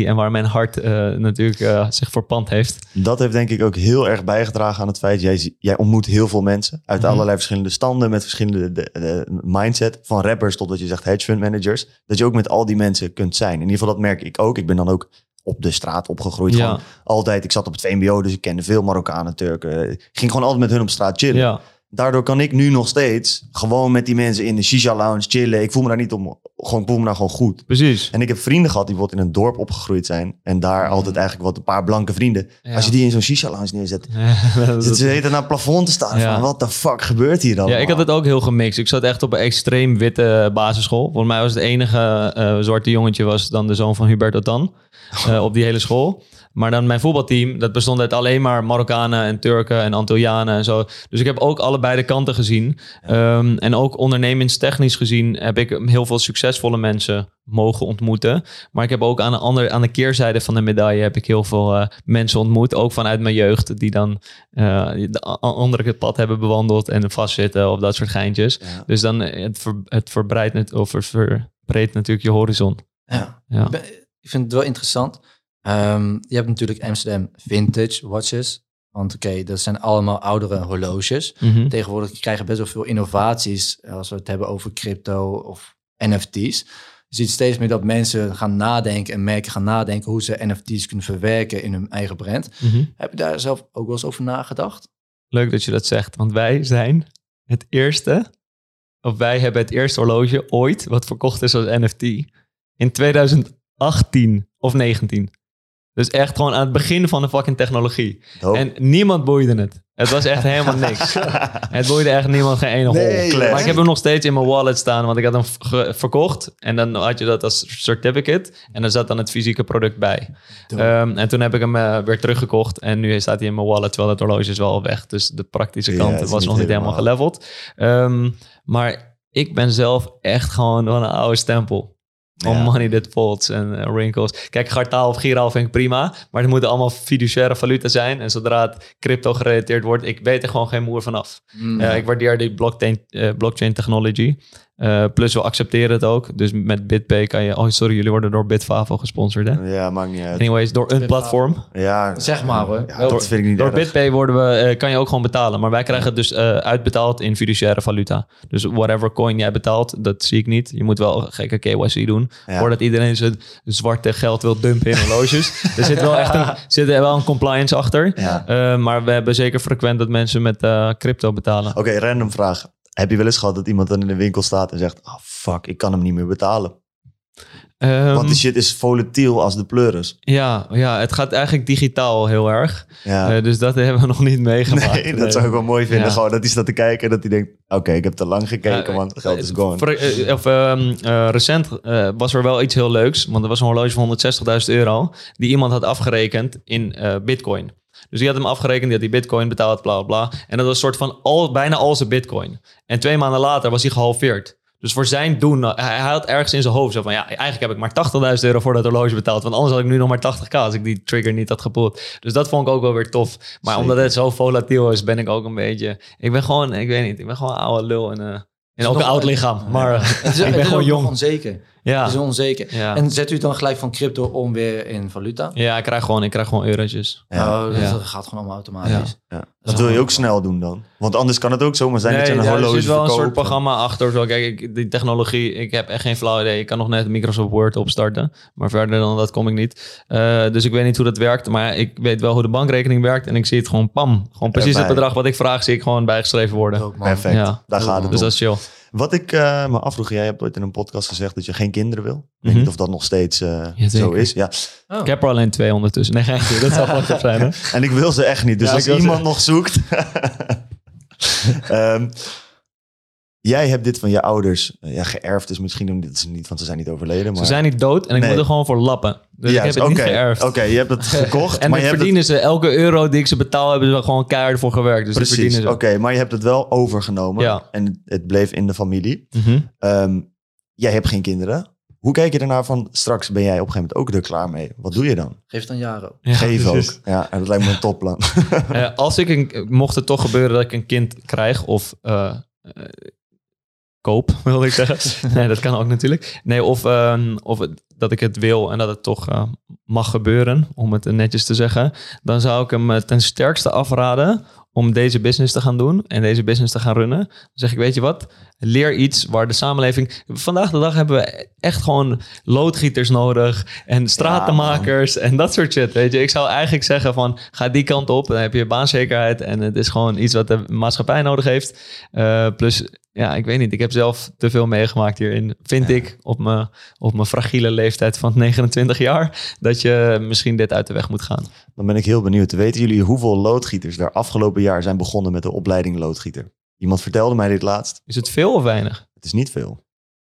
passie en waar mijn hart uh, natuurlijk uh, zich verpand heeft. Dat heeft denk ik ook heel erg bijgedragen aan het feit... jij, jij ontmoet heel veel mensen uit mm-hmm. allerlei verschillende standen... met verschillende de, de mindset, van rappers tot wat je zegt hedge fund managers... dat je ook met al die mensen kunt zijn. In ieder geval, dat merk ik ook. Ik ben dan ook op de straat opgegroeid. Ja. Gewoon altijd, ik zat op het V M B O, dus ik kende veel Marokkanen, Turken. Ik ging gewoon altijd met hun op straat chillen. Ja. Daardoor kan ik nu nog steeds gewoon met die mensen in de shisha lounge chillen. Ik voel me daar niet om, gewoon, ik voel me daar gewoon goed. Precies. En ik heb vrienden gehad die bijvoorbeeld in een dorp opgegroeid zijn. En daar mm. altijd eigenlijk wat een paar blanke vrienden. Ja. Als je die in zo'n shisha lounge neerzet. Ja, zitten ze heet naar het plafond te staan. Ja. Van wat de fuck gebeurt hier dan? Ja, ik had het ook heel gemixt. Ik zat echt op een extreem witte basisschool. Volgens mij was het enige uh, zwarte jongetje was dan de zoon van Hubert Otan. Uh, op die hele school. Maar dan mijn voetbalteam, dat bestond uit alleen maar Marokkanen en Turken en Antillianen en zo. Dus ik heb ook allebei de kanten gezien. Ja. Um, en ook ondernemingstechnisch gezien heb ik heel veel succesvolle mensen mogen ontmoeten. Maar ik heb ook aan de, andere, aan de keerzijde van de medaille heb ik heel veel uh, mensen ontmoet. Ook vanuit mijn jeugd, die dan uh, de andere het pad hebben bewandeld en vastzitten of dat soort geintjes. Ja. Dus dan het, ver, het verbreidt het, of het verbreedt natuurlijk je horizon. Ja. Ja. Ik vind het wel interessant. Um, je hebt natuurlijk Amsterdam Vintage Watches. Want oké, okay, dat zijn allemaal oudere horloges. Mm-hmm. Tegenwoordig krijgen best wel veel innovaties als we het hebben over crypto of N F T's. Je ziet steeds meer dat mensen gaan nadenken en merken gaan nadenken hoe ze N F T's kunnen verwerken in hun eigen brand. Mm-hmm. Heb je daar zelf ook wel eens over nagedacht? Leuk dat je dat zegt, want wij zijn het eerste, of wij hebben het eerste horloge ooit wat verkocht is als N F T in twintig achttien of negentien. Dus echt gewoon aan het begin van de fucking technologie. Dope. En niemand boeide het. Het was echt helemaal niks. Het boeide echt niemand, geen ene nee, hol. Maar ik heb hem nog steeds in mijn wallet staan, want ik had hem ge- verkocht. En dan had je dat als certificate. En daar zat dan het fysieke product bij. Um, en toen heb ik hem uh, weer teruggekocht. En nu staat hij in mijn wallet, terwijl het horloge is wel al weg. Dus de praktische kant ja, was nog niet helemaal geleveld. Um, maar ik ben zelf echt gewoon van een oude stempel. Om ja. money that folds en uh, wrinkles. Kijk, Gartaal of Giraal vind ik prima. Maar het moeten allemaal fiduciaire valuta zijn. En zodra het crypto gerelateerd wordt, ik weet er gewoon geen moer vanaf. Mm. Uh, ik waardeer die blockchain, uh, blockchain technology. Uh, plus we accepteren het ook. Dus met BitPay kan je... Oh, sorry, jullie worden door Bitfavo gesponsord, hè? Ja, maakt niet uit. Anyways, door een platform. Ja, zeg maar hoor. Ja, dat vind ik niet Door erg. BitPay worden we, uh, kan je ook gewoon betalen. Maar wij krijgen het dus uh, uitbetaald in fiduciaire valuta. Dus whatever coin jij betaalt, dat zie ik niet. Je moet wel gekke K Y C doen. Ja. Voordat iedereen zijn zwarte geld wil dumpen in horloges. Er zit wel echt een, zit er wel een compliance achter. Ja. Uh, maar we hebben zeker frequent dat mensen met uh, crypto betalen. Oké, okay, random vraag. Heb je wel eens gehad dat iemand dan in de winkel staat en zegt... Oh fuck, ik kan hem niet meer betalen. Um, Want die shit is volatiel als de pleuris. Ja, ja, het gaat eigenlijk digitaal heel erg. Ja. Uh, dus dat hebben we nog niet meegemaakt. Nee, dat zou ik wel mooi vinden. Ja. Gewoon dat hij staat te kijken en dat hij denkt... Oké, okay, ik heb te lang gekeken, uh, want het geld is gone. Voor, uh, of, um, uh, recent uh, was er wel iets heel leuks. Want er was een horloge van honderdzestigduizend euro... die iemand had afgerekend in uh, bitcoin. Dus die had hem afgerekend, die had die bitcoin betaald, bla bla bla. En dat was een soort van al, bijna al zijn bitcoin. En twee maanden later was hij gehalveerd. Dus voor zijn doen, hij, hij had ergens in zijn hoofd zo van... ja, eigenlijk heb ik maar tachtigduizend euro voor dat horloge betaald. Want anders had ik nu nog maar tachtig k als ik die trigger niet had gepoeld. Dus dat vond ik ook wel weer tof. Maar zeker. Omdat het zo volatiel is, ben ik ook een beetje... Ik ben gewoon, ik weet niet, ik ben gewoon een oude lul en... Uh, En ook een oud lichaam, maar ja. het is, ik ben het gewoon jong. Onzeker. Ja. Het is onzeker. Ja. En zet u dan gelijk van crypto om weer in valuta? Ja, ik krijg gewoon, ik krijg gewoon eurotjes. Ja. Oh, dus ja. dat gaat gewoon allemaal automatisch. Ja. Ja. Dat wil je ook snel doen dan. Want anders kan het ook zomaar zijn nee, dat je een ja, horloge verkoopt. Er is wel verkoopt. een soort programma achter. Zo. Kijk, ik, die technologie, ik heb echt geen flauw idee. Ik kan nog net Microsoft Word opstarten. Maar verder dan dat kom ik niet. Uh, dus ik weet niet hoe dat werkt. Maar ik weet wel hoe de bankrekening werkt. En ik zie het gewoon pam. Gewoon precies het bedrag wat ik vraag, zie ik gewoon bijgeschreven worden. Ook, Perfect, ja. Daar gaat het Dus om. dat is chill. Wat ik uh, me afvroeg, jij hebt ooit in een podcast gezegd dat je geen kinderen wil. Ik weet mm-hmm. niet of dat nog steeds uh, ja, zo is. Ja. Oh. Ik heb er alleen twee ondertussen. Nee, geen dat zou wel zijn. Hè? En ik wil ze echt niet. Dus ja, als iemand ze... nog zoekt... um, jij hebt dit van je ouders ja, geërfd. Dus misschien dit is niet, want ze zijn niet overleden. Maar... Ze zijn niet dood en ik nee. moet er gewoon voor lappen. Dus ja, ik heb het okay. niet geërfd. Oké, okay, je hebt het gekocht. En maar dat je verdienen het... ze. Elke euro die ik ze betaal, hebben ze gewoon keihard voor gewerkt. Dus precies, oké. Okay, maar je hebt het wel overgenomen. Ja. En het bleef in de familie. Mm-hmm. Um, jij hebt geen kinderen. Hoe kijk je ernaar van, straks ben jij op een gegeven moment ook er klaar mee? Wat doe je dan? Geef het aan Jaro. Ja, Geef precies. ook. Ja, en dat lijkt me een topplan. uh, als ik een, mocht het toch gebeuren dat ik een kind krijg of... Uh, uh, koop, wilde ik zeggen. Nee, dat kan ook natuurlijk. Nee, of, um, of het, dat ik het wil en dat het toch uh, mag gebeuren, om het netjes te zeggen, dan zou ik hem uh, ten sterkste afraden om deze business te gaan doen en deze business te gaan runnen. Dan zeg ik, weet je wat, leer iets waar de samenleving... Vandaag de dag hebben we echt gewoon loodgieters nodig en stratenmakers ja, en dat soort shit, weet je. Ik zou eigenlijk zeggen van, ga die kant op, dan heb je baanzekerheid en het is gewoon iets wat de maatschappij nodig heeft. Uh, plus, ja, ik weet niet, ik heb zelf te veel meegemaakt hierin, vind ja. ik, op mijn, op mijn fragiele leeftijd van negenentwintig jaar, dat je misschien dit uit de weg moet gaan. Dan ben ik heel benieuwd. Weten jullie hoeveel loodgieters er afgelopen jaar zijn begonnen met de opleiding loodgieter? Iemand vertelde mij dit laatst. Is het veel of weinig? Het is niet veel.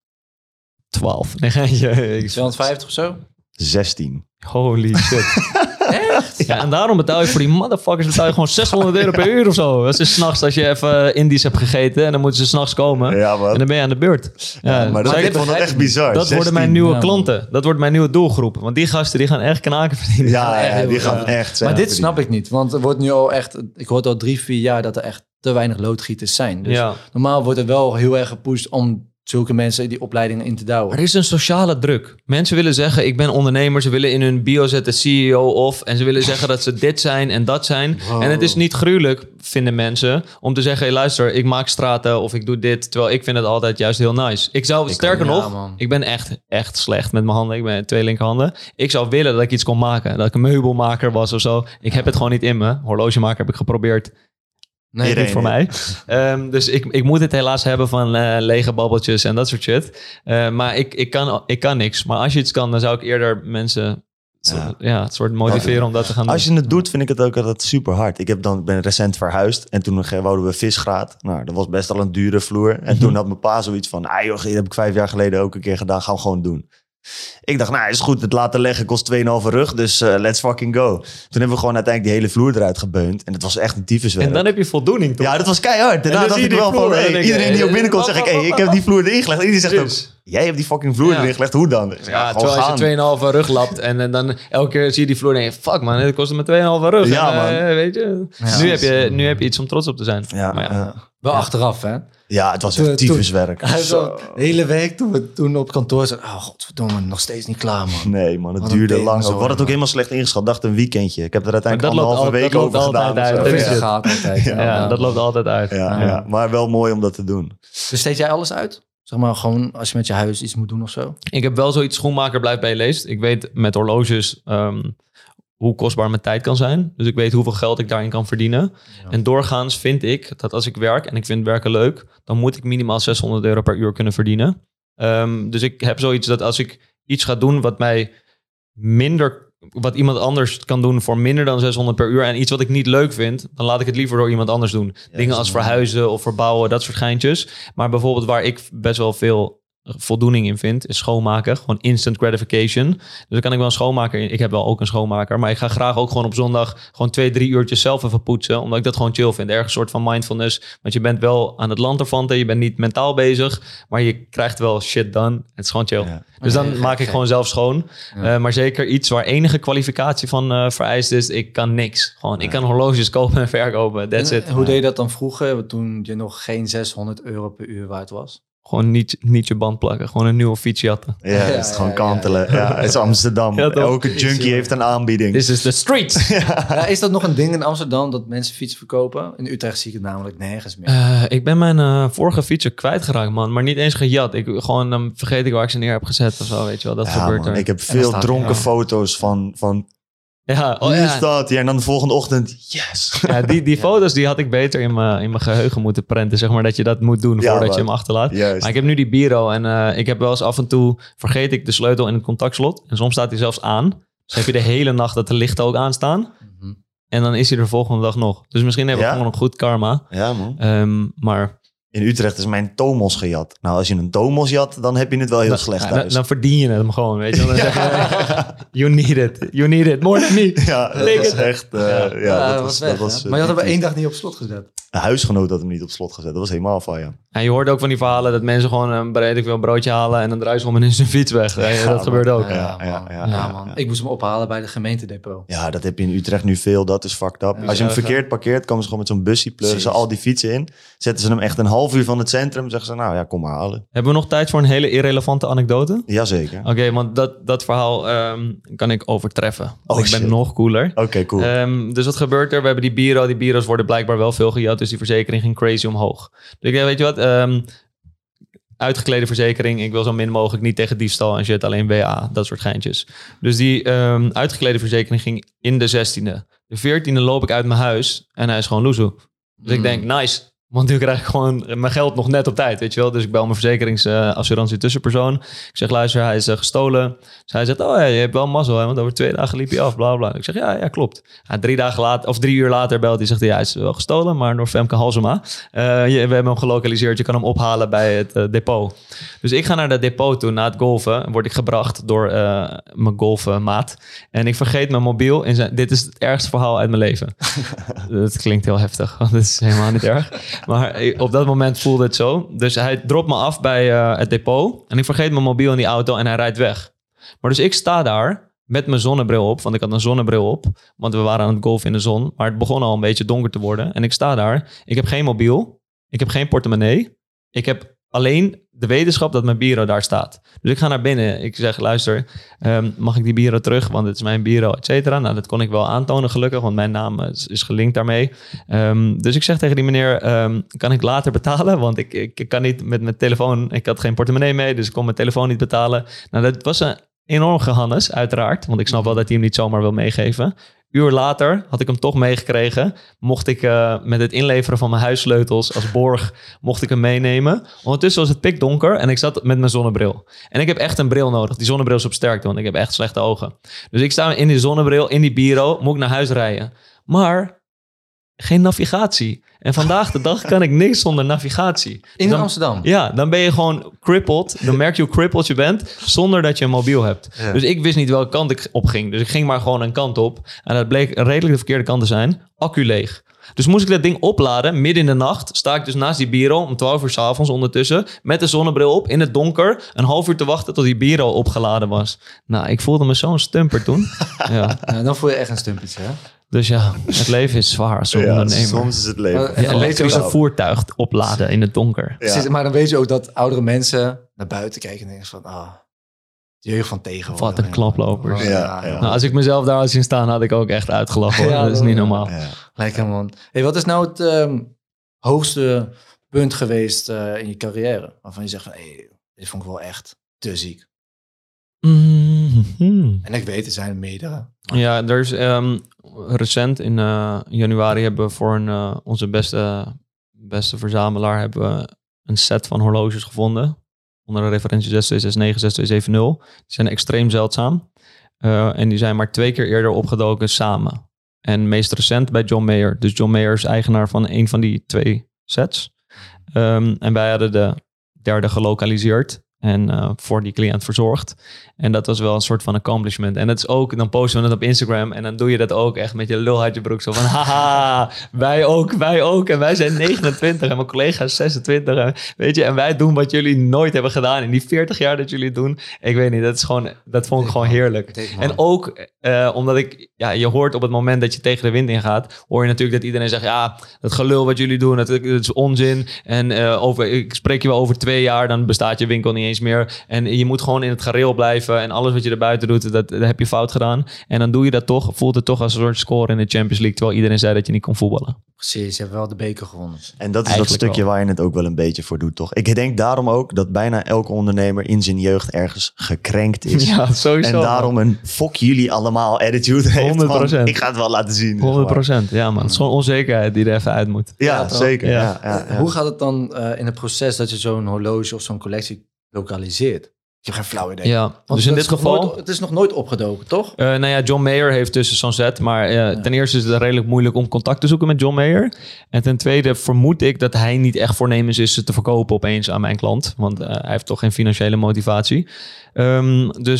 twaalf. Nee, je, tweehonderdvijftig of zo? zestien. Holy shit. Echt? Ja, en daarom betaal je voor die motherfuckers betaal je gewoon zeshonderd euro per uur of zo. Dat is 's nachts als je even Indisch hebt gegeten en dan moeten ze 's nachts komen. Ja, en dan ben je aan de beurt. Ja, ja, maar dat, ik vond dat echt bizar. Dat zestien worden mijn nieuwe ja, klanten. Dat wordt mijn nieuwe doelgroep. Want die gasten die gaan echt knaken verdienen. Ja, ja, ja die gaan echt. Maar dit verdienen. Snap ik niet. Want er wordt nu al echt, ik hoor al drie, vier jaar dat er echt te weinig loodgieters zijn. Dus ja. normaal wordt er wel heel erg gepusht om zulke mensen die opleidingen in te douwen. Er is een sociale druk. Mensen willen zeggen, ik ben ondernemer. Ze willen in hun bio zetten C E O of. En ze willen zeggen dat ze dit zijn en dat zijn. Wow. En het is niet gruwelijk, vinden mensen, om te zeggen, hey, luister, ik maak straten of ik doe dit. Terwijl ik vind het altijd juist heel nice. Ik zou, ik sterker kan, nog, ja, ik ben echt, echt slecht met mijn handen. Ik ben twee linkerhanden. Ik zou willen dat ik iets kon maken. Dat ik een meubelmaker was of zo. Ik heb het gewoon niet in me. Horlogemaker heb ik geprobeerd. Nee, Iedereen, niet voor mij. Um, dus ik, ik moet het helaas hebben van uh, lege babbeltjes en dat soort shit. Uh, maar ik, ik, kan, ik kan niks. Maar als je iets kan, dan zou ik eerder mensen ja. Ja, het soort motiveren om dat te gaan doen. Als je het doet, vind ik het ook altijd super hard. Ik heb dan, ben recent verhuisd en toen wouden we visgraat. Nou, dat was best al een dure vloer. En mm-hmm. toen had mijn pa zoiets van, ah joh, dat heb ik vijf jaar geleden ook een keer gedaan. Gaan we gewoon doen. Ik dacht, nou is goed, het laten leggen kost twee komma vijf rug, dus uh, let's fucking go. Toen hebben we gewoon uiteindelijk die hele vloer eruit gebeund. En het was echt een tyfuswerk. En dan heb je voldoening, toch? Ja, dat was keihard. Daarna dacht ik wel van, hey, iedereen die ook binnenkomt, zeg ik, hey, ik heb die vloer erin gelegd. En iedereen zegt ook, jij hebt die fucking vloer ja. erin gelegd, hoe dan? Ja, ja terwijl als je twee komma vijf rug lapt en, en dan elke keer zie je die vloer en denk je, fuck man, dit kost me twee komma vijf rug. Ja, en, man. Uh, weet je, ja, nu, heb je, nu heb je iets om trots op te zijn. Ja, maar ja. ja. Wel ja. achteraf, hè? Ja, het was echt tyfuswerk. De hele week toen we toen op kantoor zaten. Oh, godverdomme, nog steeds niet klaar, man. Nee, man, het Wat duurde lang. We hadden het ook helemaal slecht ingeschat. Dacht een weekendje. Ik heb er uiteindelijk anderhalve week over gedaan. Uit, dat, ja. gaat altijd, ja. Ja, ja, dat loopt altijd uit. Ja, ja. Ja. Maar wel mooi om dat te doen. Besteed jij alles uit? Zeg maar gewoon als je met je huis iets moet doen of zo? Ik heb wel zoiets, schoenmaker blijft bij je leest. Ik weet met horloges um, hoe kostbaar mijn tijd kan zijn. Dus ik weet hoeveel geld ik daarin kan verdienen. Ja. En doorgaans vind ik dat als ik werk en ik vind werken leuk, dan moet ik minimaal zeshonderd euro per uur kunnen verdienen. Um, dus ik heb zoiets dat als ik iets ga doen wat mij minder, wat iemand anders kan doen voor minder dan zeshonderd per uur en iets wat ik niet leuk vind, dan laat ik het liever door iemand anders doen. Ja, Dingen als verhuizen of verbouwen, dat soort geintjes. Maar bijvoorbeeld waar ik best wel veel voldoening in vind, is schoonmaken. Gewoon instant gratification. Dus dan kan ik wel een schoonmaker... Ik heb wel ook een schoonmaker, maar ik ga graag ook gewoon op zondag gewoon twee, drie uurtjes zelf even poetsen, omdat ik dat gewoon chill vind. Ergens een soort van mindfulness. Want je bent wel aan het lanterfanten, je bent niet mentaal bezig, maar je krijgt wel shit done. Het is gewoon chill. Ja. Dus dan maak ik gewoon zelf schoon. Ja. Uh, maar zeker iets waar enige kwalificatie van uh, vereist is, ik kan niks. Gewoon, ja. Ik kan horloges kopen en verkopen. That's en, it. Hoe ja. deed je dat dan vroeger, toen je nog geen zeshonderd euro per uur waard was? Gewoon niet, niet je band plakken. Gewoon een nieuwe fiets jatten. Ja, het is ja, gewoon ja, kantelen. Ja, ja. Ja, het is Amsterdam. Ja, elke junkie heeft een aanbieding. This is the street. Ja. Ja, is dat nog een ding in Amsterdam, dat mensen fietsen verkopen? In Utrecht zie ik het namelijk nergens meer. Uh, ik ben mijn uh, vorige fietsen kwijtgeraakt, man. Maar niet eens gejat. Ik, gewoon dan vergeet ik waar ik ze neer heb gezet of zo. Weet je wel, dat ja, gebeurt man, er. Ik heb veel dronken ja. foto's van... van Ja, oh, Hier ja. staat hij. En dan de volgende ochtend, yes. Ja, die, die foto's die had ik beter in mijn in mijn geheugen moeten prenten. Zeg maar dat je dat moet doen voordat ja, je hem achterlaat. Juist. Maar ik heb nu die Biro en uh, ik heb wel eens af en toe vergeet ik de sleutel in het contactslot. En soms staat hij zelfs aan. Dus heb je de hele nacht dat de lichten ook aanstaan. Mm-hmm. En dan is hij er de volgende dag nog. Dus misschien heb ik ja? gewoon een goed karma. Ja, man. Um, maar... In Utrecht is mijn Tomos gejat. Nou, als je een Tomos jat, dan heb je het wel heel dan, slecht ja, thuis. Dan, dan verdien je het gewoon, weet je. Dan ja. zeg je, you need it. You need it. More than me. Ja, dat Take is it. echt... Uh, ja. Ja, ja, dat was, weg, dat was, uh, maar je had hem één dag niet op slot gezet. Een huisgenoot had hem niet op slot gezet. Dat was helemaal van, ja. En je hoort ook van die verhalen dat mensen gewoon een weet ik veel, broodje halen en dan draaien ze om en is hun fiets weg. Ja, dat man. gebeurt ook. Ja, Ja, man. ja, ja, Ja, ja, man. ja. Ik moest hem ophalen bij de gemeentedepot. Ja, dat heb je in Utrecht nu veel. Dat is fucked up. Ja, Als je hem erg, verkeerd parkeert, komen ze gewoon met zo'n busje, pleuren ze Precies. al die fietsen in. Zetten ze hem echt een half uur van het centrum. Zeggen ze, nou ja, kom maar halen. Hebben we nog tijd voor een hele irrelevante anekdote? Jazeker. Oké, okay, want dat, dat verhaal um, kan ik overtreffen. Oh, ik ben shit. nog cooler. Oké, okay, cool. Um, dus wat gebeurt er? We hebben die Biro. Die Biro's worden blijkbaar wel veel gejat. Dus die verzekering ging crazy omhoog. Dus ik dacht, weet je wat... Um, uitgeklede verzekering. Ik wil zo min mogelijk niet tegen diefstal en shit. Alleen W A, dat soort geintjes. Dus die um, uitgeklede verzekering ging in de zestiende. De veertiende loop ik uit mijn huis en hij is gewoon loezoe. Dus mm. ik denk, nice. Want nu krijg ik gewoon mijn geld nog net op tijd, weet je wel. Dus ik bel mijn verzekeringsassurantie tussenpersoon. Ik zeg, luister, hij is uh, gestolen. Dus hij zegt, oh ja, je hebt wel mazzel, hè, want over twee dagen liep hij af, bla bla. Ik zeg, ja, ja, klopt. Ja, drie dagen later, of drie uur later belt hij, zegt hij, ja, hij is wel gestolen, maar door Femke Halsema. Uh, je, we hebben hem gelokaliseerd, je kan hem ophalen bij het uh, depot. Dus ik ga naar dat depot toe, na het golfen, word ik gebracht door uh, mijn golfmaat. En ik vergeet mijn mobiel. In zijn, dit is het ergste verhaal uit mijn leven. Dat klinkt heel heftig, want het is helemaal niet erg. Maar op dat moment voelde het zo. Dus hij dropt me af bij uh, het depot. En ik vergeet mijn mobiel in die auto en hij rijdt weg. Maar dus ik sta daar met mijn zonnebril op. Want ik had een zonnebril op. Want we waren aan het golfen in de zon. Maar het begon al een beetje donker te worden. En ik sta daar. Ik heb geen mobiel. Ik heb geen portemonnee. Ik heb alleen de wetenschap dat mijn Biro daar staat. Dus ik ga naar binnen. Ik zeg, luister, um, mag ik die Biro terug? Want het is mijn Biro, et cetera. Nou, dat kon ik wel aantonen gelukkig, want mijn naam is, is gelinkt daarmee. Um, dus ik zeg tegen die meneer, um, kan ik later betalen? Want ik, ik, ik kan niet met mijn telefoon, ik had geen portemonnee mee, dus ik kon mijn telefoon niet betalen. Nou, dat was een enorm gehannes, uiteraard. Want ik snap wel dat hij hem niet zomaar wil meegeven. Uur later had ik hem toch meegekregen. Mocht ik uh, met het inleveren van mijn huissleutels als borg, mocht ik hem meenemen. Ondertussen was het pikdonker en ik zat met mijn zonnebril. En ik heb echt een bril nodig. Die zonnebril is op sterkte, want ik heb echt slechte ogen. Dus ik sta in die zonnebril, in die Biro, moet ik naar huis rijden. Maar geen navigatie. En vandaag de dag kan ik niks zonder navigatie. In dan, Amsterdam? Ja, dan ben je gewoon crippled. Dan merk je hoe crippled je bent zonder dat je een mobiel hebt. Ja. Dus ik wist niet welke kant ik op ging. Dus ik ging maar gewoon een kant op. En dat bleek redelijk de verkeerde kant te zijn. Accu leeg. Dus moest ik dat ding opladen, midden in de nacht. Sta ik dus naast die Biro om twaalf uur 's avonds ondertussen. Met de zonnebril op, in het donker. Een half uur te wachten tot die Biro opgeladen was. Nou, ik voelde me zo'n stumper toen. Ja. Ja, dan voel je echt een stumpertje, hè? Dus ja, het leven is zwaar als ja, ondernemer. soms is het leven. Maar, Ja, ja, elektrische ja. voertuig opladen in het donker. Ja. Maar dan weet je ook dat oudere mensen naar buiten kijken en denken van, ah, de jeugd van tegenwoordig. Wat een klaplopers. Ja, ja. Ja. Nou, als ik mezelf daar had zien staan, had ik ook echt uitgelachen. Ja, dat is niet normaal. Ja. Lekker, man. Hey, wat is nou het um, hoogste punt geweest uh, in je carrière? Waarvan je zegt van, hey, dit vond ik wel echt te ziek. Mm-hmm. En ik weet, er zijn er meerdere. Ja, er is um, recent in uh, januari hebben we voor een, uh, onze beste, beste verzamelaar hebben we een set van horloges gevonden. Onder de referentie zes twee zes negen, zes twee zeven nul. Die zijn extreem zeldzaam. Uh, en die zijn maar twee keer eerder opgedoken samen. En meest recent bij John Mayer. Dus John Mayer is eigenaar van een van die twee sets. Um, en wij hadden de derde gelokaliseerd. En uh, voor die cliënt verzorgd. En dat was wel een soort van accomplishment. En dat is ook, dan posten we het op Instagram. En dan doe je dat ook echt met je lul uit je broek. Zo van, haha, wij ook, wij ook. En wij zijn negenentwintig en mijn collega is zesentwintig. En, weet je, en wij doen wat jullie nooit hebben gedaan in die veertig jaar dat jullie het doen. Ik weet niet, dat is gewoon, dat vond ik gewoon heerlijk. En ook, uh, omdat ik, ja, je hoort op het moment dat je tegen de wind ingaat, hoor je natuurlijk dat iedereen zegt, ja, dat gelul wat jullie doen, dat, dat is onzin. En uh, over, ik spreek je wel over twee jaar, dan bestaat je winkel niet eens meer. En je moet gewoon in het gareel blijven. En alles wat je erbuiten doet, dat, dat heb je fout gedaan. En dan doe je dat toch, voelt het toch als een soort score in de Champions League. Terwijl iedereen zei dat je niet kon voetballen. Precies, je hebt wel de beker gewonnen. En dat is Eigenlijk dat stukje wel. waar je het ook wel een beetje voor doet, toch? Ik denk daarom ook dat bijna elke ondernemer in zijn jeugd ergens gekrenkt is. Ja, sowieso. En daarom een fuck jullie allemaal attitude heeft. honderd procent. Ik ga het wel laten zien. honderd procent, ja man. Het is gewoon onzekerheid die er even uit moet. Ja, Ja, toch? zeker. Ja. Ja. Ja, ja. Hoe gaat het dan uh, in het proces dat je zo'n horloge of zo'n collectie lokaliseert? Ik heb geen flauw idee. Ja, Want dus in het dit is nog geval... nooit- het is nog nooit opgedoken, toch? Uh, nou ja, John Mayer heeft dus zo'n set. Maar uh, ja. ten eerste is het redelijk moeilijk om contact te zoeken met John Mayer. En ten tweede vermoed ik dat hij niet echt voornemens is ze te verkopen opeens aan mijn klant. Want uh, hij heeft toch geen financiële motivatie. Um, dus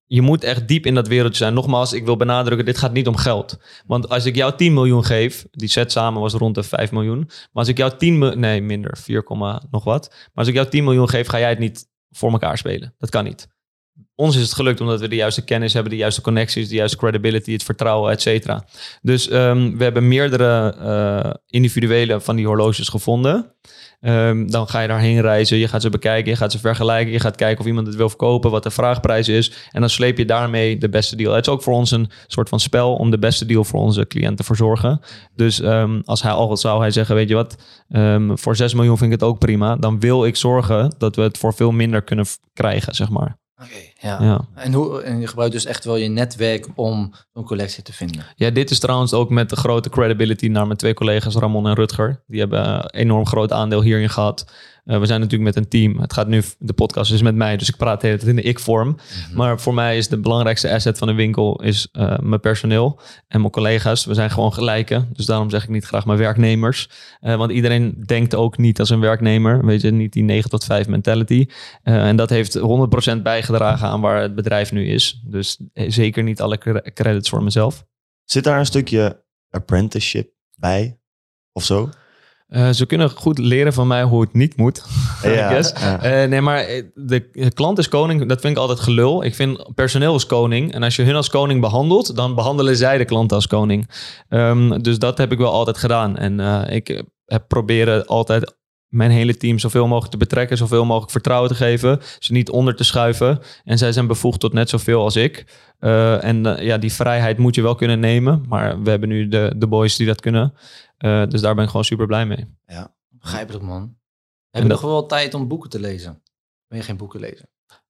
je moet echt diep in dat wereldje zijn. Nogmaals, ik wil benadrukken, dit gaat niet om geld. Want als ik jou tien miljoen geef, die set samen was rond de vijf miljoen. Maar als ik jou tien miljoen, nee minder, vier, nog wat. Maar als ik jou tien miljoen geef, ga jij het niet voor elkaar spelen. Dat kan niet. Ons is het gelukt omdat we de juiste kennis hebben, de juiste connecties, de juiste credibility, het vertrouwen, et cetera. Dus um, we hebben meerdere uh, individuele van die horloges gevonden. Um, dan ga je daarheen reizen, je gaat ze bekijken, je gaat ze vergelijken, je gaat kijken of iemand het wil verkopen, wat de vraagprijs is. En dan sleep je daarmee de beste deal. Het is ook voor ons een soort van spel om de beste deal voor onze cliënten te verzorgen. Dus um, als hij al zou hij zeggen, weet je wat, um, voor zes miljoen vind ik het ook prima. Dan wil ik zorgen dat we het voor veel minder kunnen f- krijgen, zeg maar. Oké, okay, ja. Ja. En, hoe, en je gebruikt dus echt wel je netwerk om een collectie te vinden. Ja, dit is trouwens ook met de grote credibility naar mijn twee collega's Ramon en Rutger. Die hebben een enorm groot aandeel hierin gehad. Uh, we zijn natuurlijk met een team. Het gaat nu, de podcast is met mij, dus ik praat de hele tijd in de ik-vorm. Mm-hmm. Maar voor mij is de belangrijkste asset van de winkel is uh, mijn personeel en mijn collega's. We zijn gewoon gelijken, dus daarom zeg ik niet graag mijn werknemers. Uh, want iedereen denkt ook niet als een werknemer. Weet je, niet die negen tot vijf mentality. Uh, en dat heeft honderd procent bijgedragen aan waar het bedrijf nu is. Dus zeker niet alle credits voor mezelf. Zit daar een stukje apprenticeship bij of zo? Uh, ze kunnen goed leren van mij hoe het niet moet. Ja, I ja. Uh, nee, maar de klant is koning. Dat vind ik altijd gelul. Ik vind personeel is koning. En als je hun als koning behandelt, dan behandelen zij de klant als koning. Um, dus dat heb ik wel altijd gedaan. En uh, ik heb proberen altijd mijn hele team zoveel mogelijk te betrekken, zoveel mogelijk vertrouwen te geven, ze niet onder te schuiven. En zij zijn bevoegd tot net zoveel als ik. Uh, en uh, ja, die vrijheid moet je wel kunnen nemen. Maar we hebben nu de, de boys die dat kunnen. Uh, dus daar ben ik gewoon super blij mee. Ja, begrijpelijk man. Heb je nog wel tijd om boeken te lezen? Ben je geen boeken lezen?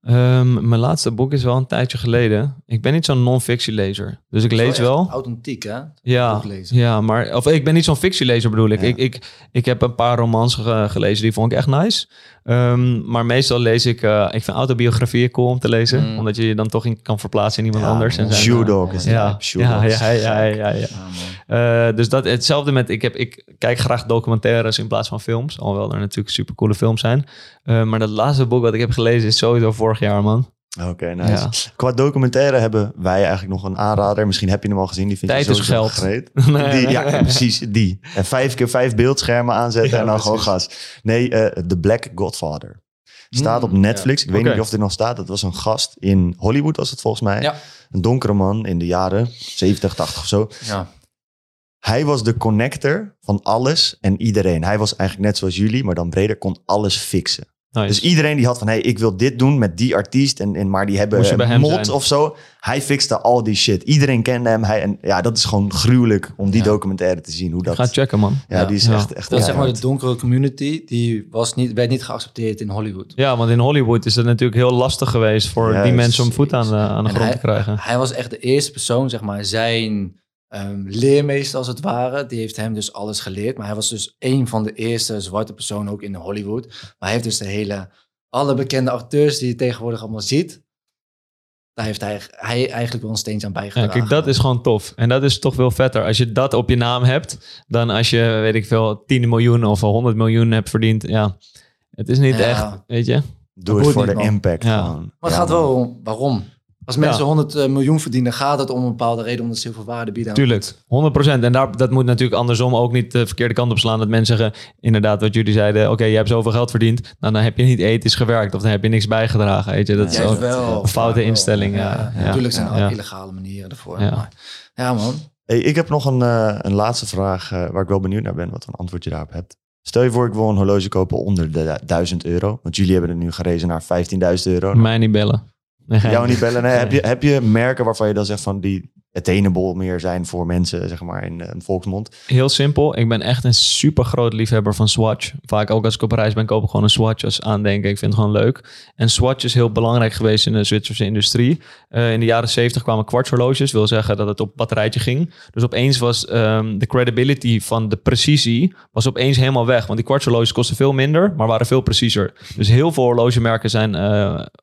Um, mijn laatste boek is wel een tijdje geleden. Ik ben niet zo'n non-fictielezer. Dus ik lees wel. wel. Authentiek, hè? Ja, ja, maar of ik ben niet zo'n fictielezer bedoel ik. Ja. ik, ik. Ik heb een paar romans ge, gelezen, die vond ik echt nice. Um, maar meestal lees ik... Uh, ik vind autobiografieën cool om te lezen. Mm. Omdat je je dan toch in kan verplaatsen in iemand ja, anders. En Shoe Dog is ja, Shoe ja, Dog. ja, ja, ja, ja, ja. Uh, dus dat hetzelfde met... Ik, heb, ik kijk graag documentaires in plaats van films. Alhoewel er natuurlijk supercoole films zijn. Uh, maar dat laatste boek wat ik heb gelezen is sowieso vorig jaar, man. Oké, okay, nice. Ja. Qua documentaire hebben wij eigenlijk nog een aanrader. Misschien heb je hem al gezien. Die vind Tijd je is geld. nee, die, nee. Ja, precies. Die. En vijf keer vijf beeldschermen aanzetten ja, en dan precies. gewoon gas. Nee, uh, The Black Godfather. Staat op Netflix. Ik weet okay. niet of dit nog staat. Dat was een gast in Hollywood, was het volgens mij. Ja. Een donkere man in de jaren zeventig, tachtig of zo. Ja. Hij was de connector van alles en iedereen. Hij was eigenlijk net zoals jullie, maar dan breder, kon alles fixen. Nice. Dus iedereen die had van, hey, ik wil dit doen met die artiest. En, en maar die hebben een mod of zo. Hij fixte al die shit. Iedereen kende hem. Hij, en ja, dat is gewoon gruwelijk om die ja. documentaire te zien. Hoe dat... Ga checken, man. Ja, ja. die is ja. echt, echt... Dat is zeg maar de donkere community. Die was niet, werd niet geaccepteerd in Hollywood. Ja, want in Hollywood is het natuurlijk heel lastig geweest voor ja, die mensen om voet aan de, aan de grond hij, te krijgen. Hij was echt de eerste persoon, zeg maar, zijn... Um, leermeester als het ware, die heeft hem dus alles geleerd. Maar hij was dus een van de eerste zwarte personen ook in Hollywood. Maar hij heeft dus de hele, alle bekende acteurs die je tegenwoordig allemaal ziet, daar heeft hij, hij eigenlijk wel een steentje aan bijgedragen. Ja, kijk, dat is gewoon tof. En dat is toch veel vetter. Als je dat op je naam hebt, dan als je, weet ik veel, tien miljoen of honderd miljoen hebt verdiend. Ja, het is niet ja. echt, weet je. Doe het voor de impact ja. gewoon. Maar het ja, gaat wel om, waarom? Als mensen ja. honderd miljoen verdienen, gaat het om een bepaalde reden, omdat ze heel veel waarde bieden. Tuurlijk, honderd procent. En daar, dat moet natuurlijk andersom ook niet de verkeerde kant op slaan. Dat mensen zeggen, inderdaad wat jullie zeiden, oké, okay, je hebt zoveel geld verdiend, nou, dan heb je niet ethisch gewerkt of dan heb je niks bijgedragen. Weet je? Dat ja, is ook wel, een foute instelling. Ja, ja, ja. Ja. Natuurlijk zijn er ja. illegale manieren ervoor. Ja, maar, ja man. Hey, ik heb nog een, uh, een laatste vraag uh, waar ik wel benieuwd naar ben, wat een antwoord je daarop hebt. Stel je voor, ik wil een horloge kopen onder de duizend euro. Want jullie hebben het nu gerezen naar vijftienduizend euro. Mij niet bellen. Nee, jou niet bellen. Nee, nee. Heb, je, heb je merken waarvan je dan zegt van die attainable meer zijn voor mensen, zeg maar, in een volksmond? Heel simpel. Ik ben echt een super groot liefhebber van Swatch. Vaak ook als ik op reis ben, koop ik gewoon een Swatch als aandenken. Ik vind het gewoon leuk. En Swatch is heel belangrijk geweest in de Zwitserse industrie. Uh, in de jaren zeventig kwamen kwartshorloges. wil zeggen dat het op batterijtje ging. Dus opeens was um, de credibility van de precisie was opeens helemaal weg. Want die kwartshorloges kosten veel minder, maar waren veel preciezer. Dus heel veel horlogemerken zijn... Uh,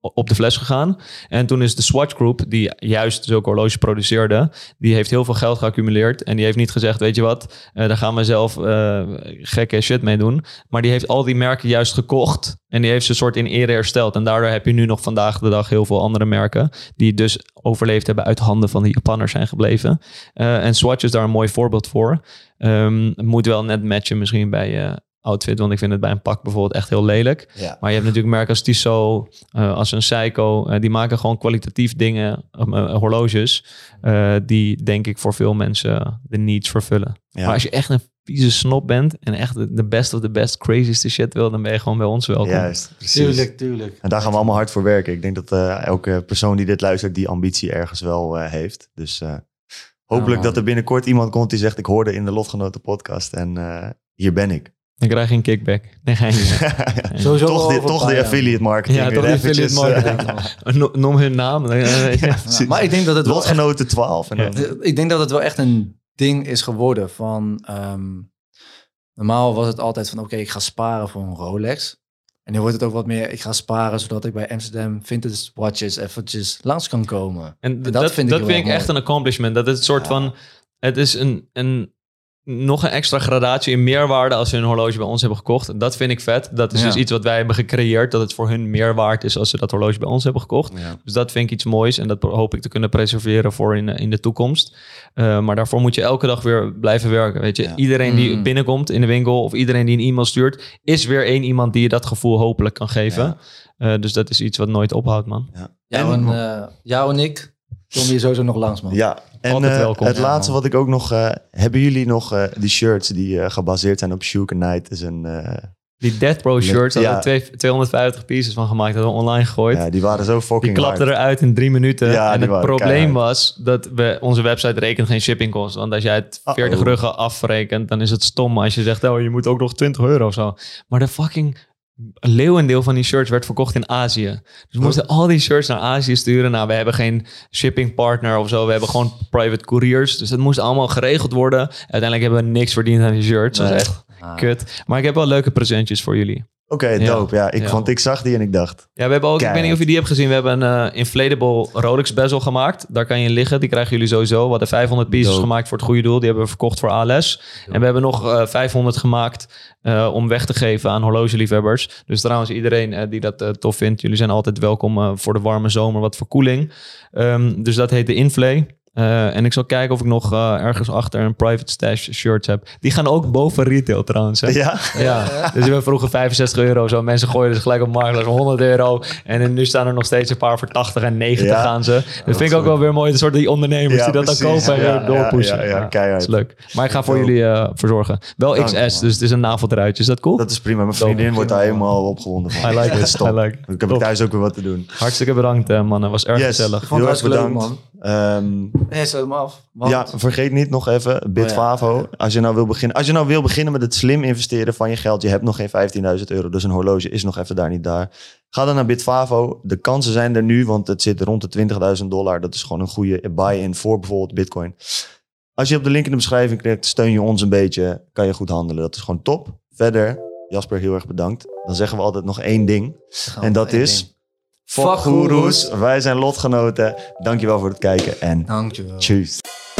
op de fles gegaan. En toen is de Swatch Group, die juist zulke horloges produceerde, die heeft heel veel geld geaccumuleerd. En die heeft niet gezegd, weet je wat, uh, daar gaan we zelf uh, gekke shit mee doen. Maar die heeft al die merken juist gekocht. En die heeft ze soort in ere hersteld. En daardoor heb je nu nog vandaag de dag heel veel andere merken die dus overleefd hebben uit handen van de Japanners zijn gebleven. Uh, en Swatch is daar een mooi voorbeeld voor. Um, moet wel net matchen misschien bij uh, outfit, want ik vind het bij een pak bijvoorbeeld echt heel lelijk. Ja. Maar je hebt natuurlijk merken als Tissot, uh, als een Seiko, uh, die maken gewoon kwalitatief dingen, uh, horloges, uh, die denk ik voor veel mensen de needs vervullen. Ja. Maar als je echt een vieze snop bent en echt de best of the best, crazieste shit wil, dan ben je gewoon bij ons welkom. Juist, precies. Tuurlijk, tuurlijk. En daar gaan we allemaal hard voor werken. Ik denk dat uh, elke persoon die dit luistert, die ambitie ergens wel uh, heeft. Dus uh, hopelijk oh, dat er binnenkort iemand komt die zegt, ik hoorde in de Lotgenoten podcast en uh, hier ben ik. Dan krijg je een kickback. Nee, ga je niet. ja. Sowieso toch de, toch de affiliate marketing. Ja, toch de affiliate marketing. Noem hun naam. ja, ja, maar ik denk dat het Lotgenoten twaalf. En dan... ja. Ik denk dat het wel echt een ding is geworden van... Um, normaal was het altijd van, oké, okay, ik ga sparen voor een Rolex. En nu wordt het ook wat meer, ik ga sparen zodat ik bij Amsterdam Vintage Watches eventjes langs kan komen. En, en dat, dat vind ik, dat vind ik echt een accomplishment. Dat is het soort ja. van, het is een... een nog een extra gradatie in meerwaarde als ze een horloge bij ons hebben gekocht. Dat vind ik vet. Dat is ja. dus iets wat wij hebben gecreëerd, dat het voor hun meer waard is als ze dat horloge bij ons hebben gekocht. Ja. Dus dat vind ik iets moois en dat hoop ik te kunnen preserveren voor in, in de toekomst. Uh, maar daarvoor moet je elke dag weer blijven werken. Weet je, ja. iedereen die mm. binnenkomt in de winkel of iedereen die een e-mail stuurt, is weer één iemand die je dat gevoel hopelijk kan geven. Ja. Uh, dus dat is iets wat nooit ophoudt, man. Ja. Jou, en, uh, jou en ik kom hier sowieso nog langs, man. Ja. En uh, het ja, laatste man. wat ik ook nog... Uh, hebben jullie nog uh, die shirts die uh, gebaseerd zijn op Shook Knight? Is een, uh, die Death Pro shirts, daar ja. hadden we tweehonderdvijftig pieces van gemaakt. Dat we online gegooid. Ja, die waren zo fucking Die klapten eruit in drie minuten. Ja, en het probleem keihard. was dat we, onze website rekent geen shippingkosten. Want als jij het veertig Uh-oh. ruggen afrekent, dan is het stom als je zegt, oh, je moet ook nog twintig euro of zo. Maar de fucking... Een leeuwendeel van die shirts werd verkocht in Azië. Dus we moesten al die shirts naar Azië sturen. Nou, we hebben geen shipping partner of zo. We hebben gewoon private couriers. Dus het moest allemaal geregeld worden. Uiteindelijk hebben we niks verdiend aan die shirts. Nee. Dat is echt ah. kut. Maar ik heb wel leuke presentjes voor jullie. Oké, okay, dope. Ja, ik, ja. Want ik zag die en ik dacht... Ja, we hebben ook... Kijk. Ik weet niet of je die hebt gezien. We hebben een uh, inflatable Rolex bezel gemaakt. Daar kan je in liggen. Die krijgen jullie sowieso. We hadden vijfhonderd pieces dope. gemaakt voor het goede doel. Die hebben we verkocht voor A L S. Dope. En we hebben nog uh, vijfhonderd gemaakt... Uh, om weg te geven aan horlogeliefhebbers. Dus trouwens iedereen uh, die dat uh, tof vindt. Jullie zijn altijd welkom uh, voor de warme zomer. Wat verkoeling. Um, dus dat heet de Inflay. Uh, en ik zal kijken of ik nog uh, ergens achter een private stash shirts heb. Die gaan ook boven retail trouwens. Hè? Ja? Ja. Dus we vroegen vijfenzestig euro zo. Mensen gooien dus gelijk op marktplaats voor honderd euro. En nu staan er nog steeds een paar voor tachtig en negentig ja. gaan ze. Dat, dat vind ik ook wel weer mooi. De soort die ondernemers ja, die dat precies. dan kopen en ja, weer doorpushen. Ja, ja, ja, keihard. Dat is leuk. Maar ik ga voor jullie uh, verzorgen. Wel Dank, X S, man. Dus het is een naveltruitje. Is dat cool? Dat is prima. Mijn vriendin wordt daar helemaal opgewonden van. I like it. I like it. Ik heb thuis ook weer wat te doen. Hartstikke bedankt, uh, mannen. Was erg yes. gezellig. Heel erg bedankt. Man. Um, nee, zet hem af. Want... Ja, vergeet niet nog even Bitfavo. Oh, ja. Als je nou wil beginnen, als je nou wil beginnen met het slim investeren van je geld, je hebt nog geen vijftienduizend euro, dus een horloge is nog even daar niet daar. Ga dan naar Bitfavo. De kansen zijn er nu, want het zit rond de twintigduizend dollar. Dat is gewoon een goede buy-in voor bijvoorbeeld Bitcoin. Als je op de link in de beschrijving klikt, steun je ons een beetje, kan je goed handelen. Dat is gewoon top. Verder, Jasper, heel erg bedankt. Dan zeggen we altijd nog één ding. En dat is... Ding. Fuck goeroes, wij zijn Lotgenoten. Dankjewel voor het kijken en Dankjewel. Tjus.